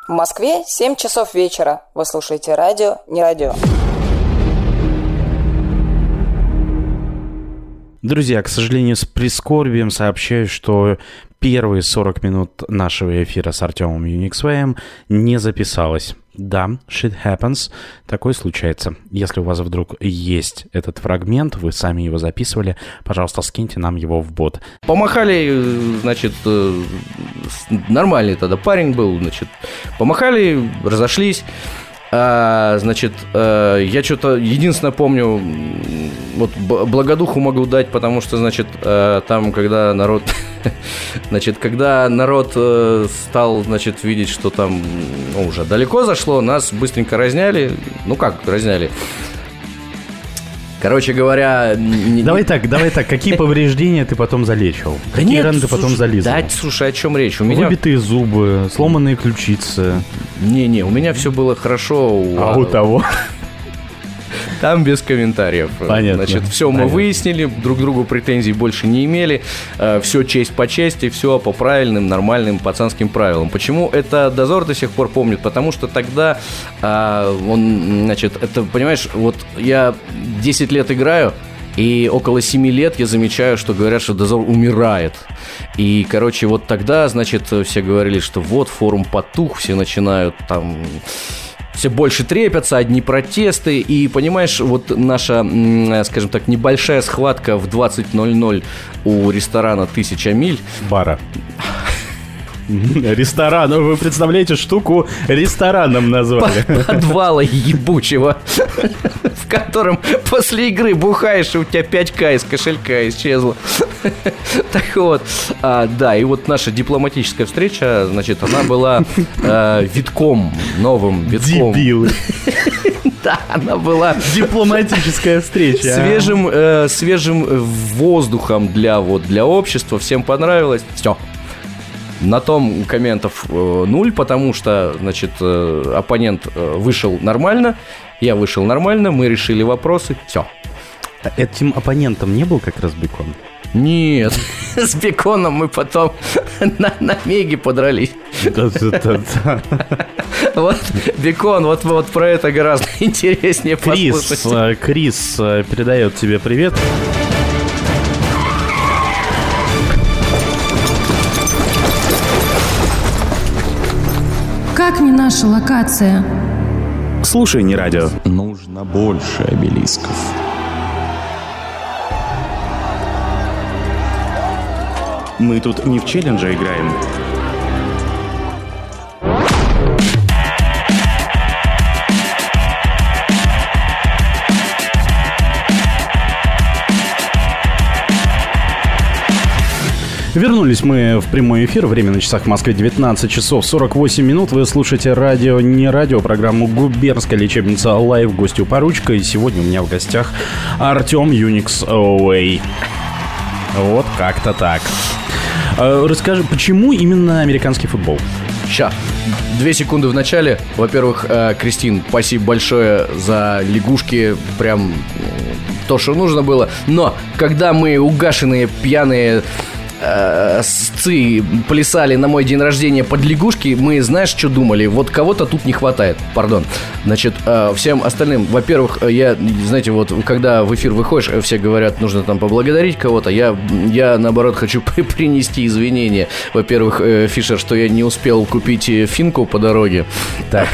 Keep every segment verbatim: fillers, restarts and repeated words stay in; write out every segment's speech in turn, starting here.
В Москве семь часов вечера. Вы слушаете радио «Не радио». Друзья, к сожалению, с прискорбием сообщаю, что первые сорок минут нашего эфира с Артемом Юниксвеем не записалось. Да, shit happens, такое случается. Если у вас вдруг есть этот фрагмент, вы сами его записывали, пожалуйста, скиньте нам его в бот. Помахали, значит, нормальный тогда парень был, значит, помахали, разошлись. А, значит, а, я что-то единственное помню, вот благодуху могу дать, потому что, значит, а, там, когда народ, значит, когда народ а, стал, значит, видеть, что там ну, уже далеко зашло, нас быстренько разняли, ну как разняли? Короче говоря... Не... Давай так, давай так, какие повреждения ты потом залечил? Да какие нет, раны ты потом зализал? Да, слушай, о чем речь? У меня... Выбитые зубы, сломанные ключицы. Не-не, у меня все было хорошо. А у того? Там без комментариев. Понятно. Значит, все мы Понятно. выяснили, друг другу претензий больше не имели. Все честь по чести, все по правильным, нормальным пацанским правилам. Почему это дозор до сих пор помнит? Потому что тогда он, значит, это, понимаешь, вот я десять лет играю, и около семи лет я замечаю, что говорят, что дозор умирает. И, короче, вот тогда, значит, все говорили, что вот форум потух, все начинают там... Все больше трепятся, одни протесты. И, понимаешь, вот наша, скажем так, небольшая схватка в двадцать ноль ноль у ресторана «Тысяча миль». Бара. Ресторан. Вы представляете, штуку рестораном назвали. Подвала ебучего, в котором после игры бухаешь, и у тебя пять ка из кошелька исчезло. Так вот, а, да, и вот наша дипломатическая встреча, значит, она была э, витком, новым витком. Дебилы. Да, она была дипломатическая встреча. Свежим, э, свежим воздухом для, вот, для общества. Всем понравилось. Все. На том комментов э, нуль, потому что, значит, э, оппонент э, вышел нормально, я вышел нормально, мы решили вопросы, все. Этим оппонентом не был как раз Бекон? Нет, с Беконом мы потом на, на Меге подрались. Вот, Бекон, вот, вот про это гораздо интереснее послушать. Крис, Крис передает тебе привет. Как не наша локация? Слушай, не радио. Нужно больше обелисков. Мы тут не в челлендже играем. Вернулись мы в прямой эфир. Время на часах в Москве девятнадцать часов сорок восемь минут. Вы слушаете радио «Не радио», программу «Губернская лечебница Лайв». Гостью Поручка. И сегодня у меня в гостях Артем Юниксвей. Вот как-то так. Расскажи, почему именно американский футбол? Ща, две секунды в начале. Во-первых, Кристин, спасибо большое за лягушки. Прям то, что нужно было. Но когда мы угашенные, пьяные э, сцы плясали на мой день рождения под лягушки, мы, знаешь, что думали? Вот кого-то тут не хватает, пардон. Значит, э, всем остальным, во-первых, я, знаете, вот когда в эфир выходишь, все говорят, нужно там поблагодарить кого-то. Я, я наоборот, хочу принести извинения. Во-первых, э, Фишер, что я не успел купить финку по дороге. Так.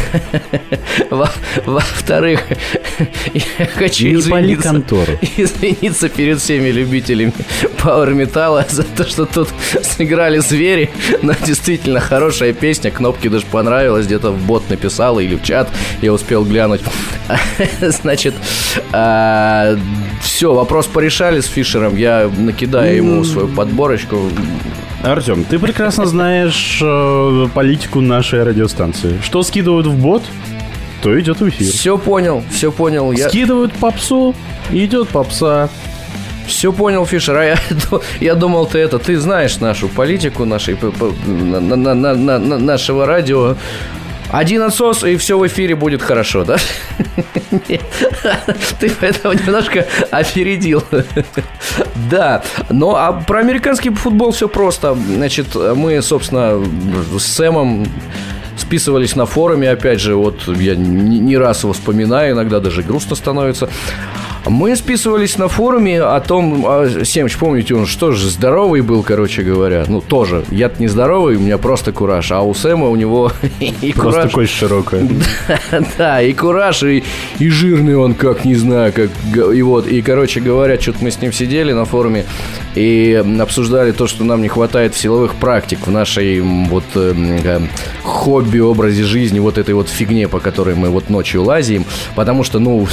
Во-вторых, я хочу извиниться, извиниться перед всеми любителями пауэр-металла за то, что тут сыграли звери. Но действительно хорошая песня. Кнопки даже понравилось. Где-то в бот написал или в чат. Я успел глянуть. Значит, а, все, вопрос порешали с Фишером. Я накидаю ему свою подборочку. Артем, ты прекрасно знаешь э, политику нашей радиостанции. Что скидывают в бот, то идет в эфир. Все понял, все понял. Я... Скидывают попсу, идет попса. Все понял, Фишер. А я, я думал, ты это, ты знаешь нашу политику, нашей, на, на, на, на, нашего радио. Один отсос, и все в эфире будет хорошо, да? Нет, ты поэтому немножко опередил. Да, ну а про американский футбол все просто. Значит, мы, собственно, с Сэмом списывались на форуме, опять же, вот я не, не раз его вспоминаю, иногда даже грустно становится. Мы списывались на форуме о том, а, Семыч, помните, он что же, здоровый был, короче говоря. Ну, тоже, я-то не здоровый, у меня просто кураж. А у Сэма у него и кураж. Просто кость широкая. Да, и кураж, и жирный он, как, не знаю, как. И вот, и, короче говоря, что-то мы с ним сидели на форуме и обсуждали то, что нам не хватает силовых практик в нашей вот хобби, образе жизни, вот этой вот фигне, по которой мы вот ночью лазим. Потому что, ну,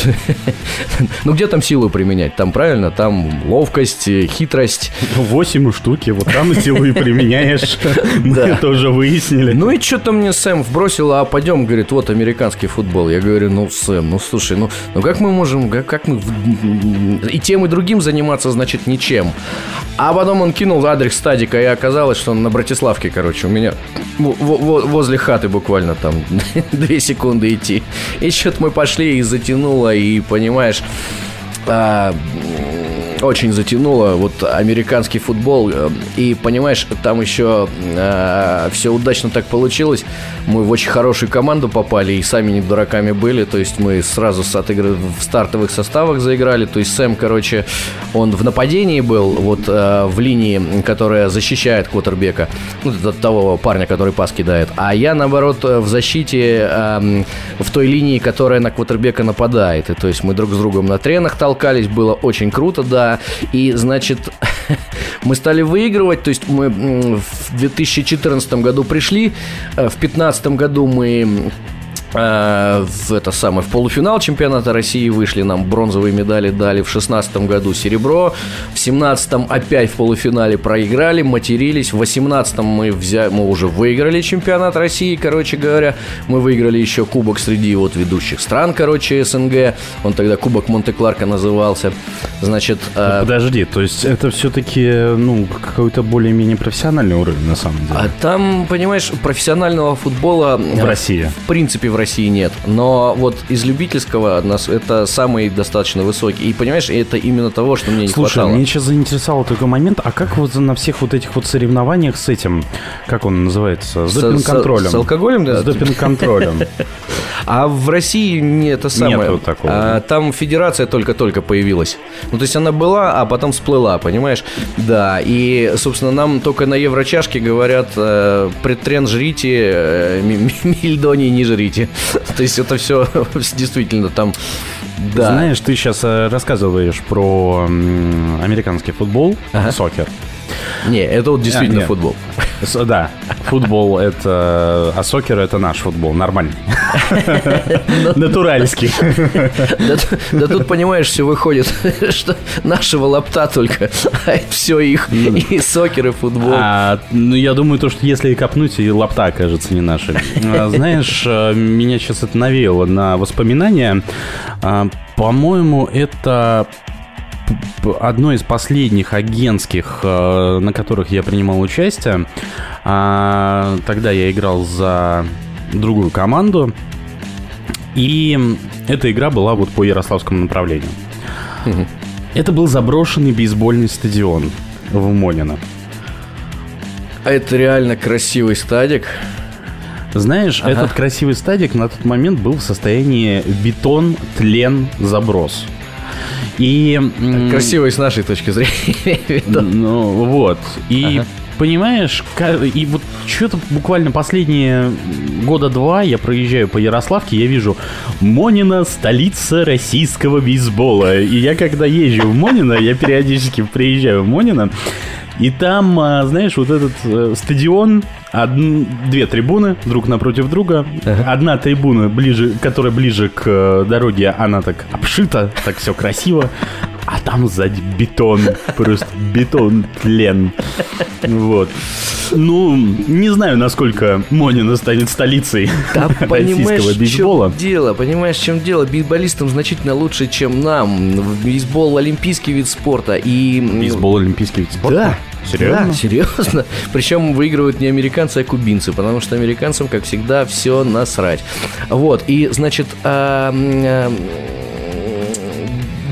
ну, где там силу применять? Там, правильно, там ловкость, хитрость. Восемь штуки, вот там силу и применяешь. Мы это уже выяснили. Ну и что-то мне Сэм вбросил, а пойдем, говорит, вот американский футбол. Я говорю, ну, Сэм, ну, слушай, ну, ну как мы можем, как, как мы и тем, и другим заниматься, значит, ничем. А потом он кинул адрес стадика, и оказалось, что он на Братиславке, короче, у меня возле хаты буквально там две секунды идти. И что-то мы пошли, и затянуло, и, понимаешь... А, очень затянуло вот американский футбол. И, понимаешь, там еще а, все удачно так получилось. Мы в очень хорошую команду попали и сами не дураками были. То есть мы сразу с отыгр... в стартовых составах заиграли. То есть Сэм, короче, он в нападении был, вот а, в линии, которая защищает квотербека, ну, того парня, который пас кидает. А я, наоборот, в защите а, в той линии, которая на квотербека нападает. И то есть мы друг с другом на тренах толкались. Было очень круто, да. И, значит, мы стали выигрывать. То есть мы в две тысячи четырнадцатом году пришли, в две тысячи пятнадцатом году мы э, в, это самое, в полуфинал чемпионата России вышли, нам бронзовые медали дали, в две тысячи шестнадцатом году серебро, в две тысячи семнадцатом опять в полуфинале проиграли, матерились, в две тысячи восемнадцатом мы, взяли, мы уже выиграли чемпионат России, короче говоря, мы выиграли еще кубок среди вот ведущих стран, короче, СНГ, он тогда Кубок Монте-Кларко назывался, значит... Э... Подожди, то есть это все-таки, ну, какой-то более-менее профессиональный уровень, на самом деле? А там, понимаешь, профессионального футбола... В России? В принципе, в России нет, но вот из любительского нас это самый достаточно высокий, и, понимаешь, это именно того, что мне не Слушай, хватало. Меня сейчас заинтересовал такой момент, а как вот на всех вот этих вот соревнованиях с этим, как он называется, с, с допинг-контролем? С, с алкоголем, да? С допинг-контролем. А в России не это самое. Нет вот такого. А, там федерация только-только появилась. Ну, то есть она была, а потом всплыла, понимаешь? Да, и, собственно, нам только на Еврочашке говорят, э, предтрен жрите, э, мильдоний не жрите. То есть это все действительно там... Да. Знаешь, ты сейчас рассказываешь про американский футбол, ага. Сокер. Не, это вот действительно а, футбол. С, да, футбол это... А сокер это наш футбол, нормальный. Натуральский. Да тут, понимаешь, все выходит, что нашего лапта только, а все их, и сокер, и футбол. Ну, я думаю, то, что если копнуть, и лапта окажется не нашим. Знаешь, меня сейчас это навеяло на воспоминания. По-моему, это... одно из последних агентских, на которых я принимал участие. Тогда я играл за другую команду. И эта игра была вот по ярославскому направлению. Угу. Это был заброшенный бейсбольный стадион в Монино. А это реально красивый стадик. Знаешь, ага. Этот красивый стадик на тот момент был в состоянии бетон, тлен, заброс. И, красивый с нашей точки зрения. Ну, вот. И, ага. понимаешь, и вот что-то буквально последние года два я проезжаю по Ярославке, я вижу Монино, столица российского бейсбола. И я когда езжу в Монино, я периодически приезжаю в Монино, и там, знаешь, вот этот э, стадион, од... две трибуны друг напротив друга. Ага. Одна трибуна, ближе, которая ближе к э, дороге, она так обшита, так все красиво. А там сзади бетон, просто бетон, тлен. Вот. Ну, не знаю, насколько Монино станет столицей да, российского бейсбола. В чем дело? Понимаешь, в чем дело? Бейсболистам значительно лучше, чем нам. Бейсбол – олимпийский вид спорта. И... Бейсбол – олимпийский вид спорта? Да. Серьезно? Да, серьезно. Причем выигрывают не американцы, а кубинцы, потому что американцам, как всегда, все насрать. Вот, и, значит,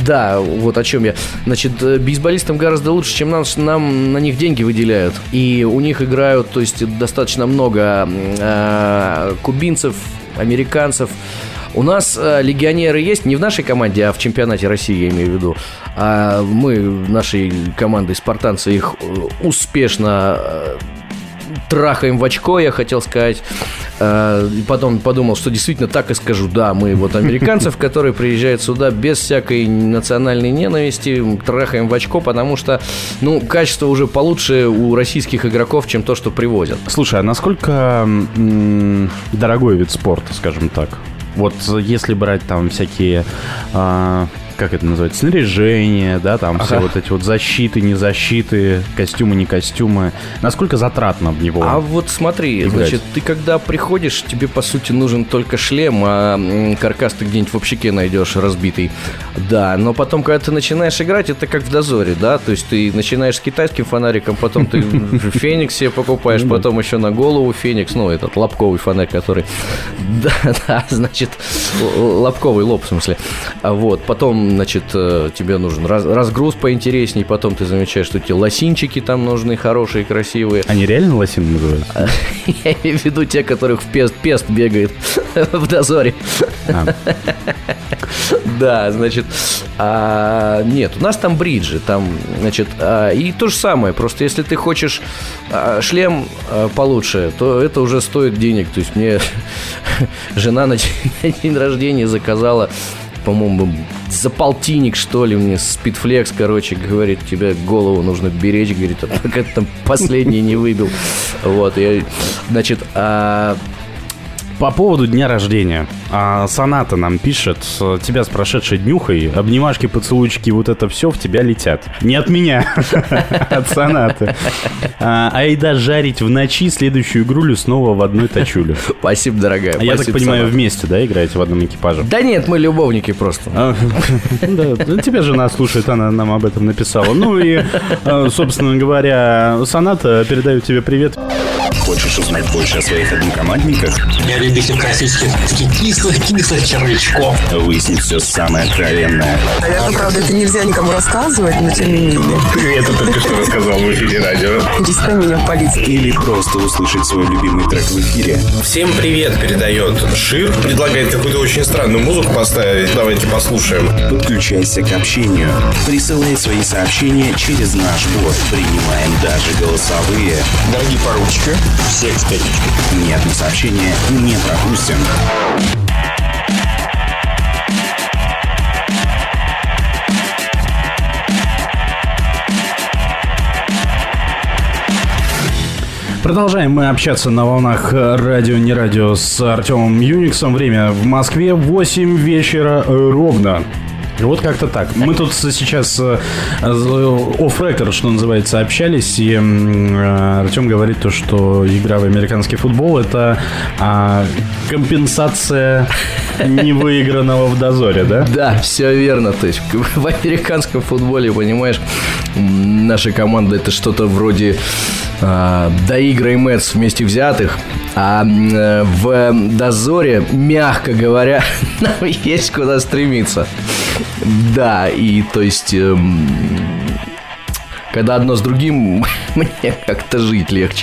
Да, вот о чем я. Значит, бейсболистам гораздо лучше, чем нам, нам на них деньги выделяют. И у них играют, то есть, достаточно много э, кубинцев, американцев. У нас э, легионеры есть, не в нашей команде, а в чемпионате России, я имею в виду. А мы, нашей командой спартанцы, их успешно э, трахаем в очко, я хотел сказать. Э, и потом подумал, что действительно так и скажу. Да, мы вот американцев, которые приезжают сюда без всякой национальной ненависти, трахаем в очко, потому что, ну, качество уже получше у российских игроков, чем то, что привозят. Слушай, а насколько м- дорогой вид спорта, скажем так? Вот если брать там всякие, а, как это называется, снаряжение, да, там ага. все вот эти вот защиты, не защиты, костюмы, не костюмы, насколько затратно в него? А вот смотри, играть? Значит, ты когда приходишь, тебе по сути нужен только шлем, а каркас ты где-нибудь в общаке найдешь разбитый. Да, но потом, когда ты начинаешь играть, это как в дозоре, да, то есть ты начинаешь с китайским фонариком, потом ты феникс себе покупаешь, потом еще на голову феникс, ну, этот лобковый фонарь, который, да, да, значит, лобковый лоб, в смысле, вот, потом, значит, тебе нужен раз, разгруз поинтересней, потом ты замечаешь, что тебе лосинчики там нужны, хорошие, красивые. Они реально лосины называются? Я имею в виду те, которых в пест, пест бегает в дозоре. Да, значит, а, нет, у нас там бриджи, там, значит, а, и то же самое, просто если ты хочешь а, шлем а, получше, то это уже стоит денег, то есть мне жена на день рождения заказала, по-моему, за полтинник, что ли, мне спидфлекс, короче, говорит, тебе голову нужно беречь, говорит, а пока ты там последний не выбил, вот, я, значит, а... По поводу дня рождения. А, Соната нам пишет: тебя с прошедшей днюхой, обнимашки, поцелуйчики, вот это все в тебя летят. Не от меня, от Сонаты. Айда жарить в ночи следующую игрулю снова в одной тачуле. Спасибо, дорогая. Я так понимаю, вместе, да, играете в одном экипаже? Да нет, мы любовники просто. Тебя жена слушает, она нам об этом написала. Ну и, собственно говоря, Соната, передаю тебе привет. Хочешь узнать больше о своих однокомандниках? Я любитель классических кислых-кислых червячков. Выяснить все самое откровенное. Наверное, правда, это нельзя никому рассказывать, но тем не менее. Ты это только что рассказал в эфире радио. Перестань меня палить. Или просто услышать свой любимый трек в эфире. Всем привет передает Шир. Предлагает какую-то очень странную музыку поставить. Давайте послушаем. Подключайся к общению. Присылай свои сообщения через наш бот. Принимаем даже голосовые. Дорогие поручики, всех с пятничкой. Ни одно сообщение не пропустим. Продолжаем мы общаться на волнах радио, не радио с Артемом Юниксом. Время в Москве восемь вечера ровно. Вот как-то так. Мы тут сейчас off-record, что называется, общались, и Артем говорит то, что игра в американский футбол — это а, компенсация невыигранного в дозоре, да? Да, все верно. То есть в американском футболе, понимаешь, наша команда — это что-то вроде а, Доигра и Мэтс вместе взятых. А а, в дозоре, мягко говоря, нам есть куда стремиться. Да, и то есть, эм, когда одно с другим, мне как-то жить легче.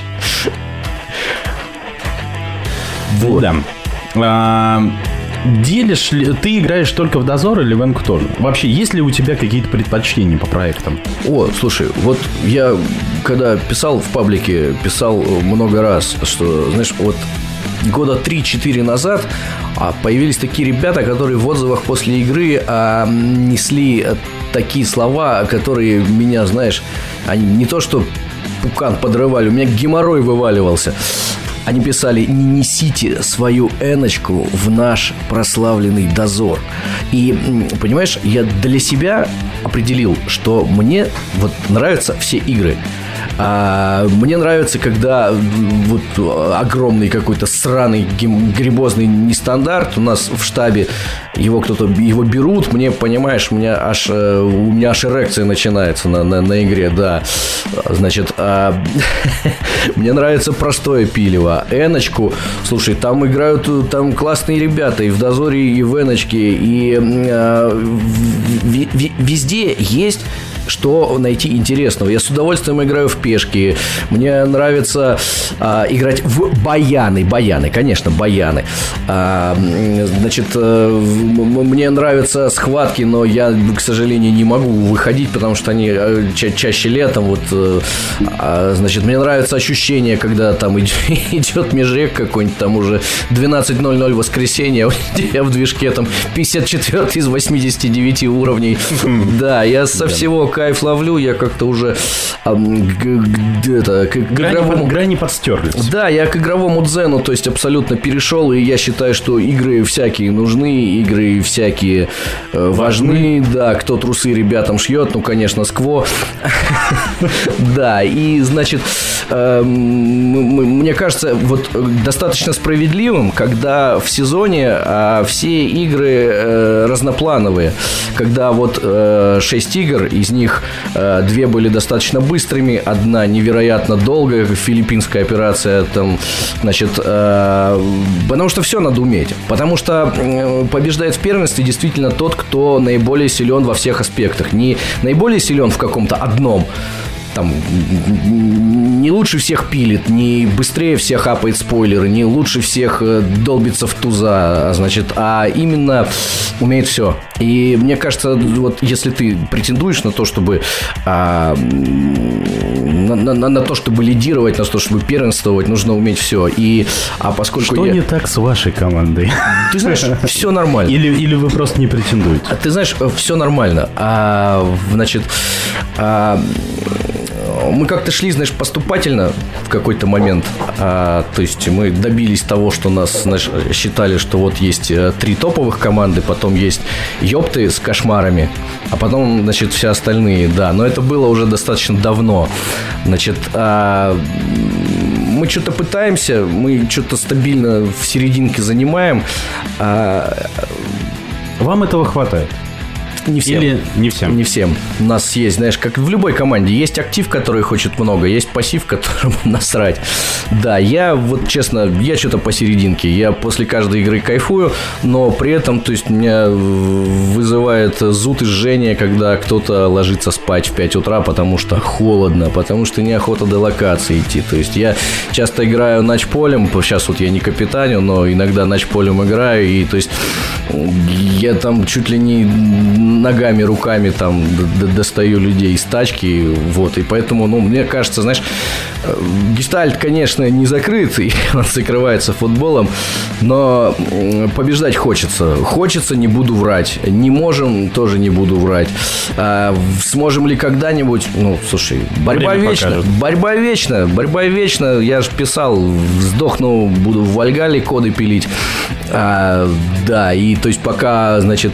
Вот. Да. А, делишь ли... Ты играешь только в дозор или в Энку тоже? Вообще, есть ли у тебя какие-то предпочтения по проектам? О, слушай, вот я, когда писал в паблике, писал много раз, что, знаешь, вот года три-четыре назад появились такие ребята, которые в отзывах после игры а, несли такие слова, которые меня, знаешь, они не то что пукан подрывали, у меня геморрой вываливался. Они писали: не несите свою эночку в наш прославленный дозор. И, понимаешь, я для себя определил, что мне вот нравятся все игры. А, мне нравится, когда вот огромный какой-то сраный грибозный нестандарт у нас в штабе, его кто-то, его берут, мне, понимаешь, у меня аж, у меня аж эрекция начинается на, на, на игре, да. Значит, а, мне нравится простое пилево. Эночку, слушай, там играют, там классные ребята и в Дозоре, и в Эночке, и а, в, в, везде есть что найти интересного. Я с удовольствием играю в пешки. Мне нравится а, играть в баяны. Баяны, конечно, баяны. А, значит, а, мне нравятся схватки, но я, к сожалению, не могу выходить, потому что они ча- чаще летом. Вот, а, значит, мне нравится ощущение, когда там идет межрек какой-нибудь, там уже двенадцать ноль ноль воскресенье, я в движке там пятьдесят четвёртый из восьмидесяти девяти уровней. Да, я со всего кайф ловлю, я как-то уже а, где-то к грани, игровому... грани подстерлись. Да, я к игровому дзену, то есть абсолютно перешел, и я считаю, что игры всякие нужны, игры всякие э, важны. Да, кто трусы ребятам шьет, ну, конечно, скво. Да, и, значит, мне кажется, вот достаточно справедливым, когда в сезоне все игры разноплановые, когда вот шесть игр, из них две были достаточно быстрыми, одна невероятно долгая, филиппинская операция, там, значит, потому что все надо уметь, потому что побеждает в первенстве действительно тот, кто наиболее силен во всех аспектах, не наиболее силен в каком-то одном, там, не лучше всех пилит, не быстрее всех хапает спойлеры, не лучше всех долбится в туза, значит, а именно умеет все. И мне кажется, вот если ты претендуешь на то, чтобы а, на, на, на то, чтобы лидировать, на то, чтобы первенствовать, нужно уметь все. И, а поскольку Что я... не так с вашей командой? Ты знаешь, все нормально. Или, или вы просто не претендуете? Ты знаешь, все нормально. А, значит, а, мы как-то шли, знаешь, поступательно в какой-то момент. А, то есть мы добились того, что нас, знаешь, считали, что вот есть три топовых команды, потом есть ёпты с кошмарами, а потом, значит, все остальные, да. Но это было уже достаточно давно. Значит, а, мы что-то пытаемся, мы что-то стабильно в серединке занимаем. А, Вам этого хватает? Не всем. Или не всем? Не всем. У нас есть, знаешь, как в любой команде, есть актив, который хочет много, есть пассив, которому насрать. Да, я вот, честно, я что-то посерединке. Я после каждой игры кайфую, но при этом, то есть, меня вызывает зуд и жжение, когда кто-то ложится спать в пять утра, потому что холодно, потому что неохота до локации идти. То есть, я часто играю ночполем, сейчас вот я не капитаню, но иногда ночполем играю, и, то есть, я там чуть ли не ногами, руками там достаю людей из тачки, вот, и поэтому, ну, мне кажется, знаешь, гештальт, конечно, не закрыт, и он закрывается футболом, но побеждать хочется, хочется, не буду врать, не можем, тоже не буду врать, а сможем ли когда-нибудь, ну, слушай, борьба вечна, борьба вечна, борьба вечна, я же писал, сдохну, буду в Вальгалле коды пилить, а, да, и, то есть, пока, значит,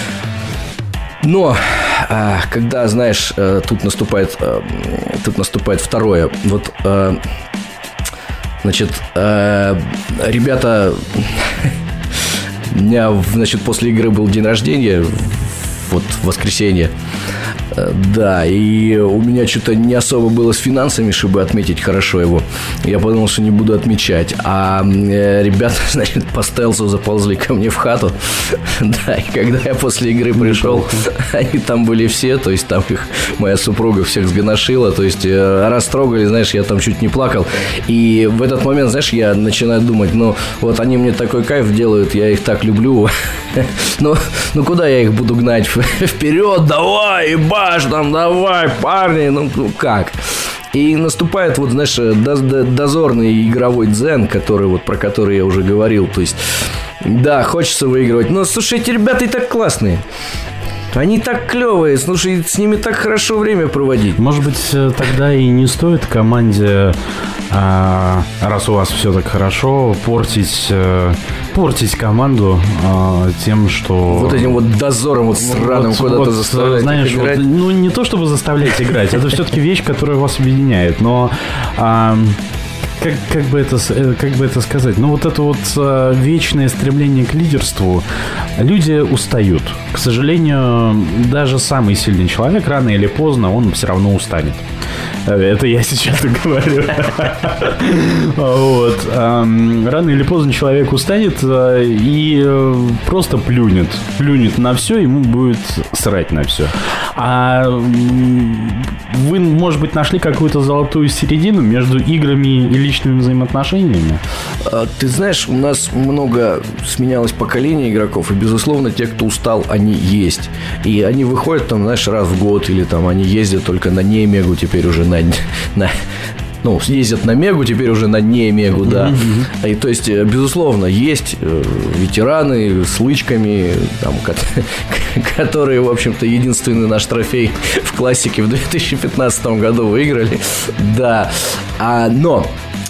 но когда, знаешь, тут наступает, тут наступает второе. Вот, значит, ребята, у меня, значит, после игры был день рождения, вот в воскресенье. Да, и у меня что-то не особо было с финансами, чтобы отметить хорошо его. Я подумал, что не буду отмечать. А ребята, значит, по стелсу заползли ко мне в хату. Да, и когда я после игры пришел, они там были все, то есть там их моя супруга всех сгоношила, то есть растрогали, знаешь, я там чуть не плакал. И в этот момент, знаешь, я начинаю думать, ну, вот они мне такой кайф делают, я их так люблю. Ну, ну куда я их буду гнать? Вперед, давай, ебать! Там, давай, парни, ну как? И наступает, вот, знаешь, дозорный игровой дзен, который, вот, про который я уже говорил. То есть, да, хочется выигрывать. Но, слушайте, ребята и так классные. Они так клевые, слушай, с ними так хорошо время проводить. Может быть, тогда и не стоит команде, а, раз у вас все так хорошо, портить, портить команду а, тем, что... Вот этим вот дозором вот сраным вот, куда-то вот, заставлять знаешь, играть. Вот, ну, не то, чтобы заставлять играть, это все-таки вещь, которая вас объединяет, но... А, Как, как, бы это, как бы это сказать? Ну, вот это вот а, вечное стремление к лидерству. Люди устают. К сожалению, даже самый сильный человек рано или поздно он все равно устанет. Это я сейчас говорю. Вот. Рано или поздно человек устанет и просто плюнет. Плюнет на все, ему будет срать на все. А вы, может быть, нашли какую-то золотую середину между играми и личными взаимоотношениями? Ты знаешь, у нас много сменялось поколение игроков, и, безусловно, те, кто устал, они есть. И они выходят там, знаешь, раз в год, или там они ездят только на не мегу, теперь уже на... на ну, ездят на мегу, теперь уже на не мегу, да. Mm-hmm. И то есть, безусловно, есть ветераны с лычками, там, которые, в общем-то, единственный наш трофей в классике в две тысячи пятнадцатом году выиграли. Да. А, но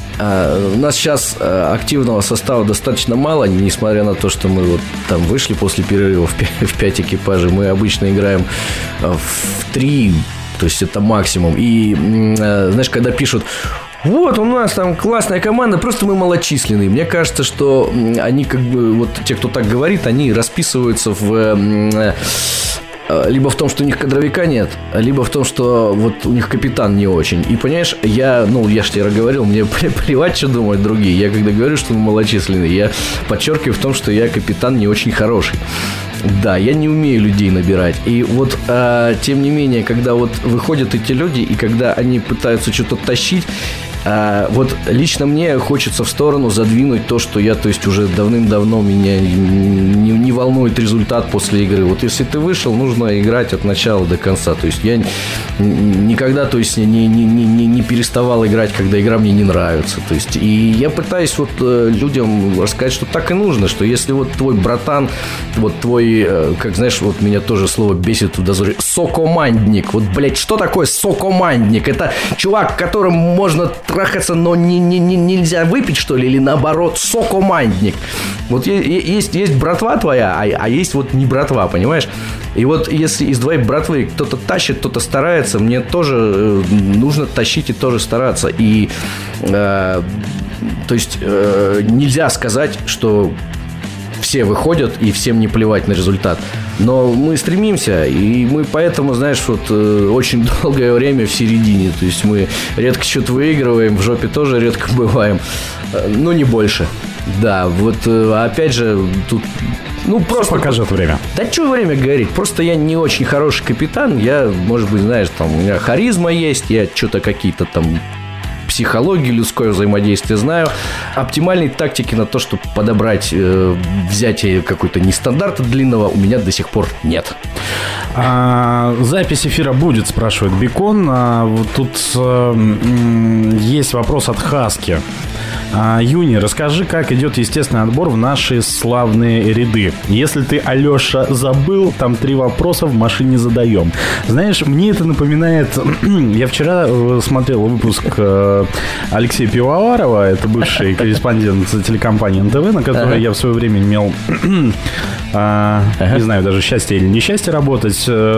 у нас сейчас активного состава достаточно мало, несмотря на то, что мы вот там вышли после перерыва в пять экипажей. Мы обычно играем в три. То есть это максимум. И, знаешь, когда пишут: вот, у нас там классная команда, просто мы малочисленные. Мне кажется, что они как бы, вот те, кто так говорит, они расписываются в... либо в том, что у них кадровика нет, либо в том, что вот у них капитан не очень. И понимаешь, я, ну, я же тебе говорил, мне плевать, что думают другие. Я когда говорю, что мы малочисленные, я подчеркиваю в том, что я капитан не очень хороший. Да, я не умею людей набирать. И вот, а, тем не менее, когда вот выходят эти люди, и когда они пытаются что-то тащить, а, вот лично мне хочется в сторону задвинуть то, что я, то есть, уже давным-давно меня не, не волнует результат после игры. Вот если ты вышел, нужно играть от начала до конца. То есть я никогда, то есть, не, не, не, не переставал играть, когда игра мне не нравится. То есть, и я пытаюсь вот людям рассказать, что так и нужно, что если вот твой братан, вот твой, как знаешь, вот меня тоже слово бесит в дозоре, сокомандник. Вот, блядь, что такое сокомандник? Это чувак, которым можно трахаться, но не, не, не, нельзя выпить, что ли? Или наоборот, сокомандник. Вот есть, есть братва твоя, а, а есть вот не братва, понимаешь? И вот если из двоих братвы кто-то тащит, кто-то старается, мне тоже э, нужно тащить и тоже стараться. И э, то есть э, нельзя сказать, что все выходят и всем не плевать на результат. Но мы стремимся, и мы поэтому, знаешь, вот э, очень долгое время в середине. То есть мы редко что-то выигрываем, в жопе тоже редко бываем, э, но не больше. Да, вот э, опять же тут... Ну, просто покажет время. Да что время говорить? Просто я не очень хороший капитан. Я, может быть, знаешь, там у меня харизма есть, я что-то какие-то там психологии, людское взаимодействие знаю. Оптимальной тактики на то, чтобы подобрать э, взятие какой-то нестандарта длинного, у меня до сих пор нет. А, запись эфира будет, спрашивает Бекон. А, вот тут а, м, есть вопрос от Хаски. А, Юни, расскажи, как идет естественный отбор в наши славные ряды. Если ты, Алеша, забыл, там три вопроса в машине задаем. Знаешь, мне это напоминает... Я вчера смотрел выпуск Алексея Пивоварова, это бывший корреспондент телекомпании эн тэ вэ, на которой ага. я в свое время имел, а, ага. не знаю, даже счастье или несчастье работать.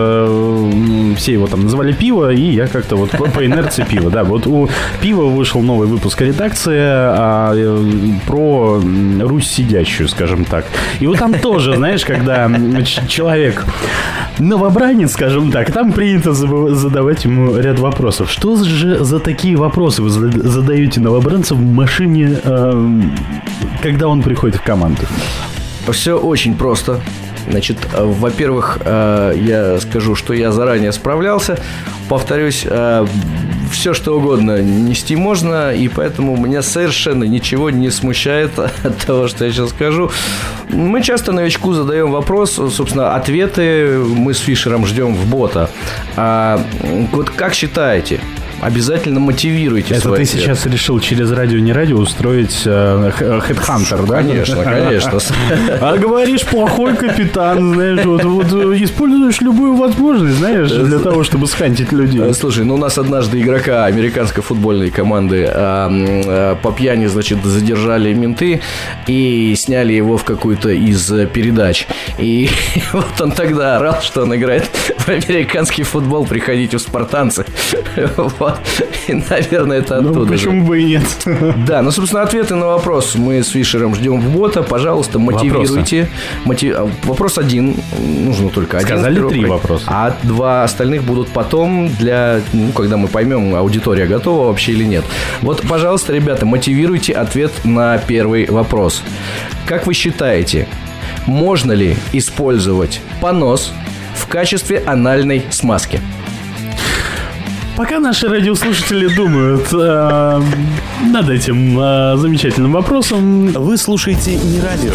Все его там называли Пиво, и я как-то вот по, по инерции Пиво. Да, вот у Пива вышел новый выпуск редакции а, про Русь сидящую, скажем так. И вот там тоже, знаешь, когда человек новобранец, скажем так, там принято задавать ему ряд вопросов. Что же за такие вопросы вы задаете новобранцу в машине, э, когда он приходит в команду? Все очень просто. Значит, во-первых, э, я скажу, что я заранее справлялся. Повторюсь, э, все что угодно нести можно, и поэтому меня совершенно ничего не смущает от того, что я сейчас скажу. Мы часто новичку задаем вопрос, собственно, ответы мы с Фишером ждем в бота. А, вот как считаете? обязательно мотивируйте Это свой ты ответ. сейчас решил через радио, не радио устроить э, хедхантер, да? Конечно, конечно. А говоришь, плохой капитан, знаешь, вот, вот используешь любую возможность, знаешь, для того, чтобы схантить людей. Слушай, ну у нас однажды игрока американской футбольной команды а, а, по пьяни, значит, задержали менты и сняли его в какую-то из передач. И вот он тогда орал, что он играет в американский футбол, приходите в спартанцы. Вот. И, наверное, это оттуда. Ну, почему же. бы и нет? Да, ну, собственно, ответы на вопрос мы с Фишером ждем в бота. Пожалуйста, мотивируйте. Мотив... Вопрос один. Нужно только один. Сказали три вопроса. А два остальных будут потом для... Ну, когда мы поймем, аудитория готова вообще или нет. Вот, пожалуйста, ребята, мотивируйте ответ на первый вопрос. Как вы считаете, можно ли использовать понос в качестве анальной смазки? Пока наши радиослушатели думают э, над этим э, замечательным вопросом, вы слушаете не радио.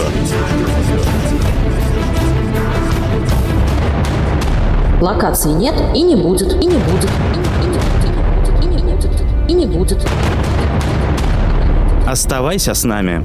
Локации нет и не будет, и не будет, и не будет, и не будет. Оставайся с нами.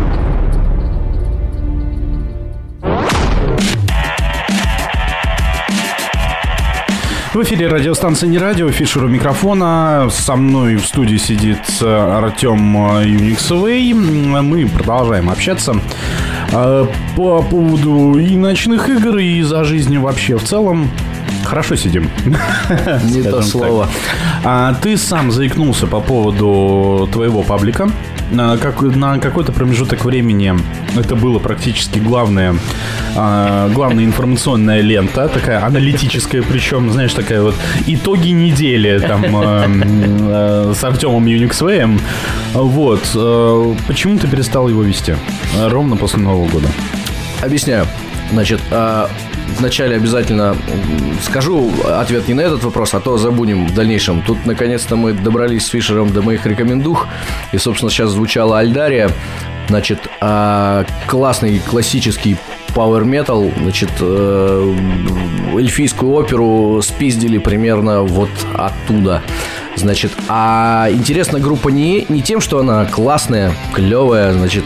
В эфире радиостанция «Не радио», Фишер у микрофона. Со мной в студии сидит Артем Юниксовый. Мы продолжаем общаться по поводу и ночных игр, и за жизнью вообще в целом. Хорошо сидим. Не то слово. А ты сам заикнулся по поводу твоего паблика. Как, на какой-то промежуток времени это было практически главное, главная информационная лента, такая аналитическая, причем, знаешь, такая вот итоги недели там с Артемом Юниксвеем. Вот. Почему ты перестал его вести ровно после Нового года? Объясняю. Значит, вначале обязательно скажу ответ не на этот вопрос, а то забудем в дальнейшем. Тут, наконец-то, мы добрались с Фишером до моих рекомендух. И, собственно, сейчас звучала Альдария. Значит, классный классический Power Metal. Значит, эльфийскую оперу спиздили примерно вот оттуда. Значит, а интересна группа не, не тем, что она классная, клевая, значит...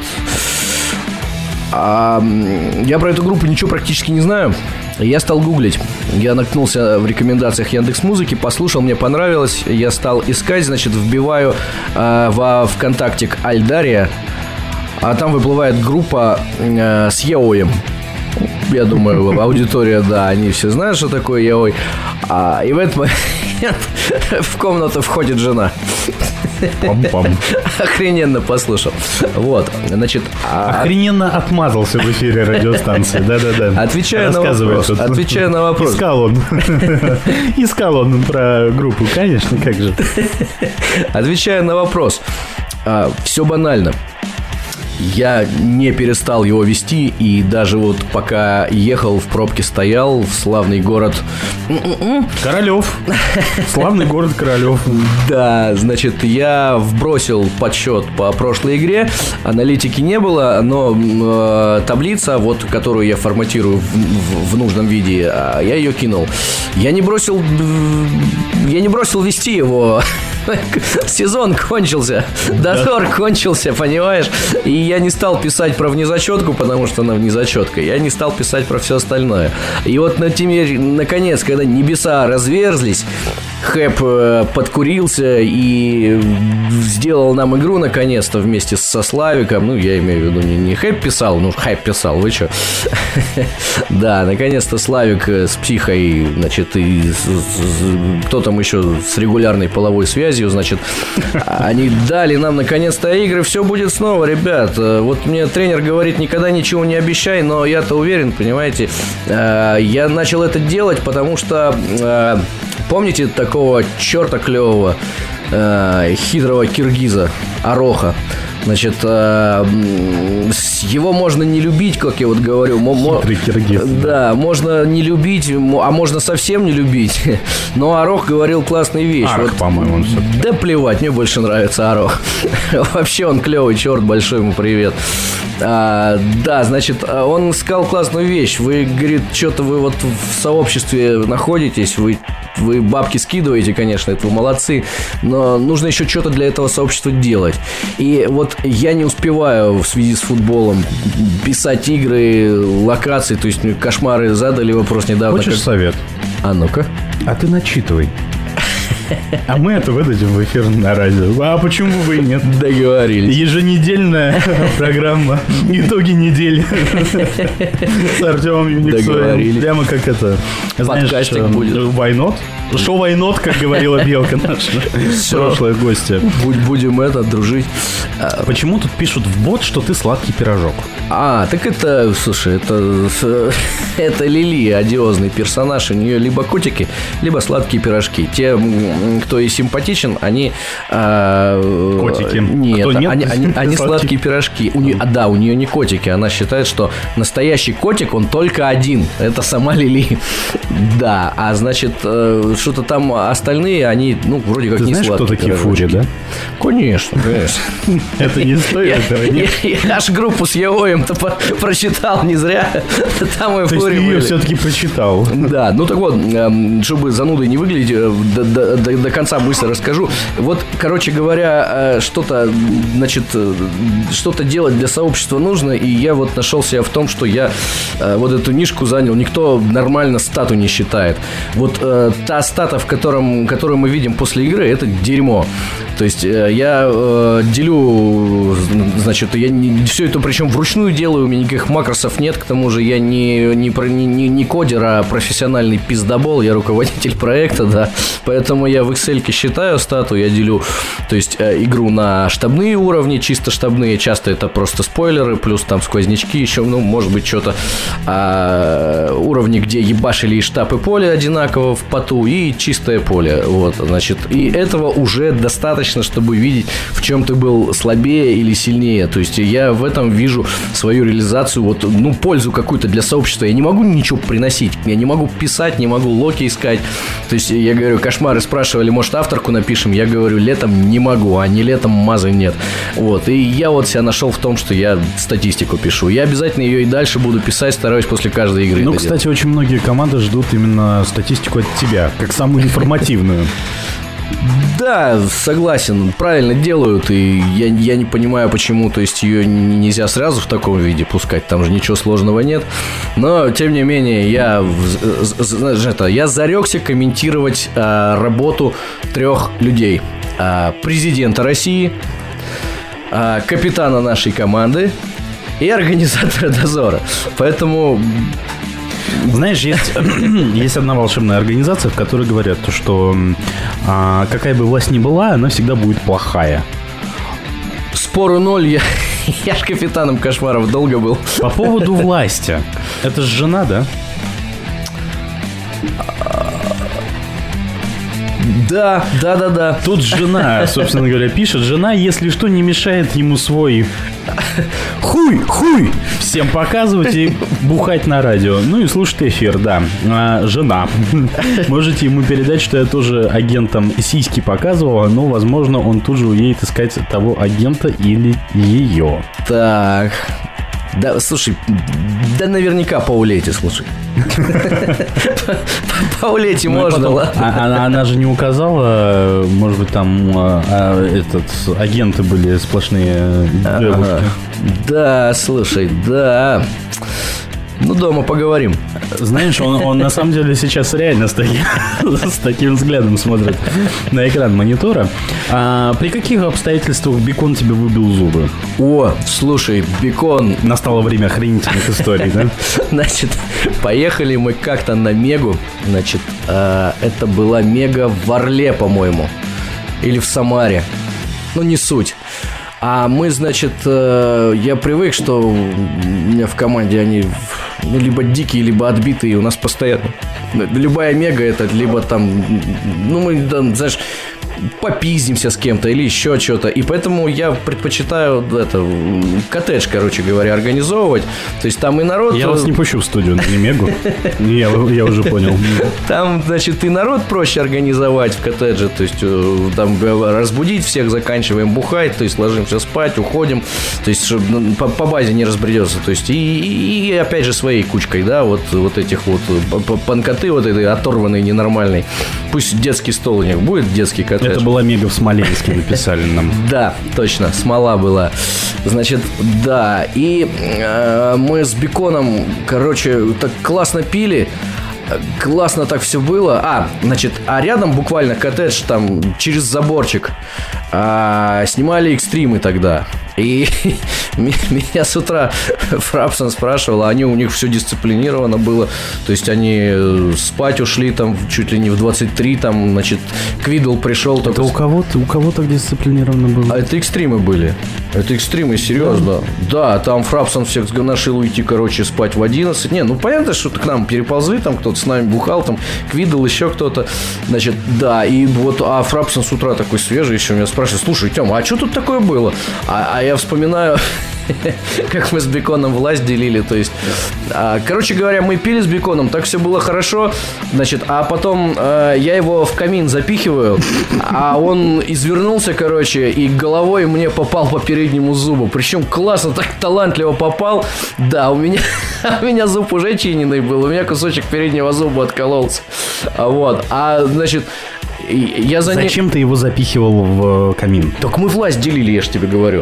А, я про эту группу ничего практически не знаю. Я стал гуглить. Я наткнулся в рекомендациях Яндекс.Музыки, послушал, мне понравилось. Я стал искать, значит, вбиваю э, во ВКонтактик Альдария, а там выплывает группа э, с яоем. Я думаю, аудитория, да, они все знают, что такое яой. А, и в этот момент в комнату входит жена. Пам-пам. Охрененно послушал. Вот, значит... А... Охрененно отмазался в эфире радиостанции. Да-да-да. Отвечаю на вопрос. Тут. Отвечаю на вопрос. Искал он. Искал он про группу, конечно, как же. Отвечаю на вопрос. А, все банально. Я не перестал его вести, и даже вот пока ехал, в пробке стоял, в славный город... Королев. Славный город Королев. Да, значит, я вбросил подсчет по прошлой игре. Аналитики не было, но э, таблица, вот, которую я форматирую в, в, в нужном виде, я ее кинул. Я не бросил... Я не бросил вести его. Сезон кончился. Дозор кончился, понимаешь? И я не стал писать про внезачетку, потому что она внезачетка. Я не стал писать про все остальное. И вот на теперь, наконец, когда небеса разверзлись, Хэп подкурился и сделал нам игру наконец-то вместе со Славиком. Ну, я имею в виду, не, не Хэп писал, ну, Хэп писал, вы что? Да, наконец-то Славик с Психой, значит, и кто там еще с регулярной половой связью, значит, они дали нам наконец-то игры, все будет снова, ребят. Вот мне тренер говорит, никогда ничего не обещай, но я-то уверен, понимаете, я начал это делать, потому что... Помните такого черта клевого, э, хитрого киргиза, Ороха? Значит, э, его можно не любить, как я вот говорю. Хитрый киргиз. Да, можно не любить, а можно совсем не любить. Но Орох говорил классную вещь. Арх, вот, по-моему, он все-таки. Да плевать, мне больше нравится Орох. Вообще он клевый черт, большой ему привет. А, да, значит, он сказал классную вещь. Вы, говорит, что-то вы вот в сообществе находитесь, вы вы бабки скидываете, конечно, это вы молодцы, но нужно еще что-то для этого сообщества делать. И вот я не успеваю в связи с футболом писать игры, локации, то есть кошмары задали вопрос недавно. Хочешь как... совет? А ну-ка. А ты начитывай. А мы это выдадим в эфир на радио. А почему бы и нет? Договорились. Еженедельная программа «Итоги недели» с Артемом Юниксоем. Прямо как это, знаешь, Why Not? Шоу Why Not, как говорила Белка наша прошлая гостья. Будем это, дружить. Почему тут пишут в бот, что ты сладкий пирожок? А, так это, слушай, это, это Лили, одиозный персонаж. У нее либо котики, либо сладкие пирожки. Те, кто и симпатичен, они... А, котики. Нет, кто нет, они, они, они сладкие пирожки. У нее, а, да, у нее не котики. Она считает, что настоящий котик, он только один. Это сама Лили. Да, а значит, что-то там остальные, они, ну, вроде как ты не знаешь, сладкие. Ты знаешь, кто такие фури, да? Конечно, конечно. Это не стоит этого, нет? Я аж группу с Еоем-то прочитал не зря. Там и фури были. То есть ты ее все-таки прочитал. Да, ну так вот, чтобы занудой не выглядеть, до, до, до, до конца быстро расскажу. Вот, короче говоря, что-то, значит, что-то делать для сообщества нужно, и я вот нашел себя в том, что я вот эту нишку занял. Никто нормально стату не считает. Вот та стата, в котором, которую мы видим после игры, это дерьмо. То есть я э, делю, значит, я не, все это причем вручную делаю, у меня никаких макросов нет, к тому же я не, не, не, не кодер, а профессиональный пиздобол, я руководитель проекта, да, поэтому я в Excel-ке считаю стату, я делю, то есть э, игру на штабные уровни, чисто штабные, часто это просто спойлеры, плюс там сквознячки еще, ну, может быть, что-то, э, уровни, где ебашили и штаб, и поле одинаково в поту, и чистое поле, вот, значит, и этого уже достаточно, чтобы видеть, в чем ты был слабее или сильнее. То есть я в этом вижу свою реализацию, вот, ну, пользу какую-то для сообщества. Я не могу ничего приносить, я не могу писать, не могу локи искать. То есть я говорю, кошмары спрашивали, может, авторку напишем? Я говорю, летом не могу, а не летом мазы нет. Вот, и я вот себя нашел в том, что я статистику пишу. Я обязательно ее и дальше буду писать, стараюсь после каждой игры. Ну, кстати, делать. Очень многие команды ждут именно статистику от тебя, как самую информативную. Да, согласен, правильно делают, и я, я не понимаю, почему, то есть ее нельзя сразу в таком виде пускать, там же ничего сложного нет, но, тем не менее, я, знаешь, это, я зарекся комментировать а, работу трех людей. А, президента России, а, капитана нашей команды и организатора дозора, поэтому... Знаешь, есть, есть одна волшебная организация, в которой говорят, что а, какая бы власть ни была, она всегда будет плохая. Спору ноль, я, я ж капитаном кошмаров долго был. По поводу власти. Это же жена, да? Да, да, да, да. Тут жена, собственно говоря, пишет. Жена, если что, не мешает ему свой хуй, хуй всем показывать и бухать на радио. Ну и слушать эфир, да. А, жена. Можете ему передать, что я тоже агентам сиськи показывала, но, возможно, он тут же уедет искать того агента или ее. Так... Да, слушай, да наверняка по улете, слушай. По улете можно, ладно. Она же не указала, может быть, там этот агенты были сплошные девушки. Да, слушай, да. Ну, дома поговорим. Знаешь, он, он на самом деле сейчас реально с таким, с таким взглядом смотрит на экран монитора. А при каких обстоятельствах Бекон тебе выбил зубы? О, слушай, Бекон... Настало время охренительных историй, да? Значит, поехали мы как-то на Мегу. Значит, это была Мега в Орле, по-моему. Или в Самаре. Ну, не суть. А мы, значит, я привык, что у меня в команде они ну, либо дикие, либо отбитые. У нас постоянно любая мега это либо там, ну мы там, знаешь, попиздимся с кем-то или еще что-то. И поэтому я предпочитаю это, коттедж, короче говоря, организовывать. То есть там и народ... Я вас не пущу в студию на Немегу. Я, я уже понял. Там, значит, и народ проще организовать в коттедже. То есть там разбудить всех, заканчиваем бухать, то есть ложимся спать, уходим. То есть чтобы по, по базе не разбредется. То есть и, и, и опять же своей кучкой, да, вот, вот этих вот панкоты вот этой оторванной, ненормальной. Пусть детский стол у них будет, детский коттедж. Это была Мега в Смоленске, написали нам. Да, точно, смола была. Значит, да. И э, мы с Беконом, короче, так классно пили. Классно так все было. А, значит, а рядом буквально коттедж, там, через заборчик а, снимали экстримы тогда. И меня с утра Фрапсон спрашивал, а они, у них все дисциплинировано было. То есть они спать ушли там чуть ли не в двадцать три, там, значит, Квидл пришел. Это у кого-то, у кого-то дисциплинировано было? А это экстримы были. Это экстримы, серьезно. Да, да, там Фрапсон всех сгоношил уйти, короче, спать в одиннадцать. Не, ну понятно, что к нам переползли, там кто-то с нами бухал, там Квидл, еще кто-то. Значит, да, и вот, а Фрапсон с утра такой свежий еще меня спрашивает, слушай, Тёма, а что тут такое было? А, а я вспоминаю, как мы с Беконом власть делили. То есть, а, короче говоря, мы пили с Беконом, так все было хорошо. Значит, а потом а, я его в камин запихиваю, а он извернулся, короче, и головой мне попал по переднему зубу. Причем классно, так талантливо попал. Да, у меня, у меня зуб уже чиненный был, у меня кусочек переднего зуба откололся. Вот, а, значит... Я за Зачем не... ты его запихивал в камин? Так мы власть делили, я же тебе говорю.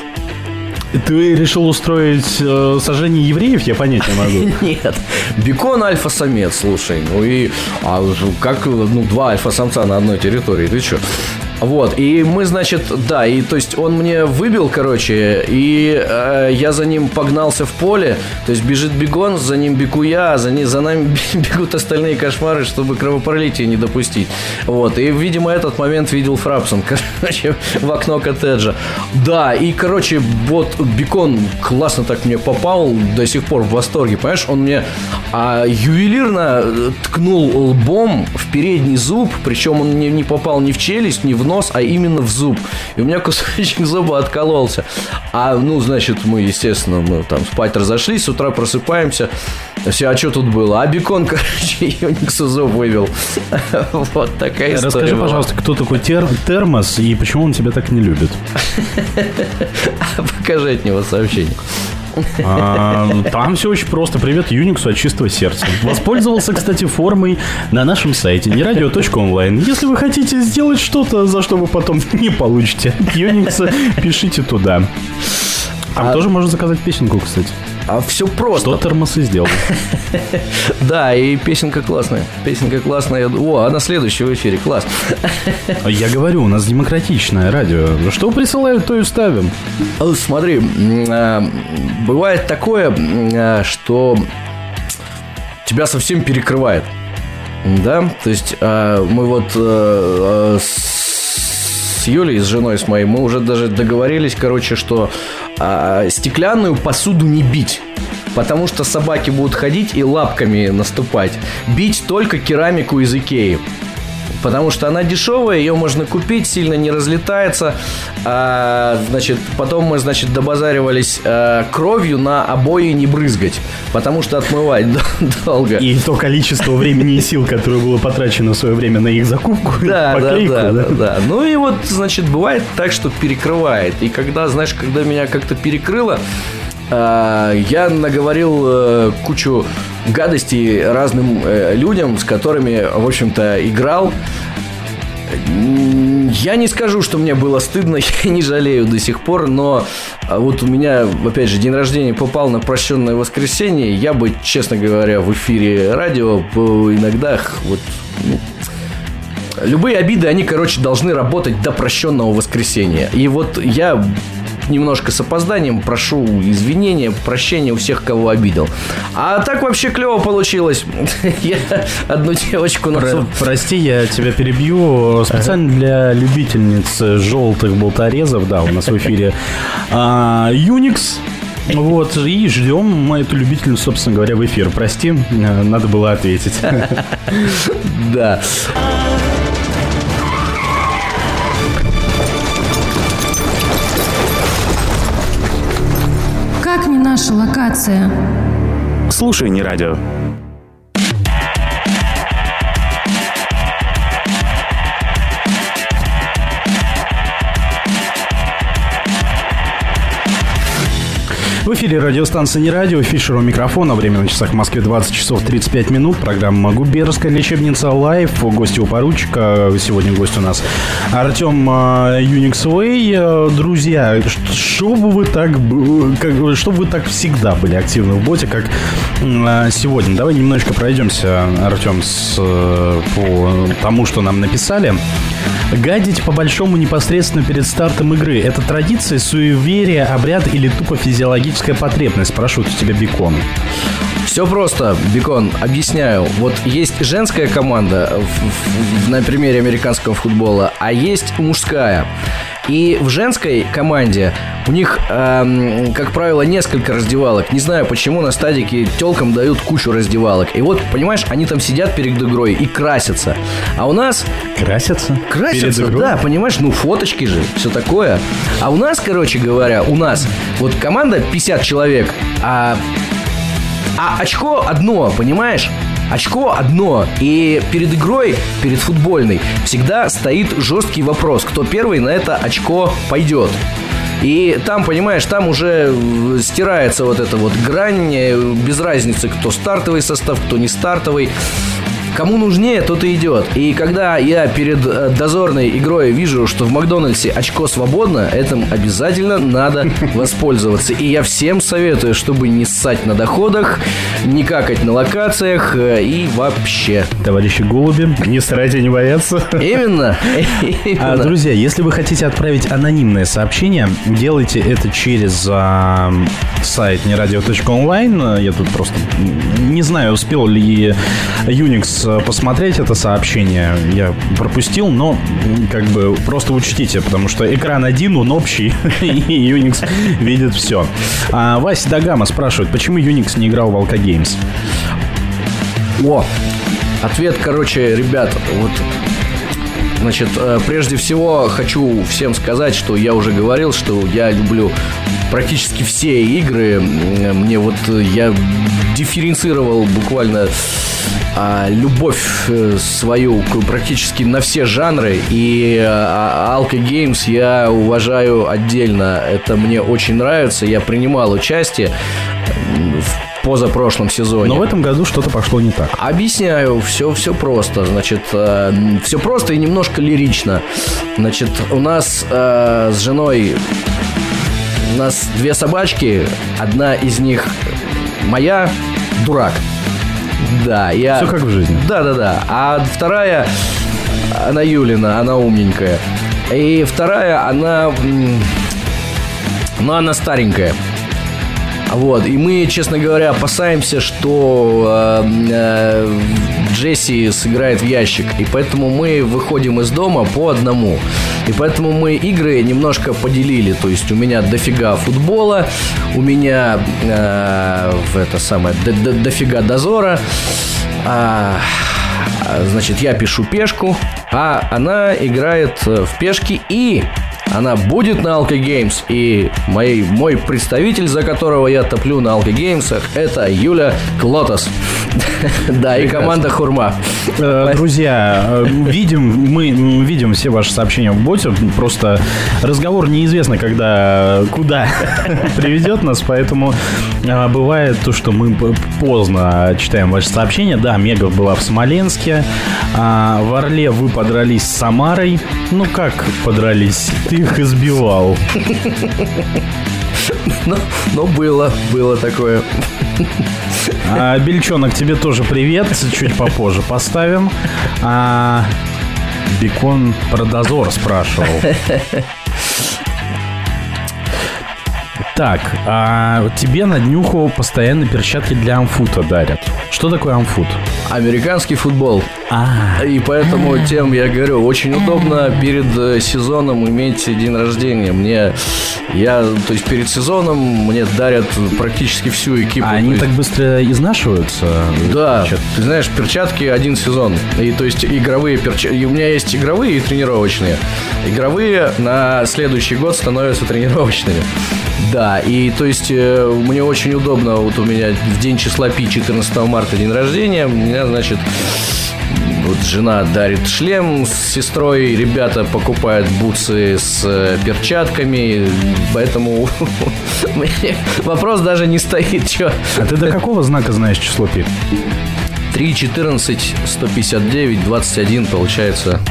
Ты решил устроить э, сожжение евреев? Я понять не могу. Нет. Бекон альфа-самец, слушай. Ну и а, как ну, два альфа-самца на одной территории? Ты что? Вот, и мы, значит, да, и то есть он мне выбил, короче, и э, я за ним погнался в поле, то есть бежит Бекон, за ним бегу я, а за, ним, за нами бегут остальные кошмары, чтобы кровопролития не допустить. Вот, и, видимо, этот момент видел Фрапсон, короче, в окно коттеджа. Да, и, короче, вот Бекон классно так мне попал, до сих пор в восторге, понимаешь, он мне а, ювелирно ткнул лбом в передний зуб, причем он мне не попал ни в челюсть, ни в нос, а именно в зуб. И у меня кусочек зуба откололся. А, ну, значит, мы, естественно, мы там спать разошлись, с утра просыпаемся. Все, а что тут было? А Бекон, короче, Юниксу зуб вывел. Вот такая история. Расскажи, пожалуйста, кто такой тер- термос и почему он тебя так не любит? Покажи от него сообщение. А, там все очень просто. Привет Юниксу от чистого сердца. Воспользовался, кстати, формой на нашем сайте нерадио точка онлайн. Если вы хотите сделать что-то, за что вы потом не получите от Юникса, пишите туда. Там а... тоже можно заказать песенку, кстати. А все просто. Что термос и сделал. Да, и песенка классная. Песенка классная. О, она следующая в эфире. Класс. Я говорю, у нас демократичное радио. Что присылают, то и ставим. Смотри, бывает такое, что тебя совсем перекрывает. Да? То есть мы вот с Юлей, с женой, с моей, мы уже даже договорились, короче, что а, стеклянную посуду не бить, потому что собаки будут ходить и лапками наступать. Бить только керамику из Икеи. Потому что она дешевая, ее можно купить, сильно не разлетается. а, Значит, потом мы, значит, добазаривались а, кровью на обои не брызгать, потому что отмывать долго. И то количество времени и сил, которое было потрачено в свое время на их закупку. Да, да, да, да, да. Ну и вот, значит, бывает так, что перекрывает. И когда, знаешь, когда меня как-то перекрыло, я наговорил э, кучу гадостей разным э, людям, с которыми, в общем-то, играл. Я не скажу, что мне было стыдно, я не жалею до сих пор, но вот у меня, опять же, день рождения попал на прощенное воскресенье. Я бы, честно говоря, в эфире радио иногда вот... Ну, любые обиды, они, короче, должны работать до прощенного воскресенья. И вот я... немножко с опозданием прошу извинения, прощения у всех, кого обидел. А так вообще клево получилось. Я одну девочку назвал. Про- Прости, я тебя перебью. Специально для любительниц желтых болторезов, да, у нас в эфире а, Unix. Вот, и ждем мы эту любительницу, собственно говоря, в эфир. Прости, надо было ответить. Да. как не наша локация? Слушай, не радио. В эфире радиостанция «Не радио», Фишер у микрофона. Время на часах в Москве двадцать часов тридцать пять минут. Программа «Губернская лечебница Лайв». Гости у поручика. Сегодня гость у нас Артем Unixway. Друзья, что бы вы так, как, что бы вы так всегда были активны в боте, как сегодня? Давай немножечко пройдемся, Артем, с, по тому, что нам написали. Гадить по-большому непосредственно перед стартом игры – это традиция, суеверие, обряд или тупо физиологическая потребность? Спрашивают у тебя Бекон. Все просто, Бекон, объясняю. Вот есть женская команда в, в, на примере американского футбола, а есть мужская. И в женской команде у них, эм, как правило, несколько раздевалок. Не знаю, почему на стадике тёлкам дают кучу раздевалок. И вот, понимаешь, они там сидят перед игрой и красятся. А у нас... Красятся? Красятся, да, понимаешь, ну фоточки же, все такое. А у нас, короче говоря, у нас вот команда пятьдесят человек, а, а очко одно, понимаешь? Очко одно. И перед игрой, перед футбольной, всегда стоит жесткий вопрос, кто первый на это очко пойдет. И там, понимаешь, там уже стирается вот эта вот грань, без разницы, кто стартовый состав, кто не стартовый. Кому нужнее, тот и идет. И когда я перед дозорной игрой вижу, что в Макдональдсе очко свободно, этим обязательно надо воспользоваться. И я всем советую, чтобы не ссать на доходах, не какать на локациях и вообще. Товарищи голуби, не старайтесь не бояться. Именно. А, друзья, если вы хотите отправить анонимное сообщение, делайте это через а, сайт нерадио точка онлайн. Я тут просто не знаю, успел ли Unix посмотреть это сообщение. Я пропустил, но как бы просто учтите, потому что экран один, он общий, и Unix видит все. А Вася Дагама спрашивает, почему Unix не играл в Alka Games? О, ответ, короче, ребят, вот, значит, прежде всего хочу всем сказать, что я уже говорил, что я люблю практически все игры. Мне вот, я дифференцировал буквально а, любовь свою практически на все жанры. И а, Alka Games я уважаю отдельно. Это мне очень нравится. Я принимал участие в позапрошлом сезоне. Но в этом году что-то пошло не так. Объясняю, все, все просто. Значит, э, все просто и немножко лирично. Значит, у нас э, с женой у нас две собачки. Одна из них моя, дурак. Да, я... Все как в жизни. Да-да-да. А вторая, она Юлина, она умненькая. И вторая, она... Ну, она старенькая. Вот, и мы, честно говоря, опасаемся, что э, э, Джесси сыграет в ящик. И поэтому мы выходим из дома по одному. И поэтому мы игры немножко поделили. То есть у меня дофига футбола, у меня э, в это самое, до, до, дофига дозора. А, значит, я пишу пешку, а она играет в пешки и... Она будет на Alka Games. И мой, мой представитель, за которого я топлю на Alka Games, это Юля Клотос. Да, и команда Хурма. Друзья, видим, мы видим все ваши сообщения в боте. Просто разговор неизвестно, когда, куда приведет нас. Поэтому бывает то, что мы поздно читаем ваши сообщения. Да, Мега была в Смоленске. В Орле вы подрались с Самарой. Ну как подрались? Ты их избивал. Но, но было, было такое. А, Бельчонок, тебе тоже привет. Чуть попозже поставим. А, Бекон про дозор спрашивал. Так, а тебе на днюху постоянно перчатки для амфута дарят. Что такое амфут? Американский футбол. А. И поэтому тем я говорю, очень удобно перед сезоном иметь день рождения. Мне, я, то есть перед сезоном мне дарят практически всю экипу. А они есть... так быстро изнашиваются? Да, перчатки. Ты знаешь, перчатки один сезон. И то есть игровые перчатки. У меня есть игровые и тренировочные. Игровые на следующий год становятся тренировочными. Да, и то есть э, мне очень удобно. Вот у меня в день числа Пи, четырнадцатого марта, день рождения. У меня, значит, вот жена дарит шлем с сестрой, ребята покупают бутсы с э, перчатками. Поэтому вопрос даже не стоит. Чё? А ты до какого знака знаешь число Пи? три, четырнадцать, сто пятьдесят девять, двадцать один получается.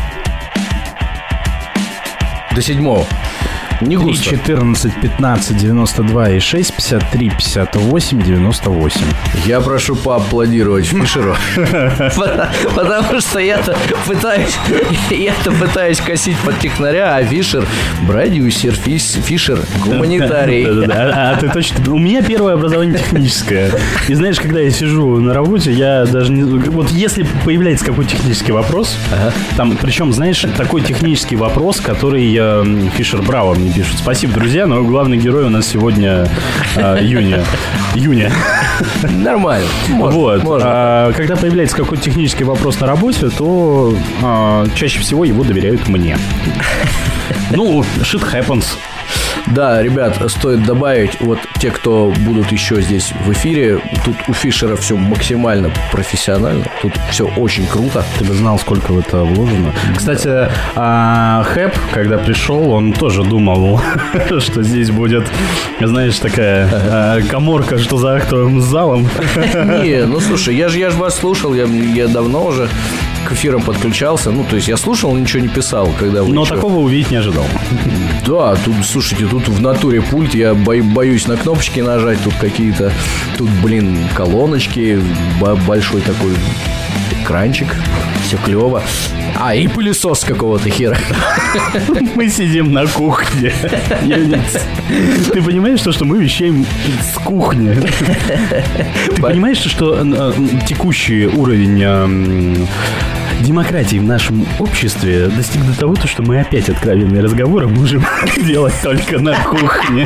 До седьмого. Не густо. три, четырнадцать, пятнадцать, девяносто два и шесть, пятьдесят три, пятьдесят восемь, девяносто восемь. Я прошу поаплодировать Фишеру. Потому что я-то пытаюсь Я-то пытаюсь косить под технаря, а Фишер продюсер, Фишер гуманитарий. А ты точно... У меня первое образование техническое. И знаешь, когда я сижу на работе, я даже не... Вот если появляется какой-то технический вопрос, там, причем, знаешь, такой технический вопрос, который Фишер Браво мне пишет. Спасибо, друзья, но главный герой у нас сегодня э, Юня. Юня. Нормально. Может, вот. можно. А, когда появляется какой-то технический вопрос на работе, то а, чаще всего его доверяют мне. Ну, shit happens. Да, ребят, стоит добавить, вот те, кто будут еще здесь в эфире, тут у Фишера все максимально профессионально, тут все очень круто. Ты бы знал, сколько в это вложено. Кстати, а, Хэп, когда пришел, он тоже думал, что здесь будет, знаешь, такая а, каморка, что за актовым залом. Не, ну слушай, я же я же вас слушал, я, я давно уже к эфирам подключался. Ну, то есть я слушал, ничего не писал, когда вы. Но что? такого увидеть не ожидал. Да, тут, слушайте, тут в натуре пульт, я бо- боюсь на кнопочки нажать, тут какие-то, тут, блин, колоночки, б- большой такой экранчик, все клево. А, и пылесос какого-то хера. Мы сидим на кухне. Ты понимаешь, что, что мы вещаем с кухни? Ты понимаешь, что э, текущий уровень э, демократии в нашем обществе достиг до того, что мы опять откровенные разговоры можем делать только на кухне.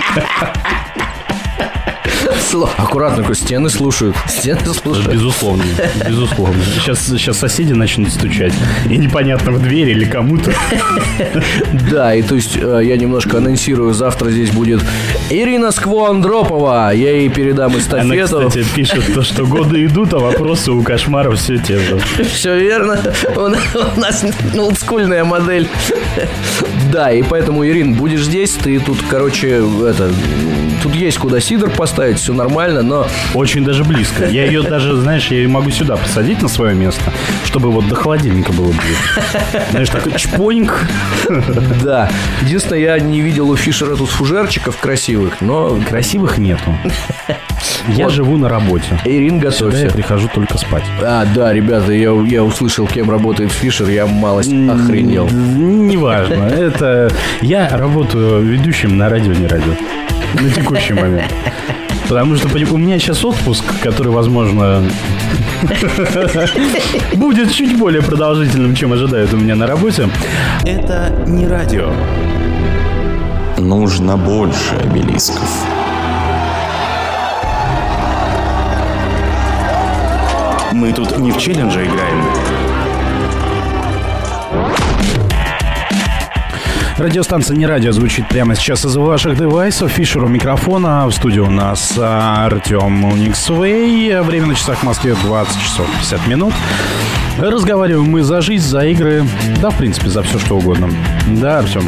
Аккуратно, стены слушают. Стены слушают. Безусловно, безусловно. Сейчас, сейчас соседи начнут стучать. И непонятно, в дверь или кому-то. Да, и то есть я немножко анонсирую. Завтра здесь будет Ирина Сквондропова. Я ей передам эстафету. Она, кстати, пишет то, что годы идут, а вопросы у Кошмара все те же. Все верно. У нас олдскульная модель. Да, и поэтому, Ирин, будешь здесь. Ты тут, короче, это... Тут есть куда сидр поставить, все нормально, но... Очень даже близко. Я ее даже, знаешь, я ее могу сюда посадить на свое место, чтобы вот до холодильника было ближе. Знаешь, такой чпоньк. Да. Единственное, я не видел у Фишера тут фужерчиков красивых, но... Красивых нету. Я вот. Живу на работе. Ирин, готовься. Сюда я прихожу только спать. А, да, ребята, я, я услышал, кем работает Фишер, я малость охренел. Неважно. Это... Я работаю ведущим на радио, не радио. На текущий момент. Потому что у меня сейчас отпуск, который, возможно, будет чуть более продолжительным, чем ожидают у меня на работе. Это не радио. Нужно больше обелисков. Мы тут не в челлендже играем. Радиостанция «Не радио» звучит прямо сейчас из ваших девайсов. Фишер у микрофона. В студии у нас Артем Униксвей. Время на часах в Москве двадцать часов пятьдесят минут. Разговариваем мы за жизнь, за игры. Да, в принципе, за все, что угодно. Да, Артем?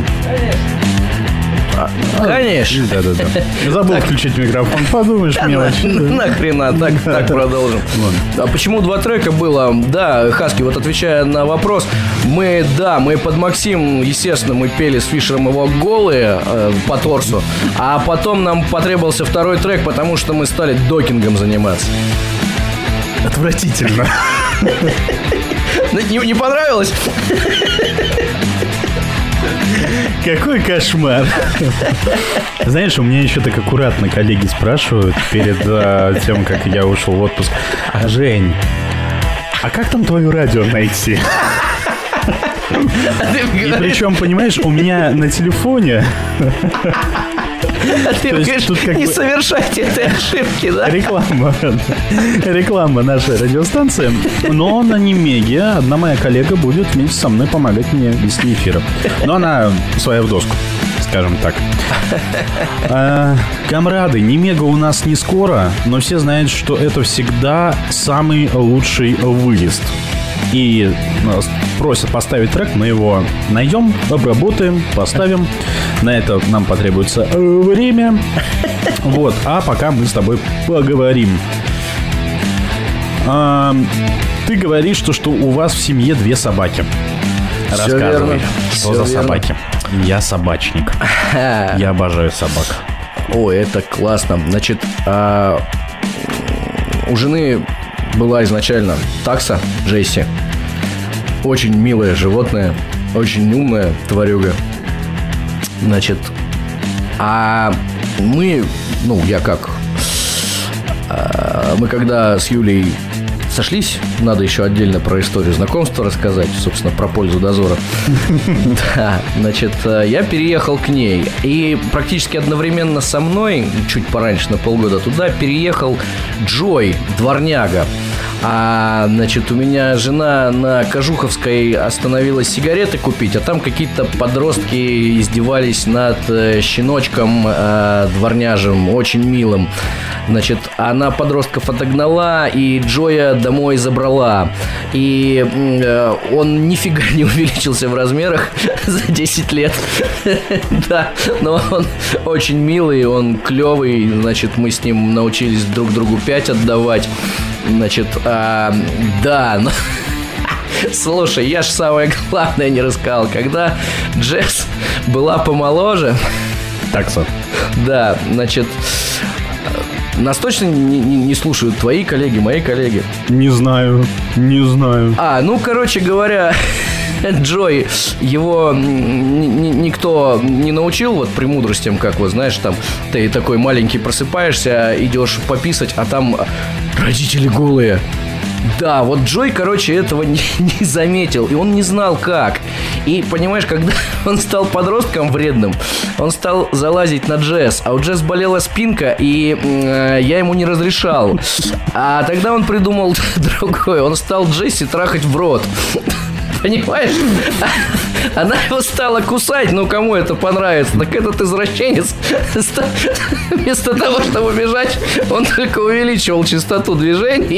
Конечно. Да, да, да. Забыл так. Включить микрофон. Подумаешь, мелочь. Нахрена, так, так продолжим. А почему два трека было? Да, Хаски, вот отвечая на вопрос, мы, да, мы под Максим, естественно, мы пели с Фишером его голые э, по торсу, а потом нам потребовался второй трек, потому что мы стали докингом заниматься. Отвратительно. Не, не понравилось? Какой кошмар. Знаешь, у меня еще так аккуратно коллеги спрашивают перед а, тем, как я ушел в отпуск. А, Жень, а как там твое радио найти? И причем, понимаешь, у меня на телефоне... А ты говоришь, не совершайте этой ошибки, да? Реклама. Реклама нашей радиостанции. Но на Немеге одна моя коллега будет вместе со мной помогать мне вести эфиры. Но она своя в доску, скажем так. А, камрады, Немега у нас не скоро, но все знают, что это всегда самый лучший выезд. И нас просят поставить трек, мы его найдем, обработаем, поставим. На это нам потребуется время. Вот, а пока мы с тобой поговорим. А, ты говоришь, что, что у вас в семье две собаки. Рассказывай, верно. что Все за верно. собаки. Я собачник. Я обожаю собак. Ой, это классно. Значит, а, у жены была изначально такса Джесси. Очень милое животное, очень умная тварюга. Значит, а мы, ну, я как, а, мы когда с Юлей сошлись, надо еще отдельно про историю знакомства рассказать, собственно, про пользу дозора. Да, значит, я переехал к ней, и практически одновременно со мной, чуть пораньше, на полгода туда, переехал Джой, дворняга. А, значит, у меня жена на Кожуховской остановилась сигареты купить, а там какие-то подростки издевались над э, щеночком э, дворняжем, очень милым. Значит, она подростков отогнала и Джоя домой забрала. И э, он нифига не увеличился в размерах за десять лет. Да, но он очень милый, он клевый. Значит, мы с ним научились друг другу пять отдавать. Значит, а, да, ну, слушай, я ж самое главное не рассказал. Когда Джесс была помоложе... Такса. Да, значит, нас точно не, не, не слушают твои коллеги, мои коллеги? Не знаю, не знаю. А, ну, короче говоря... Джой, его н- н- никто не научил вот премудростям, как вот, знаешь, там ты такой маленький просыпаешься, идешь пописать, а там родители голые. Да, вот Джой, короче, этого не, не заметил, и он не знал как. И, понимаешь, когда он стал подростком вредным, он стал залазить на Джесс, а у Джесс болела спинка, и э, я ему не разрешал. А тогда он придумал другое, он стал Джесси трахать в рот. Понимаешь? Она его стала кусать, ну кому это понравится? Так этот извращенец вместо того, чтобы бежать, он только увеличивал частоту движений.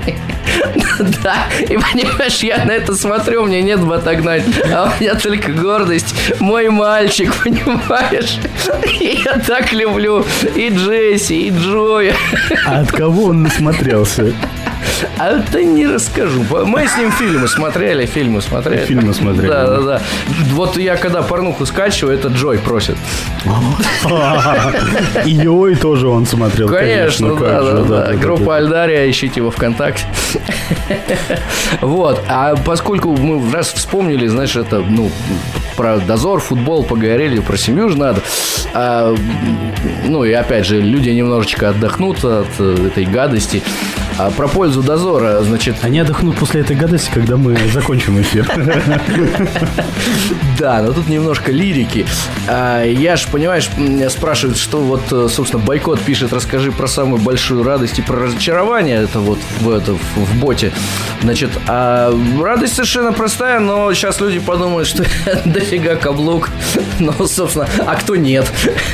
Да, и понимаешь, я на это смотрю, мне нет бы отогнать, а у меня только гордость, мой мальчик, понимаешь? И я так люблю и Джесси, и Джоя. А от кого он насмотрелся? А это не расскажу. Мы с ним фильмы смотрели, фильмы смотрели. Фильмы смотрели. Да, да, да. Вот я когда порнуху скачиваю, это Джой просит. И Йой тоже он смотрел. Конечно, да, да, да. Группа Альдария, ищите его ВКонтакте. Вот. А поскольку мы раз вспомнили, знаешь, это, ну, про дозор, футбол поговорили, про семью же надо. А, ну и опять же, люди немножечко отдохнут от этой гадости. А про пользу дозора, значит... Они отдохнут после этой гадости, когда мы закончим эфир. Да, но тут немножко лирики. Я ж, понимаешь, спрашивают, что вот, собственно, Бойкот пишет, расскажи про самую большую радость и про разочарование. Это вот в, это, в боте. Значит, а радость совершенно простая, но сейчас люди подумают, что дофига каблук. Ну, собственно, а кто нет?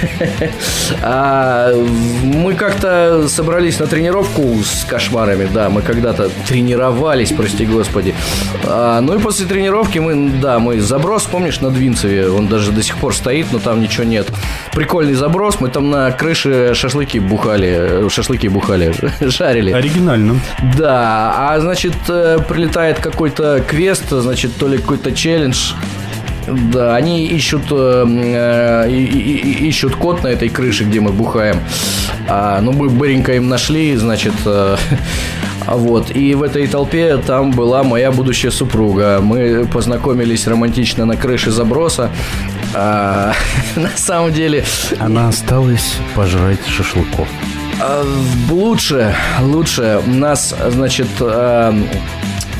А, мы как-то собрались на тренировку с кошмарами, да, мы когда-то тренировались, прости господи. А, ну и после тренировки мы, да, мы заброс, помнишь, на Двинцеве, он даже до сих пор стоит, но там ничего нет. Прикольный заброс, мы там на крыше шашлыки бухали, шашлыки бухали, жарили. Оригинально. Да, а значит, прилетает какой-то квест, значит, то ли какой-то челлендж. Да, они ищут, э, и, и, ищут код на этой крыше, где мы бухаем. А, ну, мы быренько им нашли, значит, э, вот. И в этой толпе там была моя будущая супруга. Мы познакомились романтично на крыше заброса. А, на самом деле... Она осталась пожрать шашлыков. А, лучше, лучше. Нас, значит... Э,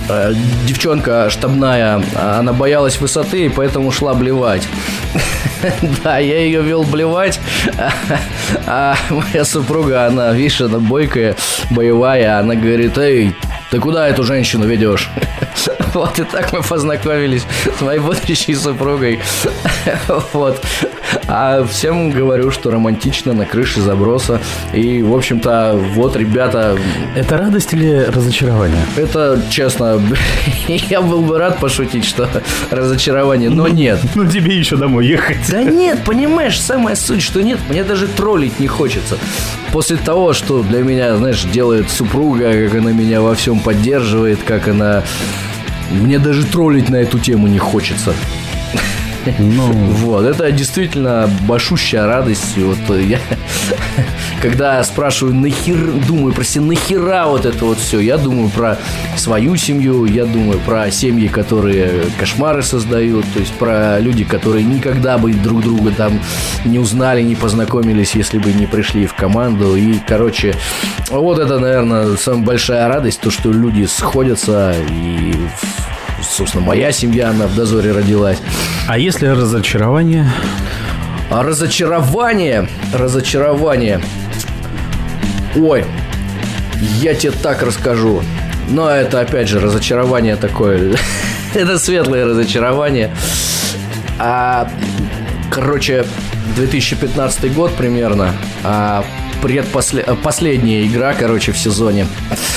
девчонка штабная, она боялась высоты, и поэтому шла блевать. Да, я ее вел блевать, а моя супруга, она, видишь, она бойкая, боевая, она говорит: эй, ты куда эту женщину ведешь? Вот, и так мы познакомились с моей будущей супругой. Вот. А всем говорю, что романтично на крыше заброса. И, в общем-то, вот, ребята... Это радость или разочарование? Это, честно, я был бы рад пошутить, что разочарование, но нет. Ну, тебе еще домой ехать. Да нет, понимаешь, самая суть, что нет, мне даже троллить не хочется. После того, что для меня, знаешь, делает супруга, как она меня во всем поддерживает, как она... Мне даже троллить на эту тему не хочется. Ну... Вот, это действительно большущая радость. Вот я, когда спрашиваю, нахер, думаю про себя, нахера вот это вот все, я думаю про свою семью, я думаю про семьи, которые кошмары создают, то есть про люди, которые никогда бы друг друга там не узнали, не познакомились, если бы не пришли в команду. И, короче, вот это, наверное, самая большая радость, то, что люди сходятся и... Собственно, моя семья, она в дозоре родилась. А если разочарование? А разочарование, разочарование. Ой, я тебе так расскажу. Но это, опять же, разочарование такое. Это светлое разочарование. А, короче, две тысячи пятнадцатый год примерно. А, предпослед... Последняя игра, короче, в сезоне.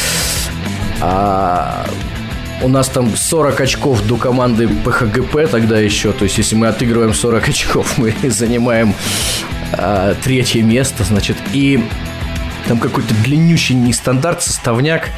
А... У нас там сорок очков до команды ПХГП тогда еще. То есть, если мы отыгрываем сорок очков, мы занимаем а, третье место, значит. И там какой-то длиннющий нестандарт, составняк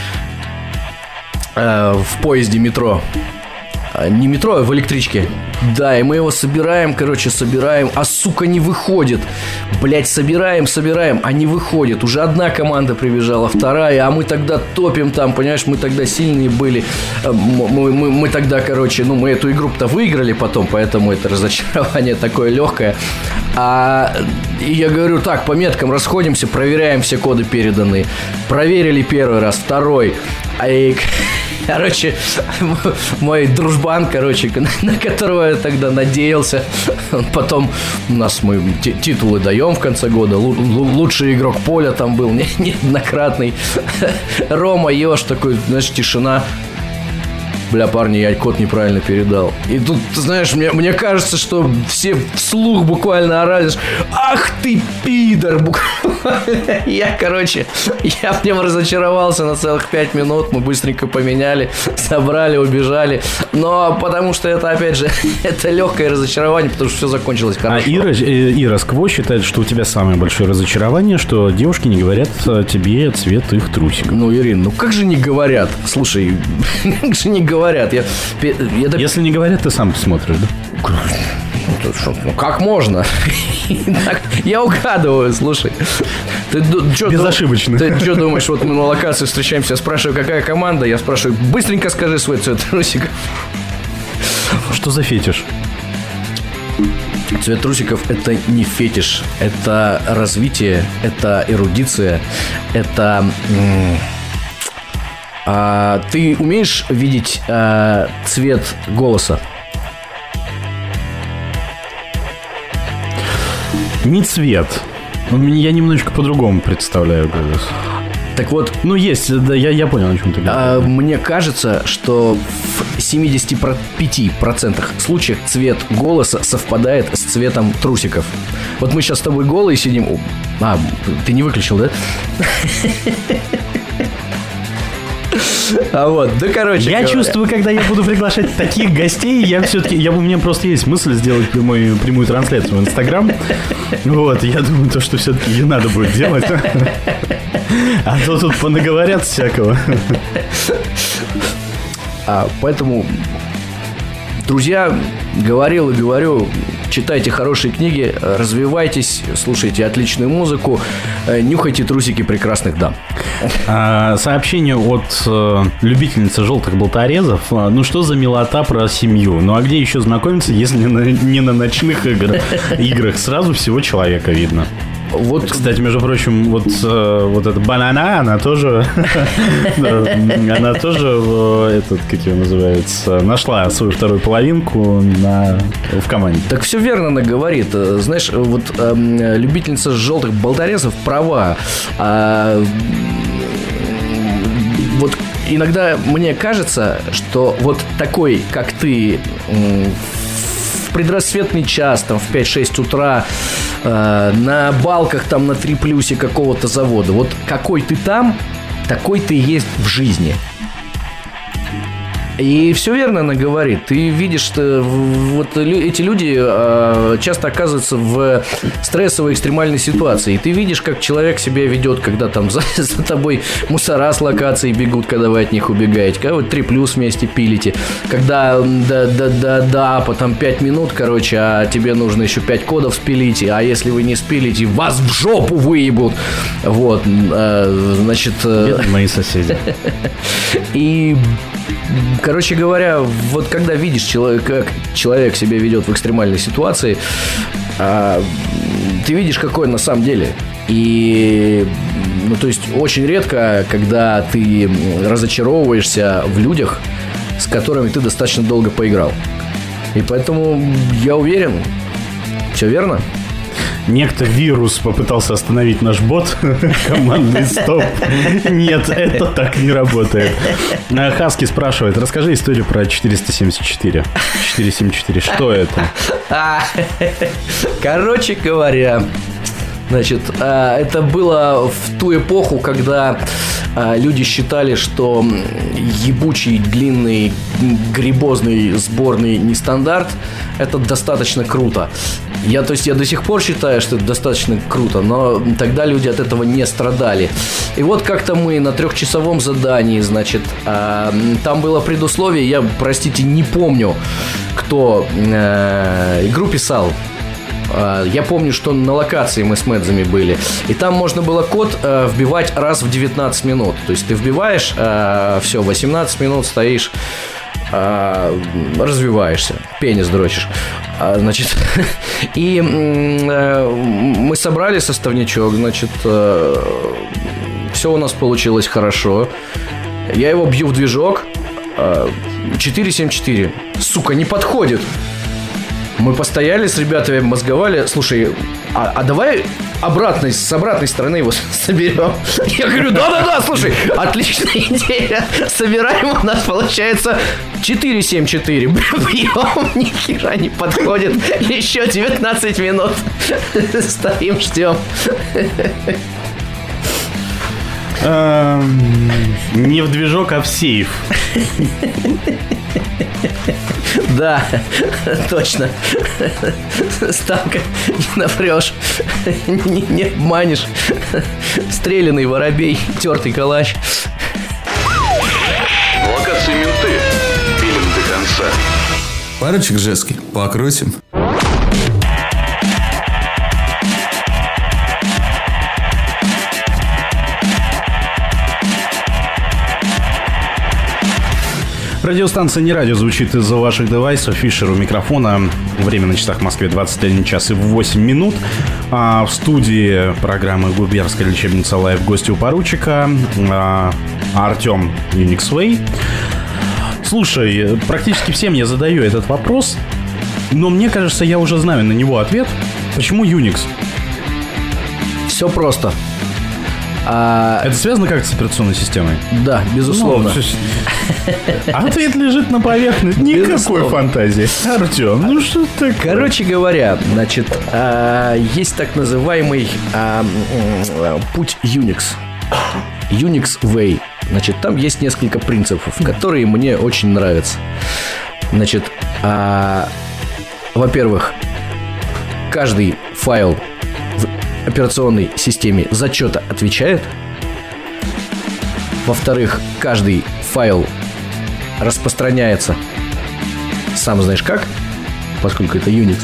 а, в поезде метро. А, не метро, а в электричке. Да, и мы его собираем, короче, собираем, а сука не выходит. Блять, собираем, собираем, а не выходит. Уже одна команда прибежала, вторая, а мы тогда топим там, понимаешь, мы тогда сильные были. Мы, мы, мы тогда, короче, ну, мы эту игру-то выиграли потом, поэтому это разочарование такое легкое. А и я говорю, так, по меткам расходимся, проверяем все коды переданные. Проверили первый раз, второй. А и... Короче, мой дружбан, короче, на которого я тогда надеялся, он потом у нас мы титулы даем в конце года. Лучший игрок поля там был неоднократный. Рома Ёж такой, знаешь, тишина. Бля, парни, я код неправильно передал. И тут, ты знаешь, мне, мне кажется, что все вслух буквально орали: ах ты пидор! Буквально. Я, короче, я в нем разочаровался на целых пять минут. Мы быстренько поменяли, собрали, убежали. Но потому что это, опять же, это легкое разочарование, потому что все закончилось хорошо. А Ира, Ира Скво считает, что у тебя самое большое разочарование, что девушки не говорят тебе цвет их трусиков. Ну, Ирин, ну как же не говорят? Слушай, как же не говорят? Говорят, я, я... Если не говорят, ты сам посмотришь, да? Ну, как можно? Я угадываю, слушай. Ты, чё, безошибочно. Ты что думаешь, вот мы на локации встречаемся, я спрашиваю, какая команда, я спрашиваю, быстренько скажи свой цвет трусиков. Что за фетиш? Цвет трусиков – это не фетиш, это развитие, это эрудиция, это... А, ты умеешь видеть а, цвет голоса? Не цвет. Я немножечко по-другому представляю голос. Так вот, ну есть, да, я, я понял, о чем ты говоришь. А, мне кажется, что в семьдесят пять процентов случаев цвет голоса совпадает с цветом трусиков. Вот мы сейчас с тобой голые сидим. А, ты не выключил, да? А вот, да, короче Я говоря. чувствую, когда я буду приглашать таких гостей, я все-таки, я, у меня просто есть мысль сделать прямую, прямую трансляцию в Инстаграм. Вот, я думаю, то, что все-таки ее надо будет делать. А то тут понаговорят всякого. А, поэтому, друзья, говорил и говорю, читайте хорошие книги, развивайтесь, слушайте отличную музыку, нюхайте трусики прекрасных дам. А, сообщение от э, любительницы желтых болторезов. Ну что за милота про семью? Ну а где еще знакомиться, если не на, не на ночных играх? играх? Сразу всего человека видно. Вот. Кстати, между прочим, вот, э, вот эта банана, она тоже, она тоже, этот, как ее называется, нашла свою вторую половинку на, в команде. Так все верно она говорит. Знаешь, вот э, любительница желтых болторезов права. А, вот иногда мне кажется, что вот такой, как ты, в предрассветный час, там, в пять-шесть утра, э, на балках, там, на три плюсе какого-то завода, вот какой ты там, такой ты есть в жизни. И все верно она говорит. Ты видишь, что вот эти люди э, часто оказываются в стрессовой экстремальной ситуации. И ты видишь, как человек себя ведет, когда там за, за тобой мусора с локацией бегут, когда вы от них убегаете, когда вы три плюс вместе пилите, когда да, да, да, да, потом пять минут, короче, а тебе нужно еще пять кодов спилить, а если вы не спилите, вас в жопу выебут. Вот, э, значит... Э, мои соседи. И... Короче говоря, вот когда видишь, человек, как человек себя ведет в экстремальной ситуации, а, ты видишь, какой он на самом деле. И, ну, то есть, очень редко, когда ты разочаровываешься в людях, с которыми ты достаточно долго поиграл. И поэтому я уверен, все верно? Некто вирус попытался остановить наш бот. Командный стоп. Нет, это так не работает. Хаски спрашивает: расскажи историю про четыреста семьдесят четыре. четыреста семьдесят четыре. Что это? Короче говоря, значит, это было в ту эпоху, когда люди считали, что ебучий, длинный, грибозный сборный нестандарт – это достаточно круто. Я, то есть, я до сих пор считаю, что это достаточно круто, но тогда люди от этого не страдали. И вот как-то мы на трехчасовом задании, значит, э, там было предусловие, я, простите, не помню, кто э, игру писал. Я помню, что на локации мы с Мэдзами были. И там можно было код э, вбивать раз в девятнадцать минут. То есть ты вбиваешь, э, все, восемнадцать минут стоишь, э, развиваешься, пенис дрочишь. А, значит, и э, мы собрали составничок, значит, э, все у нас получилось хорошо. Я его бью в движок, э, четыре семь четыре. Сука, не подходит. Мы постояли с ребятами, мозговали. Слушай, а, а давай обратной, с обратной стороны его соберем. Я говорю, да-да-да, слушай, отличная идея. Собираем, у нас получается четыре семь четыре. Бьем, ни хера не подходит. Еще девятнадцать минут. Стоим, ждем. Не в движок, а в сейф. Да, точно. Станка не напрешь, не, не обманешь. Стрелянный воробей, тертый калач. Локации менты. Пилим до конца. Парочек жесткий, покрутим. Радиостанция «Не радио» звучит из-за ваших девайсов. Фишер у микрофона. Время на часах в Москве двадцать один час и восемь минут. А в студии программы «Губернская лечебница Лайв» гости у поручика а, Артем Unixway. Слушай, практически всем я задаю этот вопрос, но мне кажется, я уже знаю на него ответ. Почему Unix? Все просто. А... Это связано как-то с операционной системой? Да, безусловно. Ну, ответ лежит на поверхности. Никакой безусловно. Фантазии. Артем, ну что такое? Короче говоря, значит, есть так называемый путь Unix. Unix Way. Значит, там есть несколько принципов, которые мне очень нравятся. Значит, во-первых, каждый файл в операционной системе за что-то отвечает. Во-вторых, каждый файл распространяется сам знаешь как, поскольку это Unix.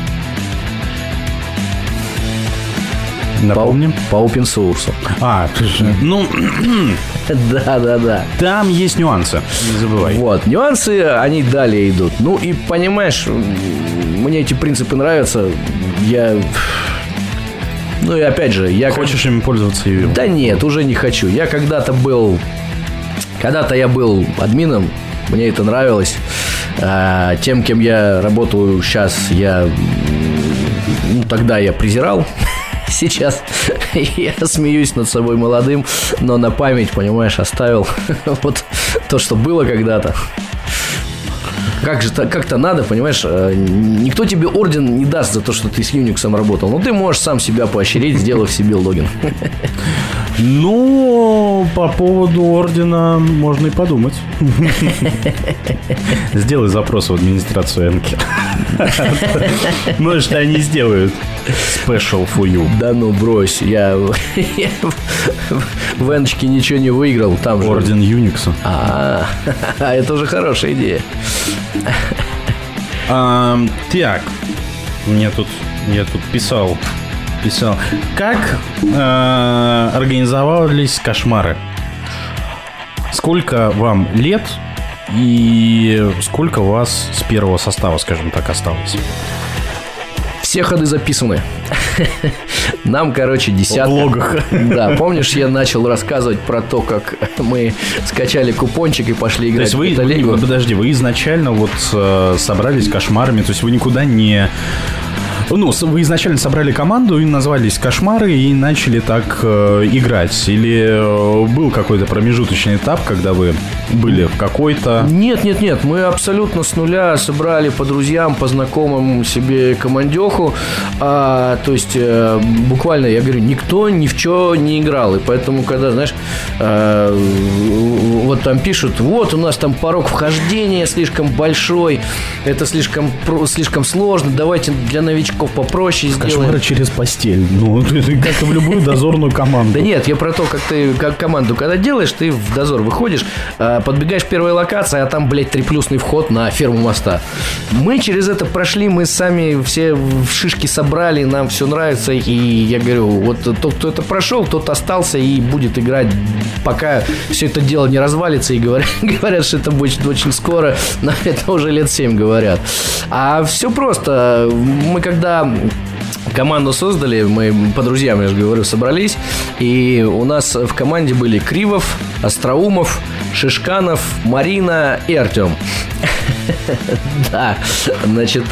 Напомним. По, по open source. А, ну... Да-да-да. Там есть нюансы, не забывай. Вот, нюансы, они далее идут. Ну и, понимаешь, мне эти принципы нравятся. Я... Ну и опять же, я... Хочешь как... ими пользоваться и... Да нет, уже не хочу. Я когда-то был... Когда-то я был админом, мне это нравилось. А, тем, кем я работаю сейчас, я... Ну, тогда я презирал. Сейчас я смеюсь над собой молодым, но на память, понимаешь, оставил вот то, что было когда-то. Как же как-то надо, понимаешь, никто тебе орден не даст за то, что ты с Unix работал. Но ты можешь сам себя поощрить, сделав себе логин. Ну, по поводу ордена можно и подумать. Сделай запрос в администрацию Энки. Может, они сделают special for you. Да ну, брось, я в Эночке ничего не выиграл. Там орден Unix. А, это уже хорошая идея. А, так, мне тут, я тут писал, писал, как э, организовались кошмары? Сколько вам лет и сколько у вас с первого состава, скажем так, осталось? Все ходы записаны. Нам, короче, десятка. В влогах. Да, помнишь, я начал рассказывать про то, как мы скачали купончик и пошли играть в Петалигу? Подожди, вы изначально вот э, собрались кошмарами, то есть вы никуда не... Ну, вы изначально собрали команду и назвались «Кошмары» и начали так э, играть? Или э, был какой-то промежуточный этап, когда вы были в какой-то... Нет, нет, нет, мы абсолютно с нуля собрали по друзьям, по знакомым себе командеху. А, то есть, э, буквально, я говорю, никто ни в чё не играл. И поэтому, когда, знаешь, э, вот там пишут, вот у нас там порог вхождения слишком большой, это слишком, слишком сложно, давайте для новичков попроще сделаем. Кошмары через постель. Ну, как и в любую дозорную команду. Да нет, я про то, как ты как команду, когда делаешь, ты в дозор выходишь, подбегаешь к первой локации, а там, блядь, триплюсный вход на ферму моста. Мы через это прошли, мы сами все шишки собрали, нам все нравится. И я говорю, вот тот, кто это прошел, тот остался и будет играть, пока все это дело не развалится. И говорят, говорят, что это будет очень скоро, но это уже лет семь говорят. А все просто. Мы когда команду создали, мы по друзьям, я же говорю, собрались, и у нас в команде были Кривов, Остроумов, Шишканов, Марина и Артем. Да, значит,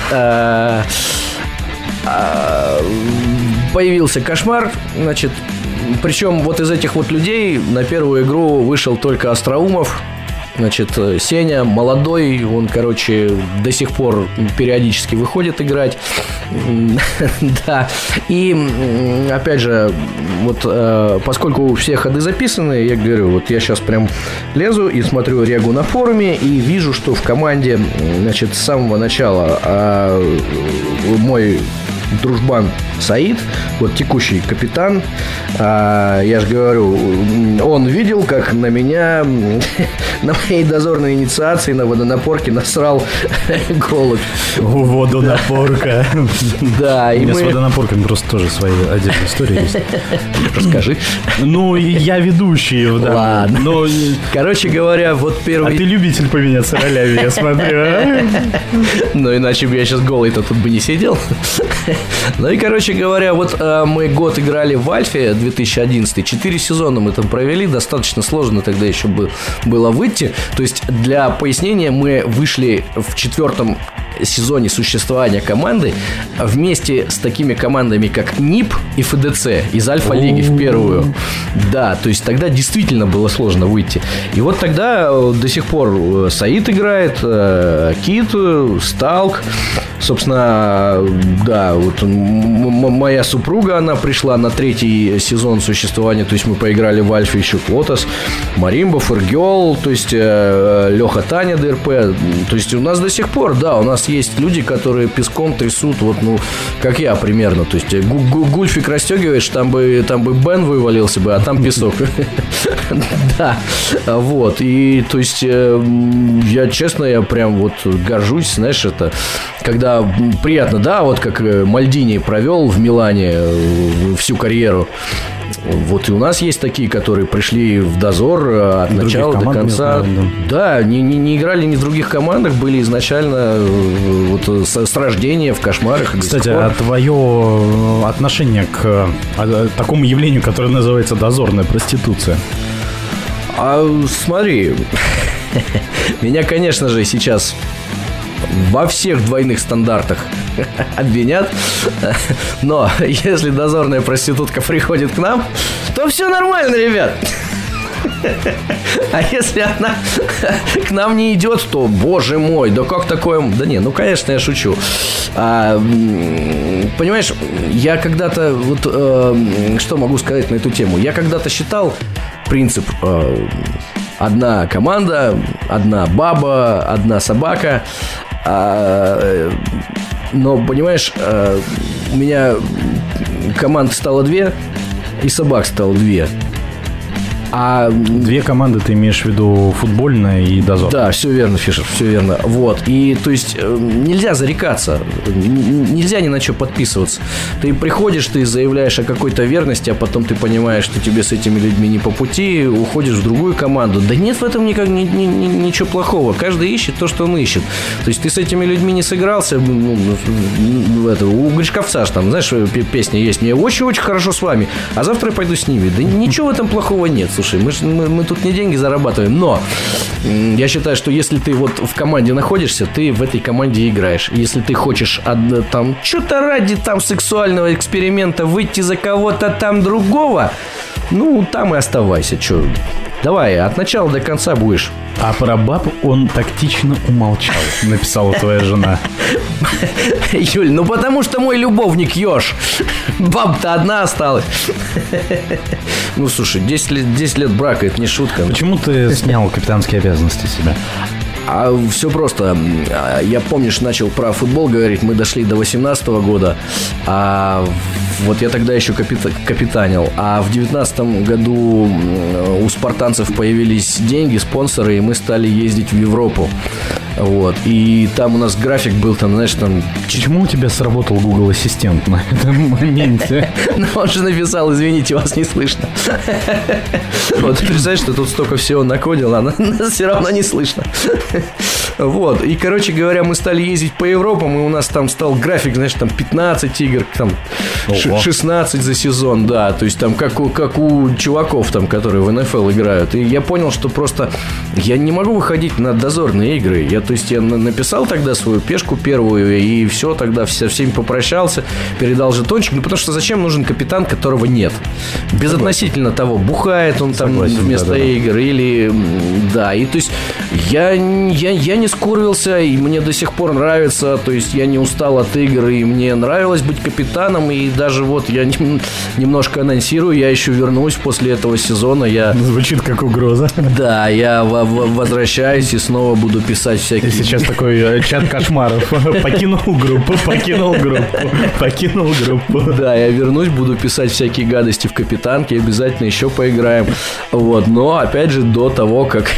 появился Кошмар, значит, причем вот из этих вот людей на первую игру вышел только Остроумов. Значит, Сеня молодой, он, короче, до сих пор периодически выходит играть. Да. И, опять же, вот поскольку у всех ходы записаны, я говорю, вот я сейчас прям лезу и смотрю регу на форуме и вижу, что в команде, значит, с самого начала а, мой дружбан Саид, вот текущий капитан, а, я же говорю, он видел, как на меня на моей дозорной инициации на водонапорке насрал голубь. Водонапорка. Да, и мы... с водонапорками просто тоже свои отдельные истории есть. Расскажи. Ну, я ведущий. Да. Ладно. Но... Короче говоря, вот первый... А ты любитель поменяться ролями, я смотрю. Ну, иначе бы я сейчас голый-то тут бы не сидел. Ну и, короче говоря, вот э, мы год играли в Альфе две тысячи одиннадцатый, четыре сезона мы там провели, достаточно сложно тогда еще бы, было выйти. То есть, для пояснения, мы вышли в четвертом сезоне существования команды вместе с такими командами, как НИП и ФДЦ из Альфа-лиги в первую. Да, то есть тогда действительно было сложно выйти. И вот тогда до сих пор Саид играет, Кит, Сталк. Собственно, да, вот моя супруга, она пришла на третий сезон существования, то есть мы поиграли в Альфе еще Клотос, Маримба, Фергел, то есть Леха, Таня, ДРП. То есть у нас до сих пор, да, у нас есть люди, которые песком трясут, вот, ну, как я примерно. То есть гульфик расстегиваешь, там бы, там бы Бен вывалился бы, а там песок. Да, вот. И, то есть, я, честно, я прям вот горжусь, знаешь, это... когда приятно, да, вот как Мальдини провел в Милане всю карьеру. Вот и у нас есть такие, которые пришли в дозор от других начала до конца. Знаю, да, да не, не, не играли ни в других командах, были изначально вот, с, с рождения в кошмарах. Кстати, а твое отношение к а, такому явлению, которое называется дозорная проституция? А смотри, меня, конечно же, сейчас во всех двойных стандартах обвинят. Но если дозорная проститутка приходит к нам, то все нормально, ребят. А если она к нам не идет, то, боже мой, да как такое... Да не, ну, конечно, я шучу. а, Понимаешь, я когда-то... Вот э, что могу сказать на эту тему? Я когда-то считал принцип... Э, одна команда, одна баба, одна собака. А, но, понимаешь, а, у меня команд стало две, и собак стало две. А... Две команды ты имеешь в виду футбольная и дозор? Да, все верно, Фишер, все верно. Вот. И, то есть, нельзя зарекаться, нельзя ни на что подписываться. Ты приходишь, ты заявляешь о какой-то верности, а потом ты понимаешь, что тебе с этими людьми не по пути, уходишь в другую команду. Да нет в этом никак, ни, ни, ни, ничего плохого. Каждый ищет то, что он ищет. То есть, ты с этими людьми не сыгрался. Ну, это, у Гришковца ж там, знаешь, песня есть. Мне очень-очень хорошо с вами, а завтра я пойду с ними. Да ничего в этом плохого нет. Слушай, мы, мы, мы тут не деньги зарабатываем, но я считаю, что если ты вот в команде находишься, ты в этой команде играешь. Если ты хочешь от, там что-то ради там сексуального эксперимента выйти за кого-то там другого, ну, там и оставайся. Че, давай, от начала до конца будешь. А про баб он тактично умолчал, написала твоя жена. Юль, ну потому что мой любовник еж. Баб-то одна осталась. Ну, слушай, десять лет, десять лет брака, это не шутка. Почему ты снял капитанские обязанности с себя? А все просто. Я, помнишь, начал про футбол говорить. Мы дошли до восемнадцатого года. А вот я тогда еще капита- капитанил. А в девятнадцатом году у спартанцев появились деньги, спонсоры, и мы стали ездить в Европу. Вот. И там у нас график был, там, знаешь, там... Почему у тебя сработал Google Ассистент на этом моменте? Ну, он же написал: извините, вас не слышно. Вот, ты представляешь, что тут столько всего накодил, а нас все равно не слышно. Вот. И, короче говоря, мы стали ездить по Европам, и у нас там стал график, знаешь, там пятнадцать игр, там шестнадцать за сезон, да. То есть там как у, как у чуваков, там, которые в эн эф эл играют. И я понял, что просто я не могу выходить на дозорные игры. Я, то есть я написал тогда свою пешку первую, и все, тогда со всеми попрощался, передал жетончик. Ну, потому что зачем нужен капитан, которого нет? Безотносительно того, бухает он там Согласен, вместо да, да. игр или... Да, и то есть я, я, я не скурвился, и мне до сих пор нравится. То есть я не устал от игр, и мне нравилось быть капитаном. И даже вот я немножко анонсирую, я еще вернусь после этого сезона. Я... Звучит как угроза. Да, я в- в- возвращаюсь и снова буду писать всякие... И сейчас такой чат кошмаров. Покинул группу, покинул группу, покинул группу. Да, я вернусь, буду писать всякие гадости в капитанке, обязательно еще поиграем. Вот, но опять же до того, как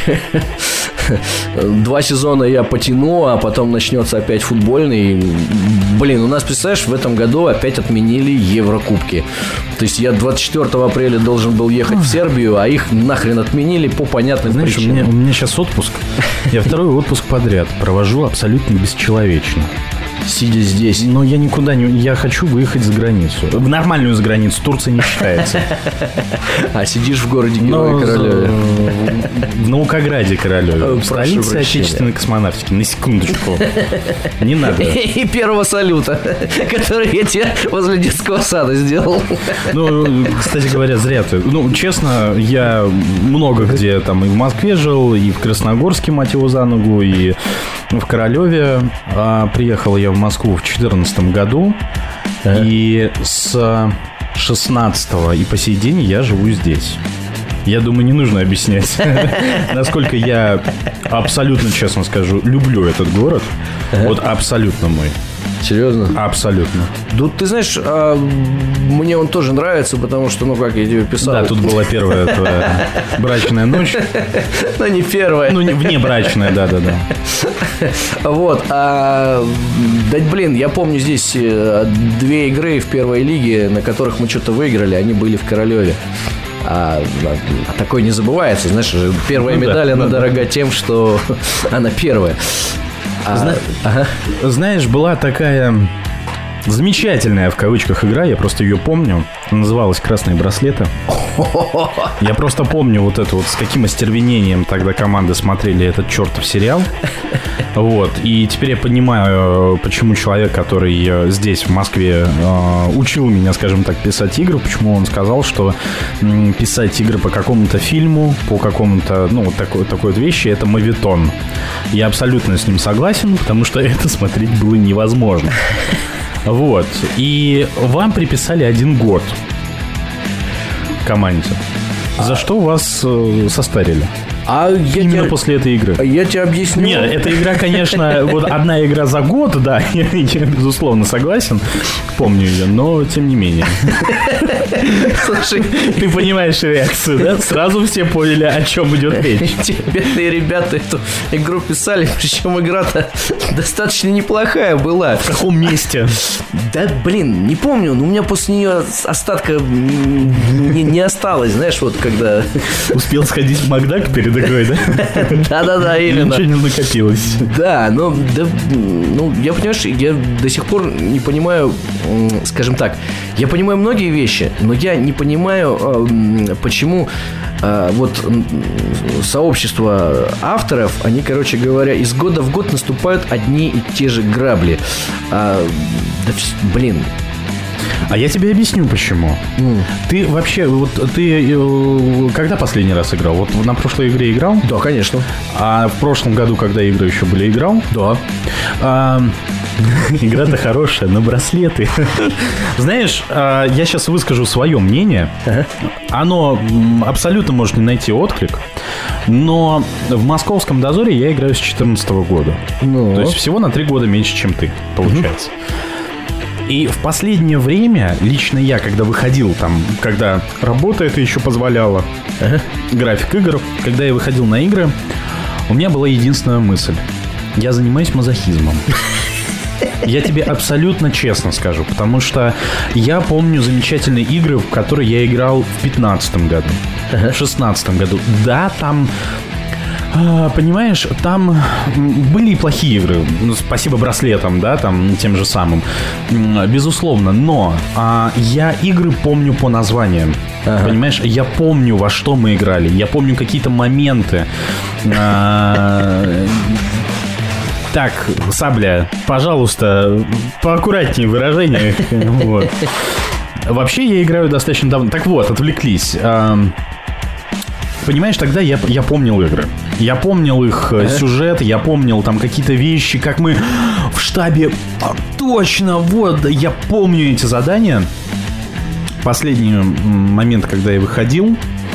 два сезона я потяну, а потом начнется опять футбольный. Блин, у нас, представляешь, в этом году опять отменили Еврокубки. То есть я двадцать четвёртого апреля должен был ехать в Сербию, а их нахрен отменили по понятным Знаешь, причинам. У меня, у меня сейчас отпуск. Я второй отпуск подряд провожу абсолютно бесчеловечно. Сидя здесь. Но я никуда не... Я хочу выехать за границу. В нормальную за границу. Турция не считается. А сидишь в городе Героя Королеве. В Наукограде Королеве. В столице отечественной космонавтики. На секундочку. Не надо. И первого салюта, который я тебе возле детского сада сделал. Ну, кстати говоря, зря ты. Ну, честно, я много где там и в Москве жил, и в Красногорске, мать его за ногу, и в Королеве. А приехал я в Москву в две тысячи четырнадцатом году. А? И с шестнадцатого и по сей день я живу здесь. Я думаю, не нужно объяснять, насколько я, абсолютно честно скажу, люблю этот город. Вот абсолютно мой. Серьезно? Абсолютно. Ну, ты знаешь, а, мне он тоже нравится, потому что, ну, как я тебе писал... Да, тут была первая твоя брачная ночь. Ну, не первая. Ну, внебрачная, да-да-да. Вот. А, да, блин, я помню здесь две игры в первой лиге, на которых мы что-то выиграли, они были в Королеве. А, а такое не забывается. Знаешь, первая ну, медаль, да, она да, дорога да. тем, что она первая. А, Зна... ага. Знаешь, была такая замечательная в кавычках игра, я просто ее помню. Называлась «Красные браслеты». Я просто помню вот это вот, с каким остервенением тогда команды смотрели этот чертов сериал. Вот. И теперь я понимаю, почему человек, который здесь, в Москве, учил меня, скажем так, писать игры, почему он сказал, что писать игры по какому-то фильму, по какому-то, ну, вот такой, такой вот вещи, это моветон. Я абсолютно с ним согласен, потому что это смотреть было невозможно. Вот. И вам приписали один год команде. За что вас э, состарили? А я Именно тебя... после этой игры. Я тебе объясню. Нет, эта игра, конечно, вот одна игра за год, да, я, я безусловно согласен, помню ее, но тем не менее. Слушай, ты понимаешь реакцию, да? Сразу все поняли, о чем идет речь. Те бедные ребята эту игру писали, причем игра-то достаточно неплохая была. В каком месте? Да, блин, не помню, но у меня после нее остатка не, не осталось, знаешь, вот когда... Успел сходить в Макдак перед игрой, да? Да-да-да, именно. Ничего не накопилось. Да, но, да, ну, я, понимаешь, я до сих пор не понимаю, скажем так, я понимаю многие вещи, но я не понимаю, почему вот сообщество авторов, они, короче говоря, из года в год наступают одни и те же грабли. А, да, блин. А я тебе объясню, почему. Mm. Ты вообще, вот ты когда последний раз играл? Вот на прошлой игре играл? Да, конечно. А в прошлом году, когда игры еще были, играл? Да. А, игра-то хорошая, на браслеты. Знаешь, я сейчас выскажу свое мнение. Оно абсолютно может не найти отклик. Но в московском дозоре я играю с две тысячи четырнадцатого года. Ну. То есть всего на три года меньше, чем ты, получается. И в последнее время, лично я, когда выходил там, когда работа это еще позволяла, ага. график игр, когда я выходил на игры, у меня была единственная мысль. Я занимаюсь мазохизмом. Я тебе абсолютно честно скажу, потому что я помню замечательные игры, в которые я играл в пятнадцатом году, ага. в шестнадцатом году. Да, там... Понимаешь, там были и плохие игры. Ну, спасибо браслетам, да, там тем же самым. Безусловно. Но а, я игры помню по названиям. Ага. Понимаешь, я помню, во что мы играли. Я помню какие-то моменты. А, так, Сабля, пожалуйста, поаккуратнее в выражениях. Вот. Вообще я играю достаточно давно. Так вот, отвлеклись. Понимаешь, тогда я, я помнил игры. Я помнил их ага. сюжет, я помнил там какие-то вещи, как мы в штабе... А, точно, вот, я помню эти задания. Последний момент, когда я выходил,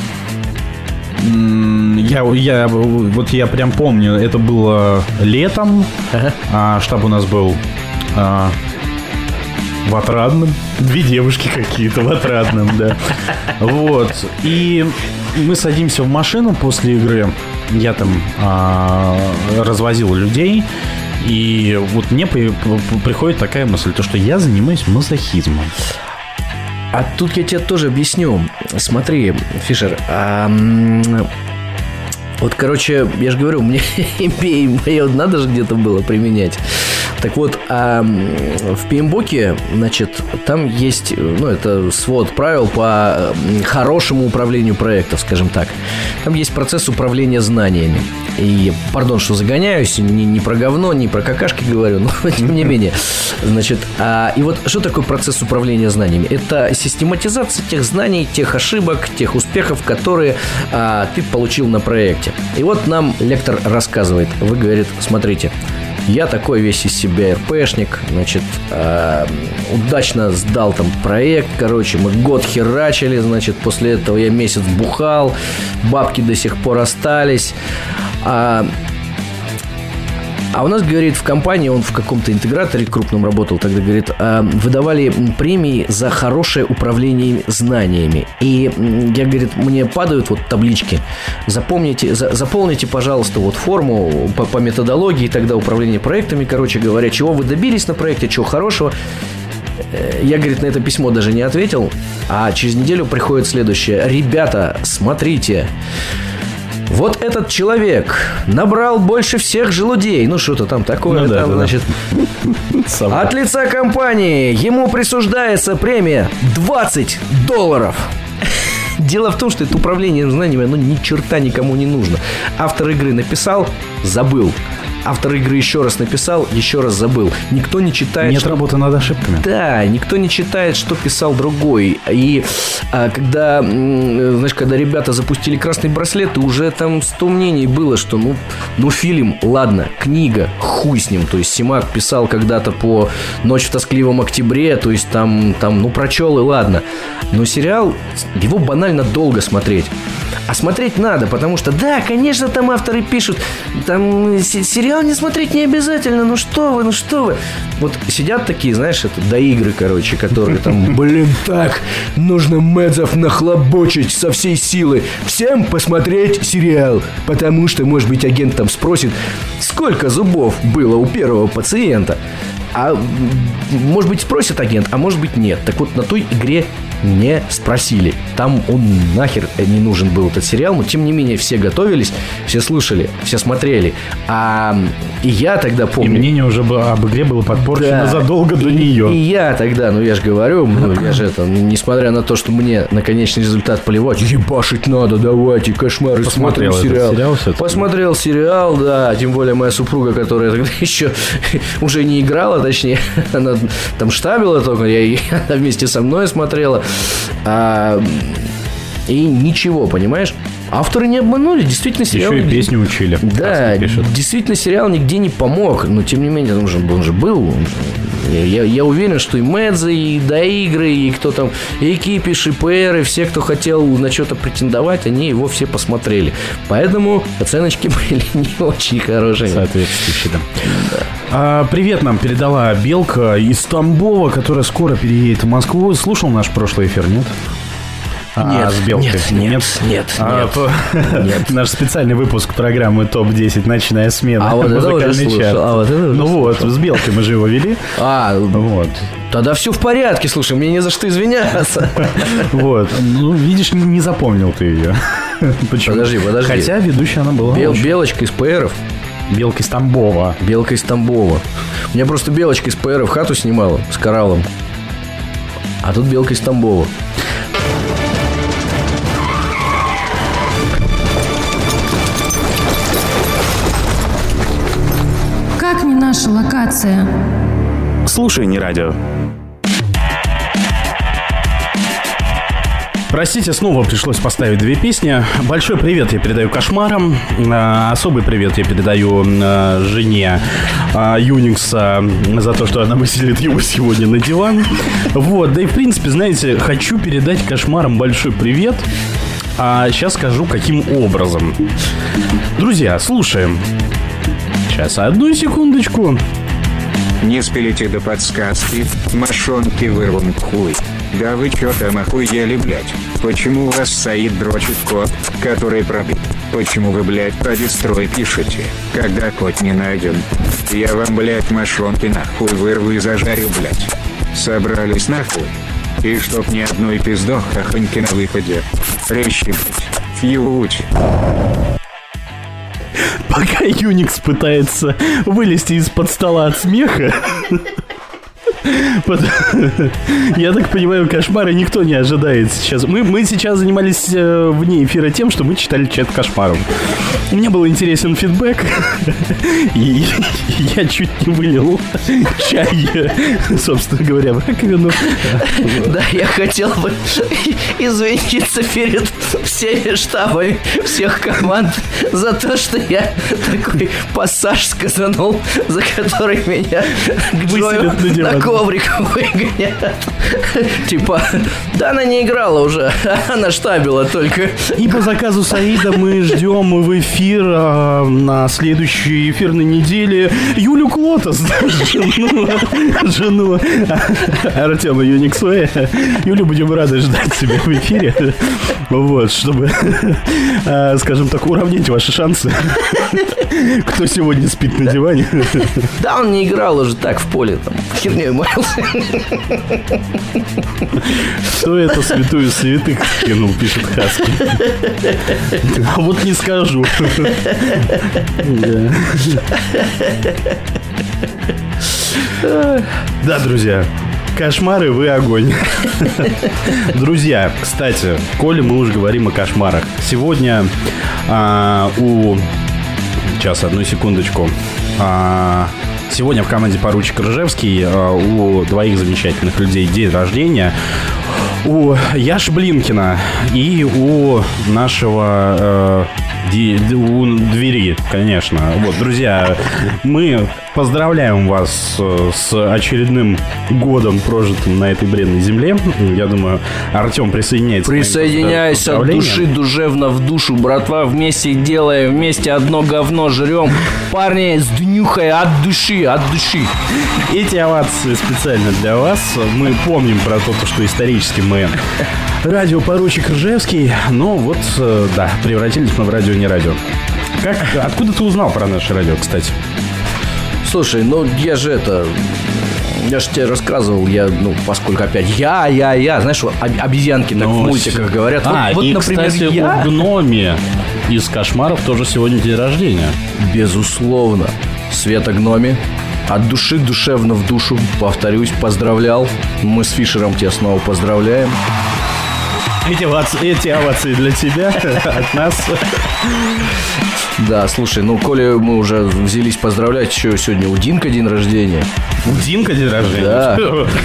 я, я, вот я прям помню, это было летом, ага. а штаб у нас был... А, в Отрадном. Две девушки какие-то в Отрадном, да. Вот. И мы садимся в машину после игры. Я там а, развозил людей. И вот мне при, приходит такая мысль, то, что я занимаюсь мазохизмом. А тут я тебе тоже объясню. Смотри, Фишер, а... вот, короче, я же говорю, мне мое надо же где-то было применять. Так вот, а в пи эм-боке, значит, там есть, ну, это свод правил по хорошему управлению проектов, скажем так. Там есть процесс управления знаниями. И, пардон, что загоняюсь, не, не про говно, не про какашки говорю, но тем не менее. Значит, а, и вот что такое процесс управления знаниями? Это систематизация тех знаний, тех ошибок, тех успехов, которые а, ты получил на проекте. И вот нам лектор рассказывает, вы, говорит, смотрите, я такой весь из себя РПшник, значит, э, удачно сдал там проект, короче, мы год херачили, значит, после этого я месяц бухал, бабки до сих пор остались, а, А у нас, говорит, в компании, он в каком-то интеграторе крупном работал, тогда, говорит, выдавали премии за хорошее управление знаниями. И я, говорит, мне падают вот таблички. Запомните, за, заполните, пожалуйста, вот форму по, по методологии тогда управления проектами, короче говоря, чего вы добились на проекте, чего хорошего. Я, говорит, на это письмо даже не ответил. А через неделю приходит следующее. Ребята, смотрите. Вот этот человек набрал больше всех желудей. Ну, что-то там такое. Ну, да, там, да, значит, да. От лица компании ему присуждается премия двадцать долларов. Дело в том, что это управление знаниями, оно ни черта никому не нужно. Автор игры написал, забыл. Автор игры еще раз написал, еще раз забыл. Никто не читает... Нет что... работы над ошибками. Да, никто не читает, что писал другой. И а, когда, знаешь, когда ребята запустили «Красный браслет», уже там сто мнений было, что ну, ну фильм, ладно, книга, хуй с ним. То есть Симак писал когда-то по «Ночь в тоскливом октябре», то есть там, там ну, прочел и ладно. Но сериал, его банально долго смотреть. А смотреть надо, потому что, да, конечно, там авторы пишут, там сериал не смотреть не обязательно, ну что вы, ну что вы. Вот сидят такие, знаешь, это до игры, короче, которые там, блин, так, нужно Мэдзов нахлобочить со всей силы. Всем посмотреть сериал, потому что, может быть, агент там спросит, сколько зубов было у первого пациента. А может быть спросит агент, а может быть нет. Так вот на той игре не спросили. Там он нахер не нужен был, этот сериал. Но тем не менее все готовились, все слушали, все смотрели. А и я тогда помню... И мнение уже об игре было подпорчено да, задолго до и, нее. И я тогда, ну я же говорю, ну, я же это, несмотря на то, что мне на конечный результат плевать, ебашить надо, давайте, кошмары, смотрим сериал. сериал Посмотрел сериал, да. Тем более моя супруга, которая тогда еще уже не играла, точнее, она там штабила только, я, она вместе со мной смотрела. А, и ничего, понимаешь? Авторы не обманули, действительно сериал... Еще и песню учили. Да, действительно сериал нигде не помог. Но тем не менее, он же, он же был. Он же, я, я уверен, что и Мэдзе, и доигры, и кто там, и Кипиш, и ПР, и все, кто хотел на что-то претендовать, они его все посмотрели. Поэтому оценочки были не очень хорошие. Соответствующие, да. Да. А, привет нам передала Белка из Тамбова, которая скоро переедет в Москву. Слушал наш прошлый эфир, нет? Нет, а, с Белкой. Нет, нет, нет, нет, а, нет, то, нет. Наш специальный выпуск программы топ десять «Ночная смена». А вот это уже слушал. А вот это уже ну вот, слушал. С Белкой мы же его вели. А, вот. Тогда все в порядке, слушай, мне не за что извиняться. Вот, ну, видишь, не запомнил ты ее. Почему? Подожди, подожди. Хотя ведущая она была. Бел, Белочка из ПРов. Белка из Тамбова. Белка из Тамбова. У меня просто Белочка из ПРов хату снимала с кораллом. А тут Белка из Тамбова. Как не наша локация? Слушай, не радио. Простите, снова пришлось поставить две песни. Большой привет я передаю кошмарам. Особый привет я передаю жене Юникса за то, что она выселит его сегодня на диван. Вот, да и в принципе, знаете, хочу передать кошмарам большой привет. А сейчас скажу, каким образом. Друзья, слушаем. Сейчас, одну секундочку. Не спилите до подсказки, мошонки вырван хуй. Да вы чё там охуели, блять? Почему у вас стоит дрочит код, который пробит? Почему вы, блять, про дестрой пишете, когда код не найден? Я вам, блять, мошонки нахуй вырву и зажарю, блять. Собрались нахуй? И чтоб ни одной пиздохахоньки на выходе. Речи, блять, фьють. Пока Юникс пытается вылезти из-под стола от смеха, я так понимаю, кошмары никто не ожидает сейчас. Мы, мы сейчас занимались э, вне эфира тем, что мы читали чат кошмаров. Мне был интересен фидбэк, и я чуть не вылил чай, собственно говоря, в раковину. Да, я хотел бы извиниться перед всеми штабами всех команд за то, что я такой пассаж сказанул, за который меня к Джою на коврик выгонят. Типа, да она не играла уже, она штабила только. И по заказу Саида мы ждем в эфир а, на следующей эфирной неделе Юлю Клотос, жену, жену Артема Юниксоя. Юлю будем рады ждать себя в эфире, вот, чтобы, а, скажем так, уравнять ваши шансы. Кто сегодня спит на диване? Да, он не играл уже так в поле, там, херней мылся. Кто это святую святых скинул, пишет Хаски. А вот не скажу. Да, друзья, кошмары, вы огонь. Друзья, кстати, коли мы уже говорим о кошмарах, сегодня а, у... Сейчас, одну секундочку. А, сегодня в команде поручик Ржевский а, у двоих замечательных людей день рождения. У Яши Блинкина и у нашего э, ди, у двери, конечно. Вот, друзья, мы поздравляем вас с очередным годом, прожитым на этой бренной земле. Я думаю, Артем присоединяется. Присоединяйся от души душевно в душу, братва. Вместе делаем, вместе одно говно жрем. Парни, с днюхой от души, от души. Эти овации специально для вас. Мы помним про то, что исторически мы радио поручик Ржевский. Но вот, да, превратились мы в радио не радио. Как, откуда ты узнал про наше радио, кстати? Слушай, ну я же это... Я же тебе рассказывал, я, ну, поскольку опять я, я, я, знаешь, об, обезьянки так ну, в мультиках говорят. А, вот, вот, и, например, кстати, я... у Гноми из кошмаров тоже сегодня день рождения. Безусловно. Света Гноми. От души душевно в душу. Повторюсь, поздравлял. Мы с Фишером тебя снова поздравляем. Эти овации, эти овации для тебя от нас. Да, слушай, ну, коли мы уже взялись поздравлять, еще сегодня у Динка день рождения. У Динка день рождения? Да.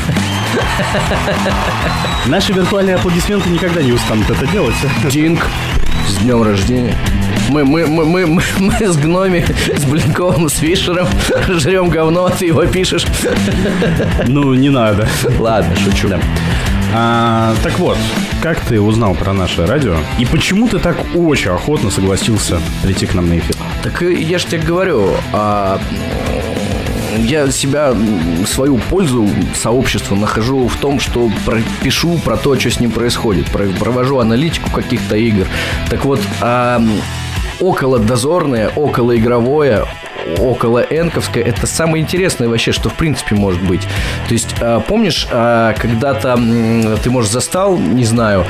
Наши виртуальные аплодисменты никогда не устанут это делать. Динк, с днем рождения. Мы, мы, мы, мы, мы, мы с Гноми, с Блинковым, с Фишером жрем говно, а ты его пишешь. Ну, не надо. Ладно, шучу. Да. А, так вот, как ты узнал про наше радио? И почему ты так очень охотно согласился прийти к нам на эфир? Так я же тебе говорю, а, я себя, свою пользу сообществу нахожу в том, что про, пишу про то, что с ним происходит, про, провожу аналитику каких-то игр. Так вот, а, около дозорное, около игровое, около энковское, это самое интересное вообще, что в принципе может быть. То есть, помнишь, когда-то ты, может, застал, не знаю,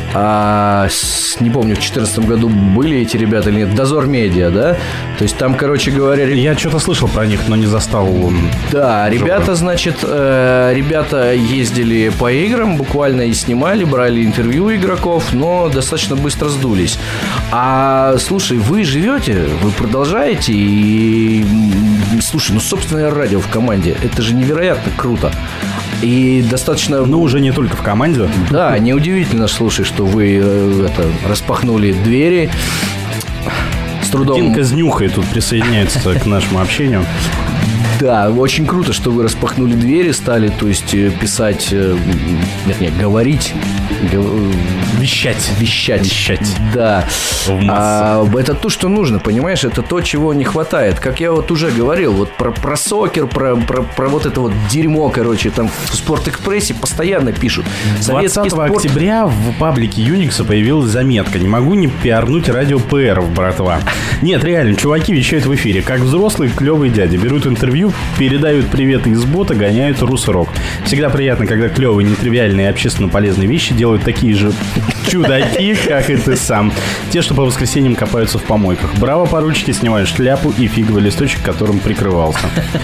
не помню, в две тысячи четырнадцатом году были эти ребята или нет, Дозор Медиа, да? То есть там, короче говоря... Я что-то слышал про них, но не застал. Да, ребята, значит, ребята ездили по играм, буквально и снимали, брали интервью игроков, но достаточно быстро сдулись. А, слушай, вы живете, вы продолжаете, и, слушай, ну, собственное радио в команде, это же невероятно круто. И достаточно... Ну, уже не только в команде. Да, неудивительно, слушай, что вы это, распахнули двери с трудом... Динка с Нюхой тут присоединяется к нашему общению. Да, очень круто, что вы распахнули двери, стали, то есть, писать, нет, нет, говорить, вещать, вещать, вещать, да. А, это то, что нужно, понимаешь, это то, чего не хватает. Как я вот уже говорил, вот про, про сокер, про, про, про вот это вот дерьмо, короче, там в Спортэкспрессе постоянно пишут. двадцатого октября в паблике Юникса появилась заметка: не могу не пиарнуть радио ПР, братва. Нет, реально, чуваки вещают в эфире, как взрослые клевые дяди, берут интервью, передают приветы из бота, гоняют рус-рок. Всегда приятно, когда клевые, нетривиальные и общественно полезные вещи делают такие же чудаки, как и ты сам. Те, что по воскресеньям копаются в помойках. Браво, поручики, снимают шляпу и фиговый листочек, которым прикрывался.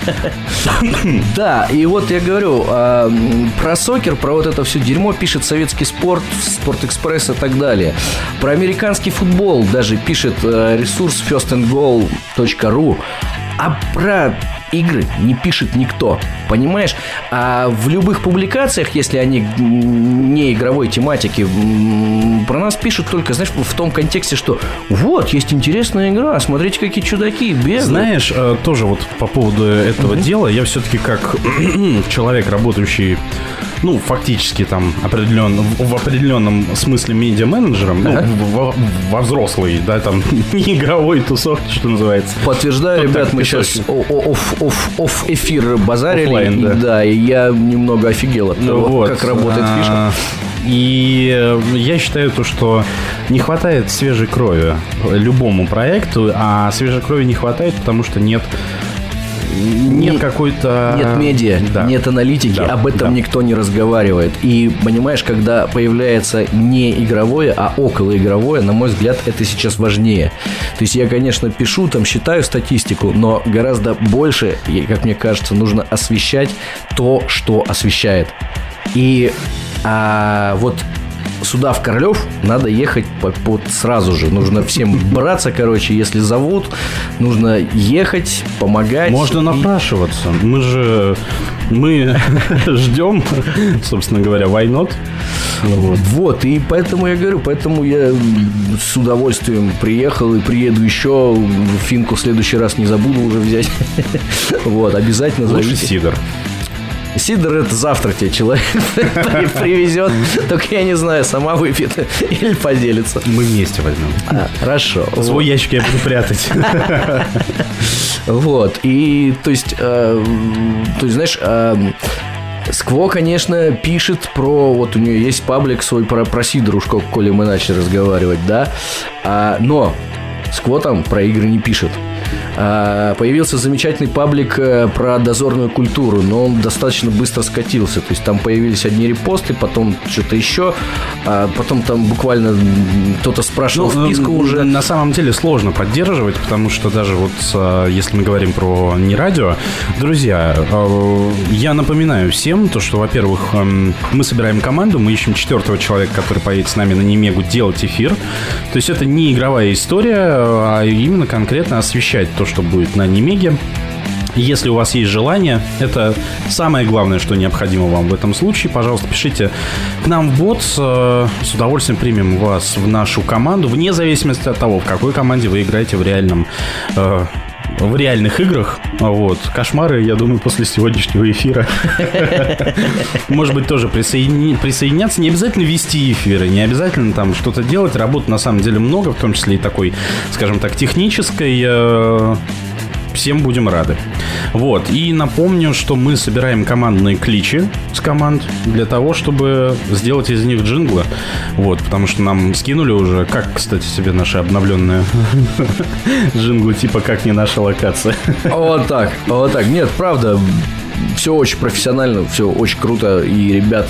Да, и вот я говорю, про сокер, про вот это все дерьмо пишет Советский спорт, Спортэкспресс и так далее. Про американский футбол даже пишет ресурс ферст энд гол точка ру. А про игры не пишет никто, понимаешь? А в любых публикациях, если они не игровой тематики, про нас пишут только, знаешь, в том контексте, что вот, есть интересная игра, смотрите, какие чудаки бегают. Знаешь, тоже вот по поводу этого uh-huh. дела, я все-таки как человек, работающий, ну, фактически там определен, в определенном смысле медиа-менеджером, uh-huh. ну, во, во взрослой, да, там, не игровой тусовке, что называется. Подтверждаю, вот ребят, так, мы сейчас офф эфир базарили, оффлайн, да. И, да, и я немного офигел от того, вот. Как работает фишка. И я считаю то, что не хватает свежей крови любому проекту, а свежей крови не хватает, потому что нет Нет какой-то... Нет медиа, да. Нет аналитики, да, об этом да. никто не разговаривает. И, понимаешь, когда появляется не игровое, а околоигровое, на мой взгляд, это сейчас важнее. То есть я, конечно, пишу, там, считаю статистику, но гораздо больше, как мне кажется, нужно освещать то, что освещает. И а, вот... Сюда, в Королев, надо ехать по, по, сразу же. Нужно всем браться, короче, если зовут. Нужно ехать, помогать. Можно и... напрашиваться. Мы же... Мы ждем, собственно говоря, why not? Вот. вот, и поэтому я говорю, поэтому я с удовольствием приехал и приеду еще. Финку в следующий раз не забуду уже взять. Вот, обязательно зовите. Лучше сидр. Сидор это завтра тебе человек привезет. Только я не знаю, сама выпьет или поделится. Мы вместе возьмем. А, хорошо. Свой вот. Ящик я буду прятать. Вот. И то есть, э, то есть, знаешь, э, Скво, конечно, пишет про... Вот у нее есть паблик свой про, про сидорушку, коли мы начали разговаривать, да. А, но Скво там про игры не пишет. Появился замечательный паблик про дозорную культуру, но он достаточно быстро скатился. То есть там появились одни репосты, потом что-то еще, а потом там буквально кто-то спрашивал ну, вписку уже. На самом деле сложно поддерживать, потому что даже вот если мы говорим про не радио, друзья, я напоминаю всем то, что, во-первых, мы собираем команду, мы ищем четвертого человека, который поедет с нами на Немегу делать эфир. То есть это не игровая история, а именно конкретно освещать то, что будет на Немеге. Если у вас есть желание, это самое главное, что необходимо вам в этом случае. Пожалуйста, пишите к нам в бот. С удовольствием примем вас в нашу команду, вне зависимости от того, в какой команде вы играете в реальном... в реальных играх. Вот. Кошмары, я думаю, после сегодняшнего эфира может быть, тоже присоедини... присоединяться. Не обязательно вести эфиры, не обязательно там что-то делать. Работы на самом деле много, в том числе и такой, скажем так, технической. Всем будем рады. Вот. И напомню, что мы собираем командные кличи с команд для того, чтобы сделать из них джинглы. Вот. Потому что нам скинули уже, как, кстати, себе наши обновленные джинглы, типа как не наша локация. Вот так. Вот так. Нет, правда, все очень профессионально, все очень круто. И ребят...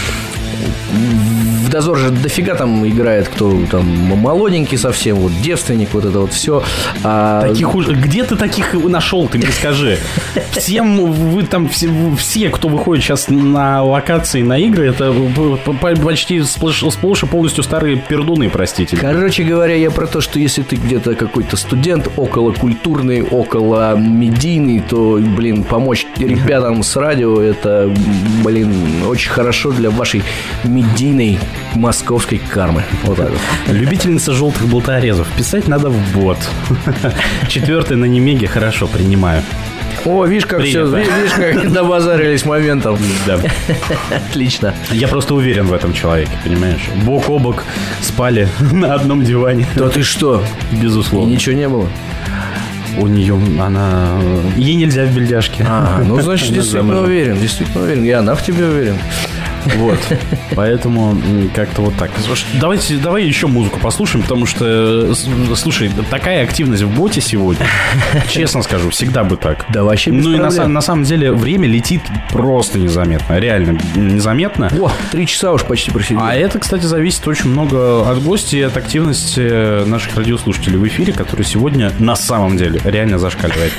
В Дозор же дофига там играет, кто там молоденький совсем, вот девственник, вот это вот все. А... Таких уже... Где ты таких нашел, ты мне скажи? Всем вы там, все, все, кто выходит сейчас на локации, на игры, это почти сплошь и полностью старые пердуны, простите. Короче говоря, я про то, что если ты где-то какой-то студент, около культурный, около медийный, то, блин, помочь ребятам с радио, это, блин, очень хорошо для вашей медийной московской кармы. Вот так вот. Любительница желтых болторезов. Писать надо в бот. Четвертый на Немеге. Хорошо, принимаю. О, видишь, как все, видишь, как добазарились моментом. Да. Отлично. Я просто уверен в этом человеке, понимаешь? Бок о бок спали на одном диване. Да ты что? Безусловно. И ничего не было? У нее, она... Ей нельзя в бельдяшке. А, ну, значит, действительно уверен. Действительно уверен. И она в тебе уверен. Вот. Поэтому как-то вот так. Давайте, давай еще музыку послушаем, потому что, слушай, такая активность в боте сегодня, честно скажу, всегда бы так. Да вообще без Ну проблем. И на, на самом деле время летит просто незаметно. Реально незаметно. О, три часа уж почти просидели. А это, кстати, зависит очень много от гостей, от активности наших радиослушателей в эфире, который сегодня на самом деле реально зашкаливает.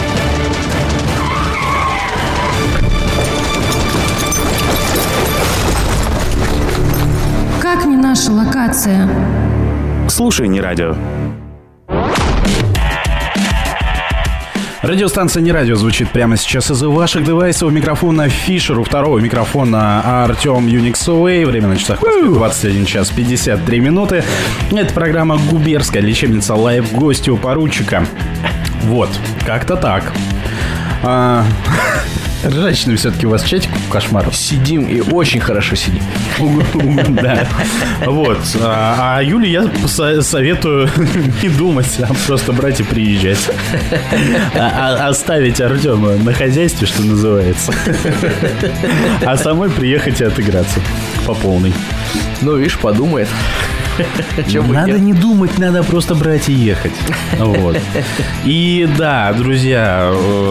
Наша локация. Слушай, не радио. Радиостанция «Не радио» звучит прямо сейчас из ваших девайсов. У микрофона Фишер, у второго микрофона Артем Юниксуэй. Время на часах двадцать один час пятьдесят три минуты. Это программа «Губерская лечебница Лайв». Гости у поручика. Вот, как-то так. А... Ржачный все-таки у вас чатик кошмар. Сидим и очень хорошо сидим. Да. Вот. А Юле я советую не думать, а просто брать и приезжать. Оставить Артема на хозяйстве, что называется. А самой приехать и отыграться по полной. Ну, видишь, подумает. Надо не думать, надо просто брать и ехать. Вот. И да, друзья...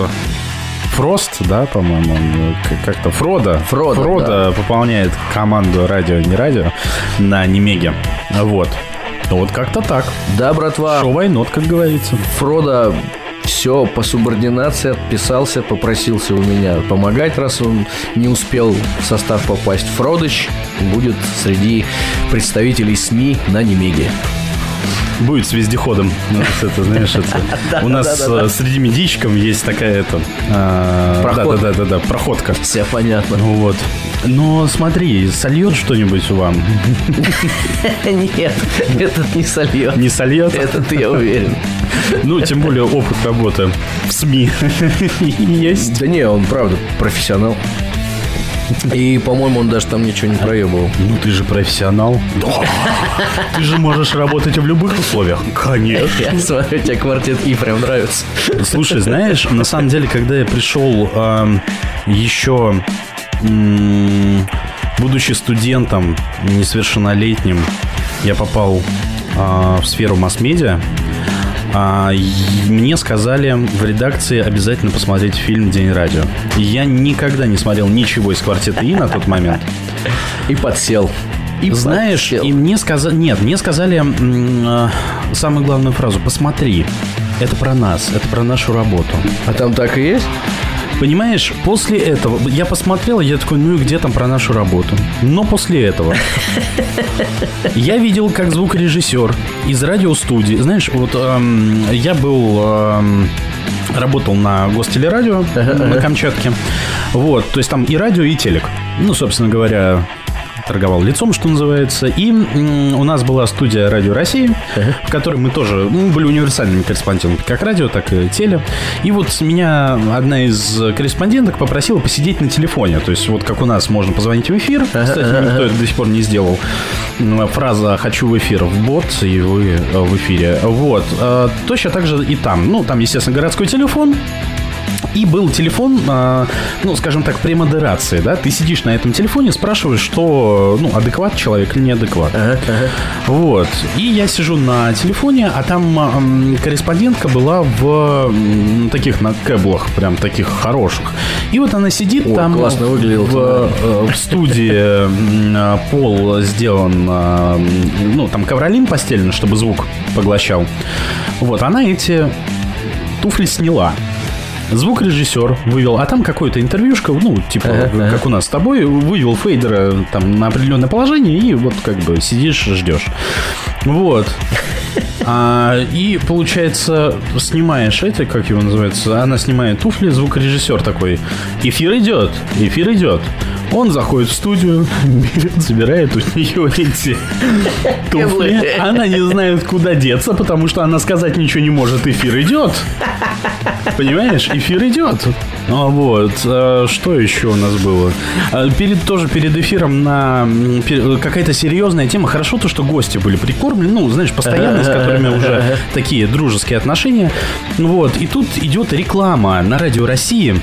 Фрост, да, по-моему, как-то Фродо. Фродо, Фродо да. Пополняет команду «Радио, не радио» на Немеге. Вот. Вот как-то так. Да, братва. Шо войнот, как говорится. Фродо все по субординации отписался, попросился у меня помогать, раз он не успел в состав попасть. Фродыч будет среди представителей СМИ на Немеге. Будет с вездеходом. Это, знаешь, это. Да, у нас да, да, да. среди медийщиков есть такая это, а, Проход. да, да, да, да, проходка. Все понятно. Вот. Но смотри, сольет что-нибудь вам? Нет, этот не сольет. Не сольет? Этот я уверен. Ну, тем более опыт работы в СМИ есть. Да не, он правда профессионал. И, по-моему, он даже там ничего не проебывал. Ну, ты же профессионал. Да. Ты же можешь работать в любых условиях. Конечно. Я смотрю, тебе квартет И прям нравится. Слушай, знаешь, на самом деле, когда я пришел э, еще, э, будучи студентом, несовершеннолетним, я попал э, в сферу масс-медиа. А, мне сказали в редакции обязательно посмотреть фильм «День радио». Я никогда не смотрел ничего из «Квартета И» на тот момент. И подсел. И знаешь, подсел. И мне сказали... Нет, мне сказали м- самую главную фразу: посмотри, это про нас, это про нашу работу. А там так и есть? Понимаешь, после этого я посмотрел, я такой, ну и где там про нашу работу? Но после этого я видел, как звукорежиссер из радиостудии. Знаешь, вот эм, я был... Эм, работал на Гостелерадио на Камчатке. Вот, то есть там и радио, и телек. Ну, собственно говоря... торговал лицом, что называется. И м, у нас была студия «Радио России», uh-huh. в которой мы тоже ну, были универсальными корреспондентами, как радио, так и теле. И вот меня одна из корреспонденток попросила посидеть на телефоне. То есть вот как у нас можно позвонить в эфир. Uh-huh. Кстати, никто это до сих пор не сделал. Фраза «хочу в эфир» в бот, и вы в эфире. Вот. Точно так же и там. Ну, там, естественно, городской телефон. И был телефон, ну, скажем так, премодерации, да? Ты сидишь на этом телефоне, спрашиваешь, что, ну, адекват человек или неадекват. Ага, ага. Вот. И я сижу на телефоне, а там корреспондентка была в таких, на кэблах, прям таких хороших. И вот она сидит. О, там классно выглядел. В, в студии пол сделан, ну, там ковролин постелен, чтобы звук поглощал. Вот, она эти туфли сняла. Звукорежиссер вывел, а там какое-то интервьюшка, ну, типа, uh-huh. как у нас с тобой, вывел фейдера там на определенное положение, и вот как бы сидишь, ждешь. Вот. А, и, получается, снимаешь это, как его называется, она снимает туфли, звукорежиссер такой, эфир идет, эфир идет. Он заходит в студию, берет, собирает у нее эти туфли. Она не знает, куда деться, потому что она сказать ничего не может. Эфир идет. Понимаешь? Эфир идет. А вот. А что еще у нас было? Перед, тоже перед эфиром на какая-то серьезная тема. Хорошо то, что гости были прикормлены. Ну, знаешь, постоянно, с которыми уже такие дружеские отношения. Вот. И тут идет реклама на Радио России.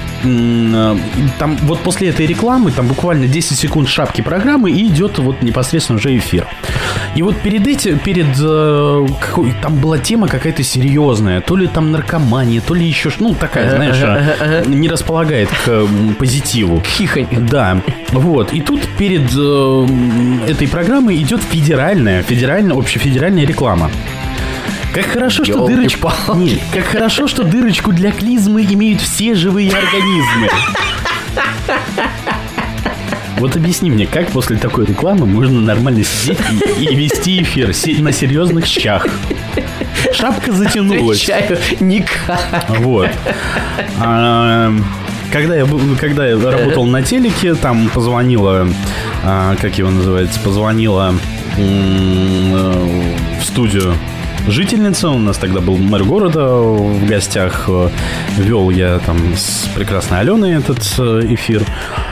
Там вот после этой рекламы там буквально десять секунд шапки программы, и идет вот непосредственно уже эфир. И вот перед этим, перед э, какой, там была тема какая-то серьезная, то ли там наркомания, то ли еще, ну, такая, знаешь, ага, ага. не располагает к э, позитиву. Хихонь. Да, вот. И тут перед э, этой программой идет федеральная, федеральная, общефедеральная реклама. Как хорошо, что дырочку... Нет, как хорошо, что дырочку для клизмы имеют все живые организмы. Вот объясни мне, как после такой рекламы можно нормально сидеть и, и вести эфир на серьезных щах? Шапка затянулась. Отвечаю, никак. Вот. А, когда я, когда я работал на телеке, там позвонила, а, как его называется, позвонила м- в студию жительница. У нас тогда был мэр города в гостях. Вел я там с прекрасной Аленой этот эфир.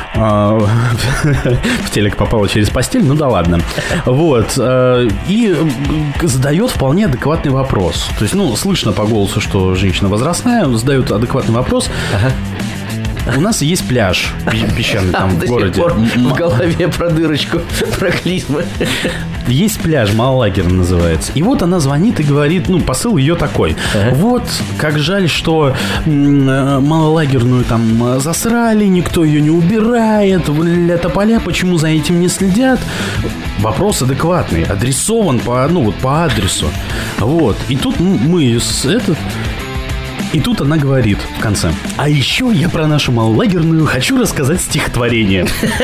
В телек попала через постель, ну да ладно. Вот. И задает вполне адекватный вопрос. То есть, ну, слышно по голосу, что женщина возрастная. Задает адекватный вопрос. Ага. У нас есть пляж песчаный там в городе. В голове про дырочку, про клизмы. Есть пляж, малолагерный называется. И вот она звонит и говорит, ну, посыл ее такой. Ага. Вот, как жаль, что м- малолагерную там засрали, никто ее не убирает, ля-тополя, почему за этим не следят? Вопрос адекватный, адресован по, ну, вот, по адресу. Вот. И тут мы с этот... И тут она говорит в конце: а еще я про нашу малолагерную хочу рассказать стихотворение.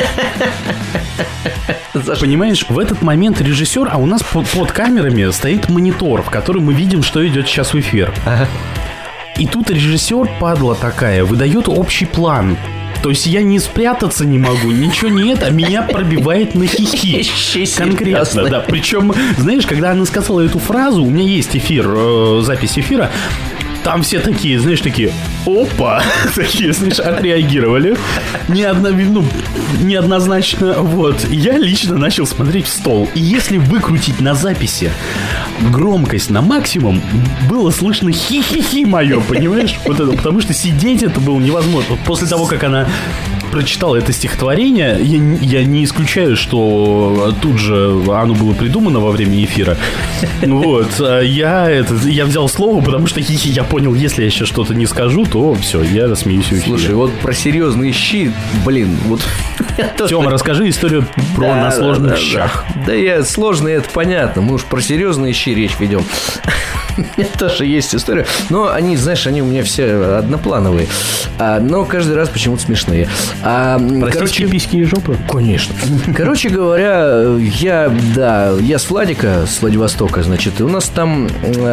Понимаешь, в этот момент режиссер, а у нас под, под камерами стоит монитор, в котором мы видим, что идет сейчас в эфир. Ага. И тут режиссер, падла такая, выдает общий план. То есть я не спрятаться не могу, ничего нет, а меня пробивает на хихи. Конкретно, да. Причем, знаешь, когда она сказала эту фразу, у меня есть эфир, э, запись эфира. Там все такие, знаешь, такие, опа, такие, знаешь, отреагировали. Неодно, ну, неоднозначно, вот. Я лично начал смотреть в стол. И если выкрутить на записи громкость на максимум, было слышно хи-хи-хи мое, понимаешь? Вот это, потому что сидеть это было невозможно. Вот после того, как она прочитала это стихотворение, я, я не исключаю, что тут же оно было придумано во время эфира. Вот. Я, это, я взял слово, потому что хи-хи, я понял, если я сейчас что-то не скажу, то все, я рассмеюсь. Слушай, вот про серьезные щи, блин, вот... Тёма, расскажи историю про да, на сложных да, щах. Да, да, я сложные, это понятно. Мы уж про серьезные щи речь ведем. У меня тоже есть история. Но они, знаешь, они у меня все одноплановые. А, но каждый раз почему-то смешные. А, короче, письки и жопы? Конечно. Короче говоря, я, да, я с Владика, с Владивостока, значит, и у нас там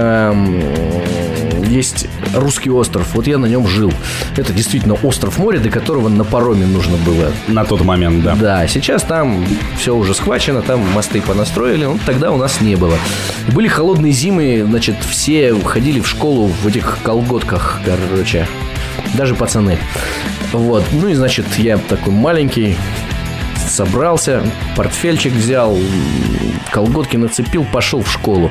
э, есть русский остров. Вот я на нем жил. Это действительно остров моря, до которого на пароме нужно было. На тот момент, да. Да, сейчас там все уже схвачено, там мосты понастроили. Ну, тогда у нас не было. И были холодные зимы, значит, все ходили в школу в этих колготках, короче. Даже пацаны. Вот. Ну и, значит, я такой маленький, собрался, портфельчик взял, колготки нацепил, пошел в школу.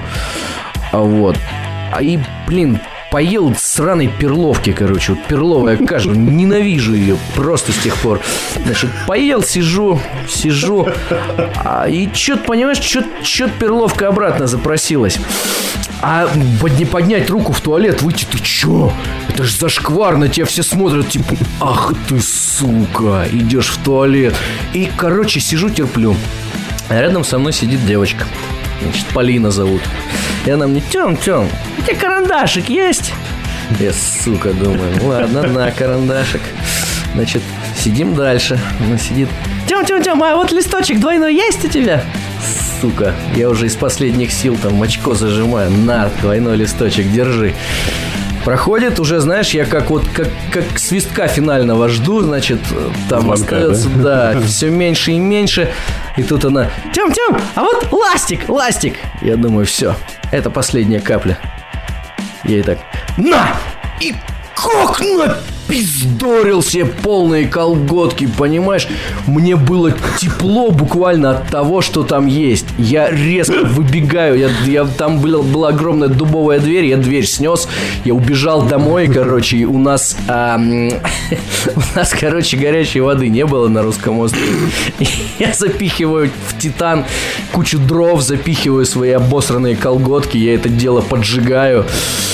Вот. А и, блин, поел сраной перловки, короче. Вот перловая каша, ненавижу ее просто с тех пор. Значит, поел, сижу, сижу. А, и что-то, понимаешь, что-то перловка обратно запросилась. А не поднять руку в туалет, выйти, ты чё? Это ж зашквар, на тебя все смотрят, типа, ах ты, сука, идешь в туалет. И, короче, сижу, терплю. А рядом со мной сидит девочка. Значит, Полина зовут. И она мне: Тём, Тём, у тебя карандашик есть? Я, сука, думаю, ладно, на, карандашик. Значит, сидим дальше. Она сидит: Тём, Тём, Тём, а вот листочек двойной есть у тебя? Сука, я уже из последних сил там очко зажимаю. На, двойной листочек, держи. Проходит, уже, знаешь, я как вот как, как свистка финального жду, значит, там Звонка, остается, да, да все меньше и меньше. И тут она: Тём, Тём, а вот ластик, ластик. Я думаю, все, это последняя капля. Я ей так: на! И как напиздорил себе полные колготки, понимаешь? Мне было тепло буквально от того, что там есть. Я резко выбегаю. Я, я, там была, была огромная дубовая дверь. Я дверь снес. Я убежал домой, короче. И у нас, а, у нас, короче, горячей воды не было на русском острове. Я запихиваю в титан кучу дров, запихиваю свои обосранные колготки. Я это дело поджигаю.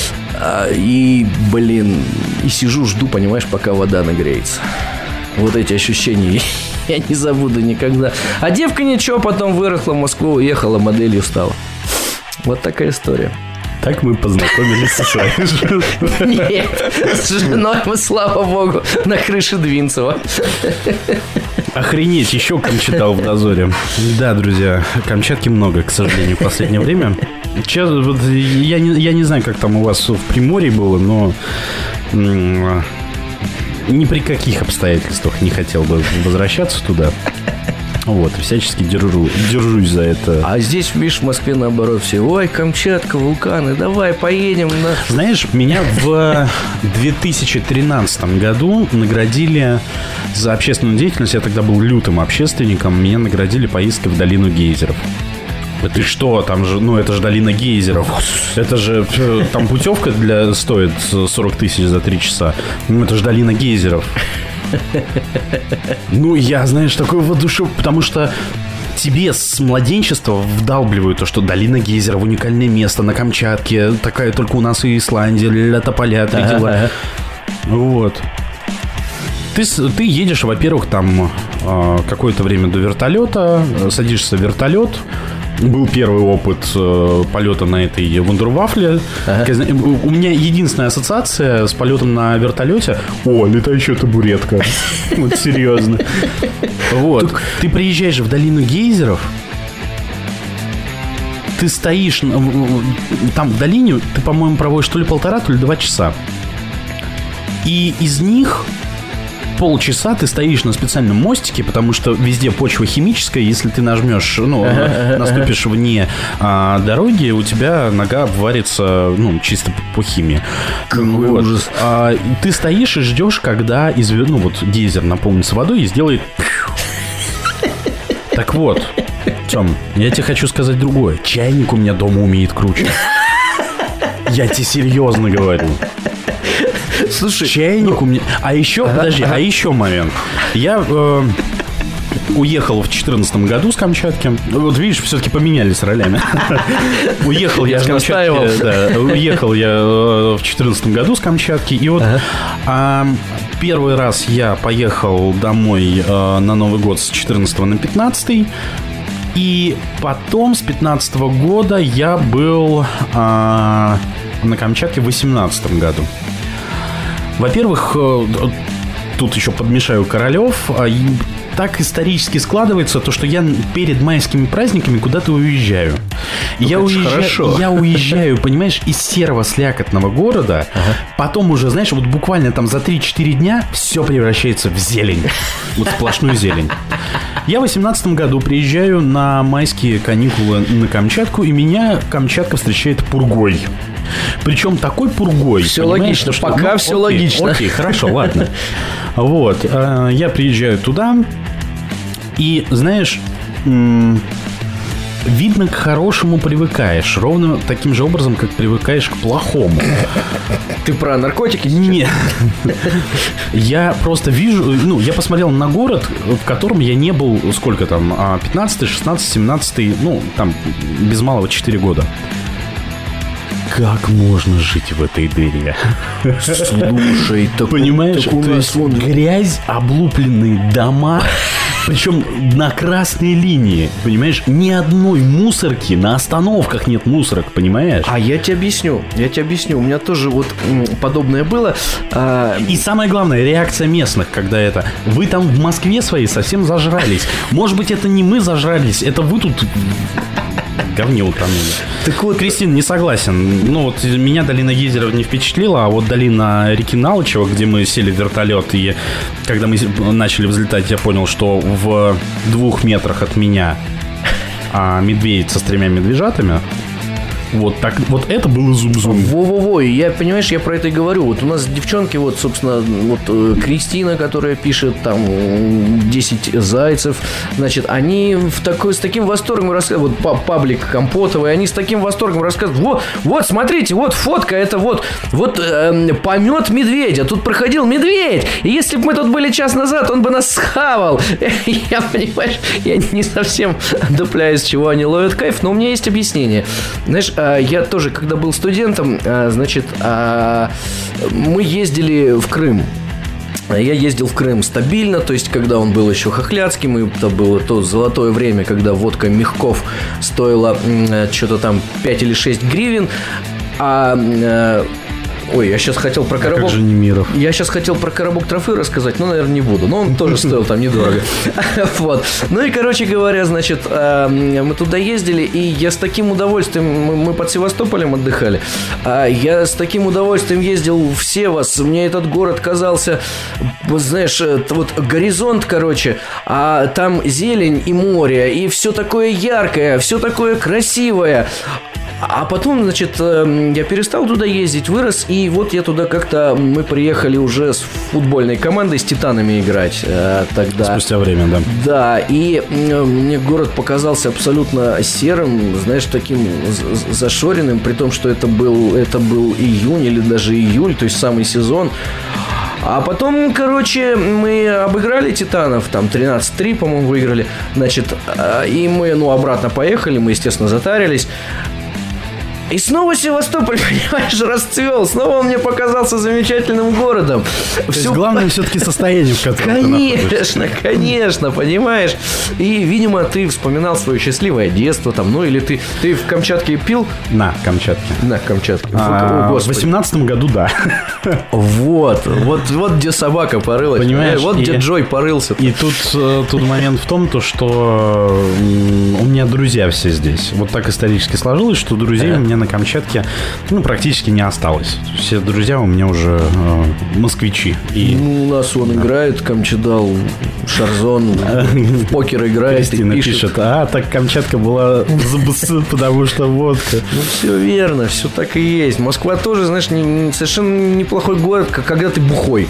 И, блин, и сижу, жду, понимаешь, пока вода нагреется. Вот эти ощущения я не забуду никогда. А девка ничего, потом выросла в Москву, уехала, моделью стала. Вот такая история. Так мы познакомились со своей женой. Нет, с женой мы, слава богу, на крыше Двинцева. Охренеть, еще Камчатал в дозоре. Да, друзья, Камчатки много, к сожалению, в последнее время. Честно, вот я, не, я не знаю, как там у вас в Приморье было, но м- ни при каких обстоятельствах не хотел бы возвращаться туда. Вот, всячески держу, держусь за это. А здесь, видишь, в Москве наоборот все. Ой, Камчатка, вулканы, давай поедем. На... Знаешь, меня в две тысячи тринадцатом году наградили за общественную деятельность. Я тогда был лютым общественником. Меня наградили поездкой в долину гейзеров. Ты что, там же, ну это же долина гейзеров. Это же, там путевка для, стоит сорок тысяч за три часа. Ну это же долина гейзеров. Ну я, знаешь, такой воодушевлен, потому что тебе с младенчества вдалбливают то, что долина гейзеров уникальное место на Камчатке. Такая только у нас и Исландия, ля-тополя, три дела. Вот. Ты, ты едешь, во-первых, там э, какое-то время до вертолета, садишься в вертолет. Был первый опыт э, полета на этой вундервафле. Ага. У меня единственная ассоциация с полетом на вертолете. О, летающая табуретка. Вот серьезно. Вот. Ты приезжаешь в долину гейзеров. Ты стоишь там в долине. Ты, по-моему, проводишь то ли полтора, то ли два часа. И из них полчаса ты стоишь на специальном мостике, потому что везде почва химическая. Если ты нажмешь, ну, наступишь вне а, дороги, у тебя нога обварится, ну, чисто по химии. Вот. А, ты стоишь и ждешь, когда из, ну, вот, гейзер наполнится водой и сделает... Так вот, Тём, я тебе хочу сказать другое. Чайник у меня дома умеет круче. Я тебе серьезно говорю. Слушай, чайник у меня... А еще, ага, подожди, ага. а еще момент. Я э, уехал в четырнадцатом году с Камчатки. Вот видишь, все-таки поменялись ролями. Уехал я с Камчатки. Уехал я в четырнадцатом году с Камчатки. И вот первый раз я поехал домой на Новый год с четырнадцатого на пятнадцатый. И потом с пятнадцатого года я был на Камчатке в восемнадцатом году. Во-первых, тут еще подмешаю Королев. Так исторически складывается то, что я перед майскими праздниками куда-то уезжаю. Ну, я, уезжаю я уезжаю, понимаешь, из серого слякотного города. Ага. Потом уже, знаешь, вот буквально там за три-четыре дня все превращается в зелень. Вот сплошную зелень. Я в восемнадцатом году приезжаю на майские каникулы на Камчатку, и меня Камчатка встречает пургой. Причем такой пургой. Все логично, что, пока ну, все окей, логично. Окей, хорошо, ладно. Вот, я приезжаю туда, и, знаешь, видно, к хорошему привыкаешь. Ровно таким же образом, как привыкаешь к плохому. Ты про наркотики? Нет. Я просто вижу... Ну, я посмотрел на город, в котором я не был, сколько там, пятнадцатый, шестнадцатый, семнадцатый, ну, там, без малого четыре года. Как можно жить в этой дыре? Слушай, так, понимаешь, так у то есть вон... грязь, облупленные дома, причем на красной линии, понимаешь, ни одной мусорки, на остановках нет мусорок, понимаешь? А я тебе объясню, я тебе объясню, у меня тоже вот подобное было. А... И самое главное, реакция местных, когда это, вы там в Москве своей совсем зажрались. Может быть, это не мы зажрались, это вы тут... говне утонули. Так вот, Кристина, не согласен. Ну, вот меня долина гейзеров не впечатлила, а вот долина реки Налычева, где мы сели в вертолет, и когда мы начали взлетать, я понял, что в двух метрах от меня а, медведь со с тремя медвежатами. Вот так, вот это было зум-зум. Во-во-во, я, понимаешь, я про это и говорю. Вот у нас девчонки, вот, собственно, вот Кристина, которая пишет там десять зайцев, значит, они в такой, с таким восторгом рассказывают, вот паблик Компотовый, они с таким восторгом рассказывают, вот, вот, смотрите, вот фотка, это вот, вот э, помет медведя, тут проходил медведь, и если бы мы тут были час назад, он бы нас схавал. Я, понимаешь, я не совсем отдупляюсь, с чего они ловят кайф, но у меня есть объяснение. Знаешь, я тоже, когда был студентом, значит, мы ездили в Крым. Я ездил в Крым стабильно, то есть, когда он был еще хохляцким, и это было то золотое время, когда водка Мягков стоила что-то там пять или шесть гривен, а Ой, я сейчас хотел про коробок... А как же Немиров? Я сейчас хотел про коробок трофы рассказать, но, наверное, не буду. Но он тоже стоил там недорого. Вот. Ну и, короче говоря, значит, мы туда ездили, и я с таким удовольствием... Мы под Севастополем отдыхали. Я с таким удовольствием ездил в Севас. Мне этот город казался, знаешь, вот горизонт, короче, а там зелень и море, и все такое яркое, все такое красивое. А потом, значит, я перестал туда ездить, вырос, и вот я туда как-то... Мы приехали уже с футбольной командой, с «Титанами» играть тогда. Спустя время, да. Да, и мне город показался абсолютно серым, знаешь, таким зашоренным, при том, что это был, это был июнь или даже июль, то есть самый сезон. А потом, короче, мы обыграли «Титанов», там тринадцать три, по-моему, выиграли. Значит, и мы, ну, обратно поехали, мы, естественно, затарились. И снова Севастополь, понимаешь, расцвел. Снова он мне показался замечательным городом. То Все... есть главное все-таки состояние, в котором конечно, ты находишься. Конечно, конечно, понимаешь. И, видимо, ты вспоминал свое счастливое детство там, ну или ты, ты в Камчатке пил? На Камчатке. На Камчатке. А, в восемнадцатом году, да. Вот, вот, вот где собака порылась. Понимаешь? Вот и, где Джой порылся. И тут, тут момент в том, то, что у меня друзья все здесь. Вот так исторически сложилось, что друзей у меня на Камчатке, ну, практически не осталось. Все друзья у меня уже э, москвичи. И... Ну, у нас он играет, Камчедал, Шарзон, в покер играет. Кристина пишет. пишет, а, так Камчатка была забыта, потому что водка. Ну, все верно, все так и есть. Москва тоже, знаешь, не, не, совершенно неплохой город, когда ты бухой.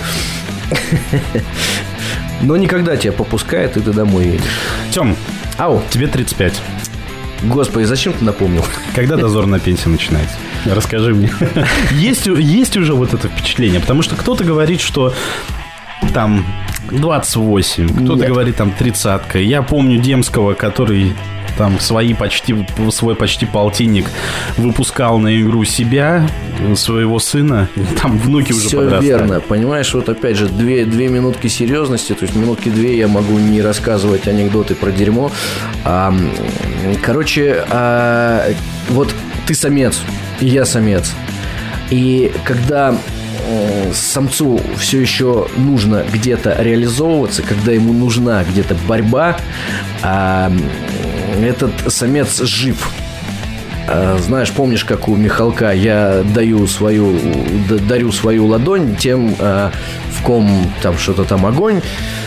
Но никогда тебя попускает, и ты домой едешь. Тём, ау, тебе тридцать пять. Господи, зачем ты напомнил? Когда дозор на пенсии начинается? Расскажи мне. Есть, есть уже вот это впечатление? Потому что кто-то говорит, что там двадцать восемь, кто-то Нет. говорит там тридцатка. Я помню Демского, который там свои почти, свой почти полтинник выпускал на игру себя, своего сына. Там внуки уже Все подрастали. верно. Понимаешь, вот опять же, две, две минутки серьезности. То есть минутки две я могу не рассказывать анекдоты про дерьмо. А, короче, а, вот ты самец, и я самец. И когда самцу все еще нужно где-то реализовываться, когда ему нужна где-то борьба, а этот самец жив. Знаешь, помнишь, как у Михалка я даю свою, дарю свою ладонь тем, в ком там что-то там огонь.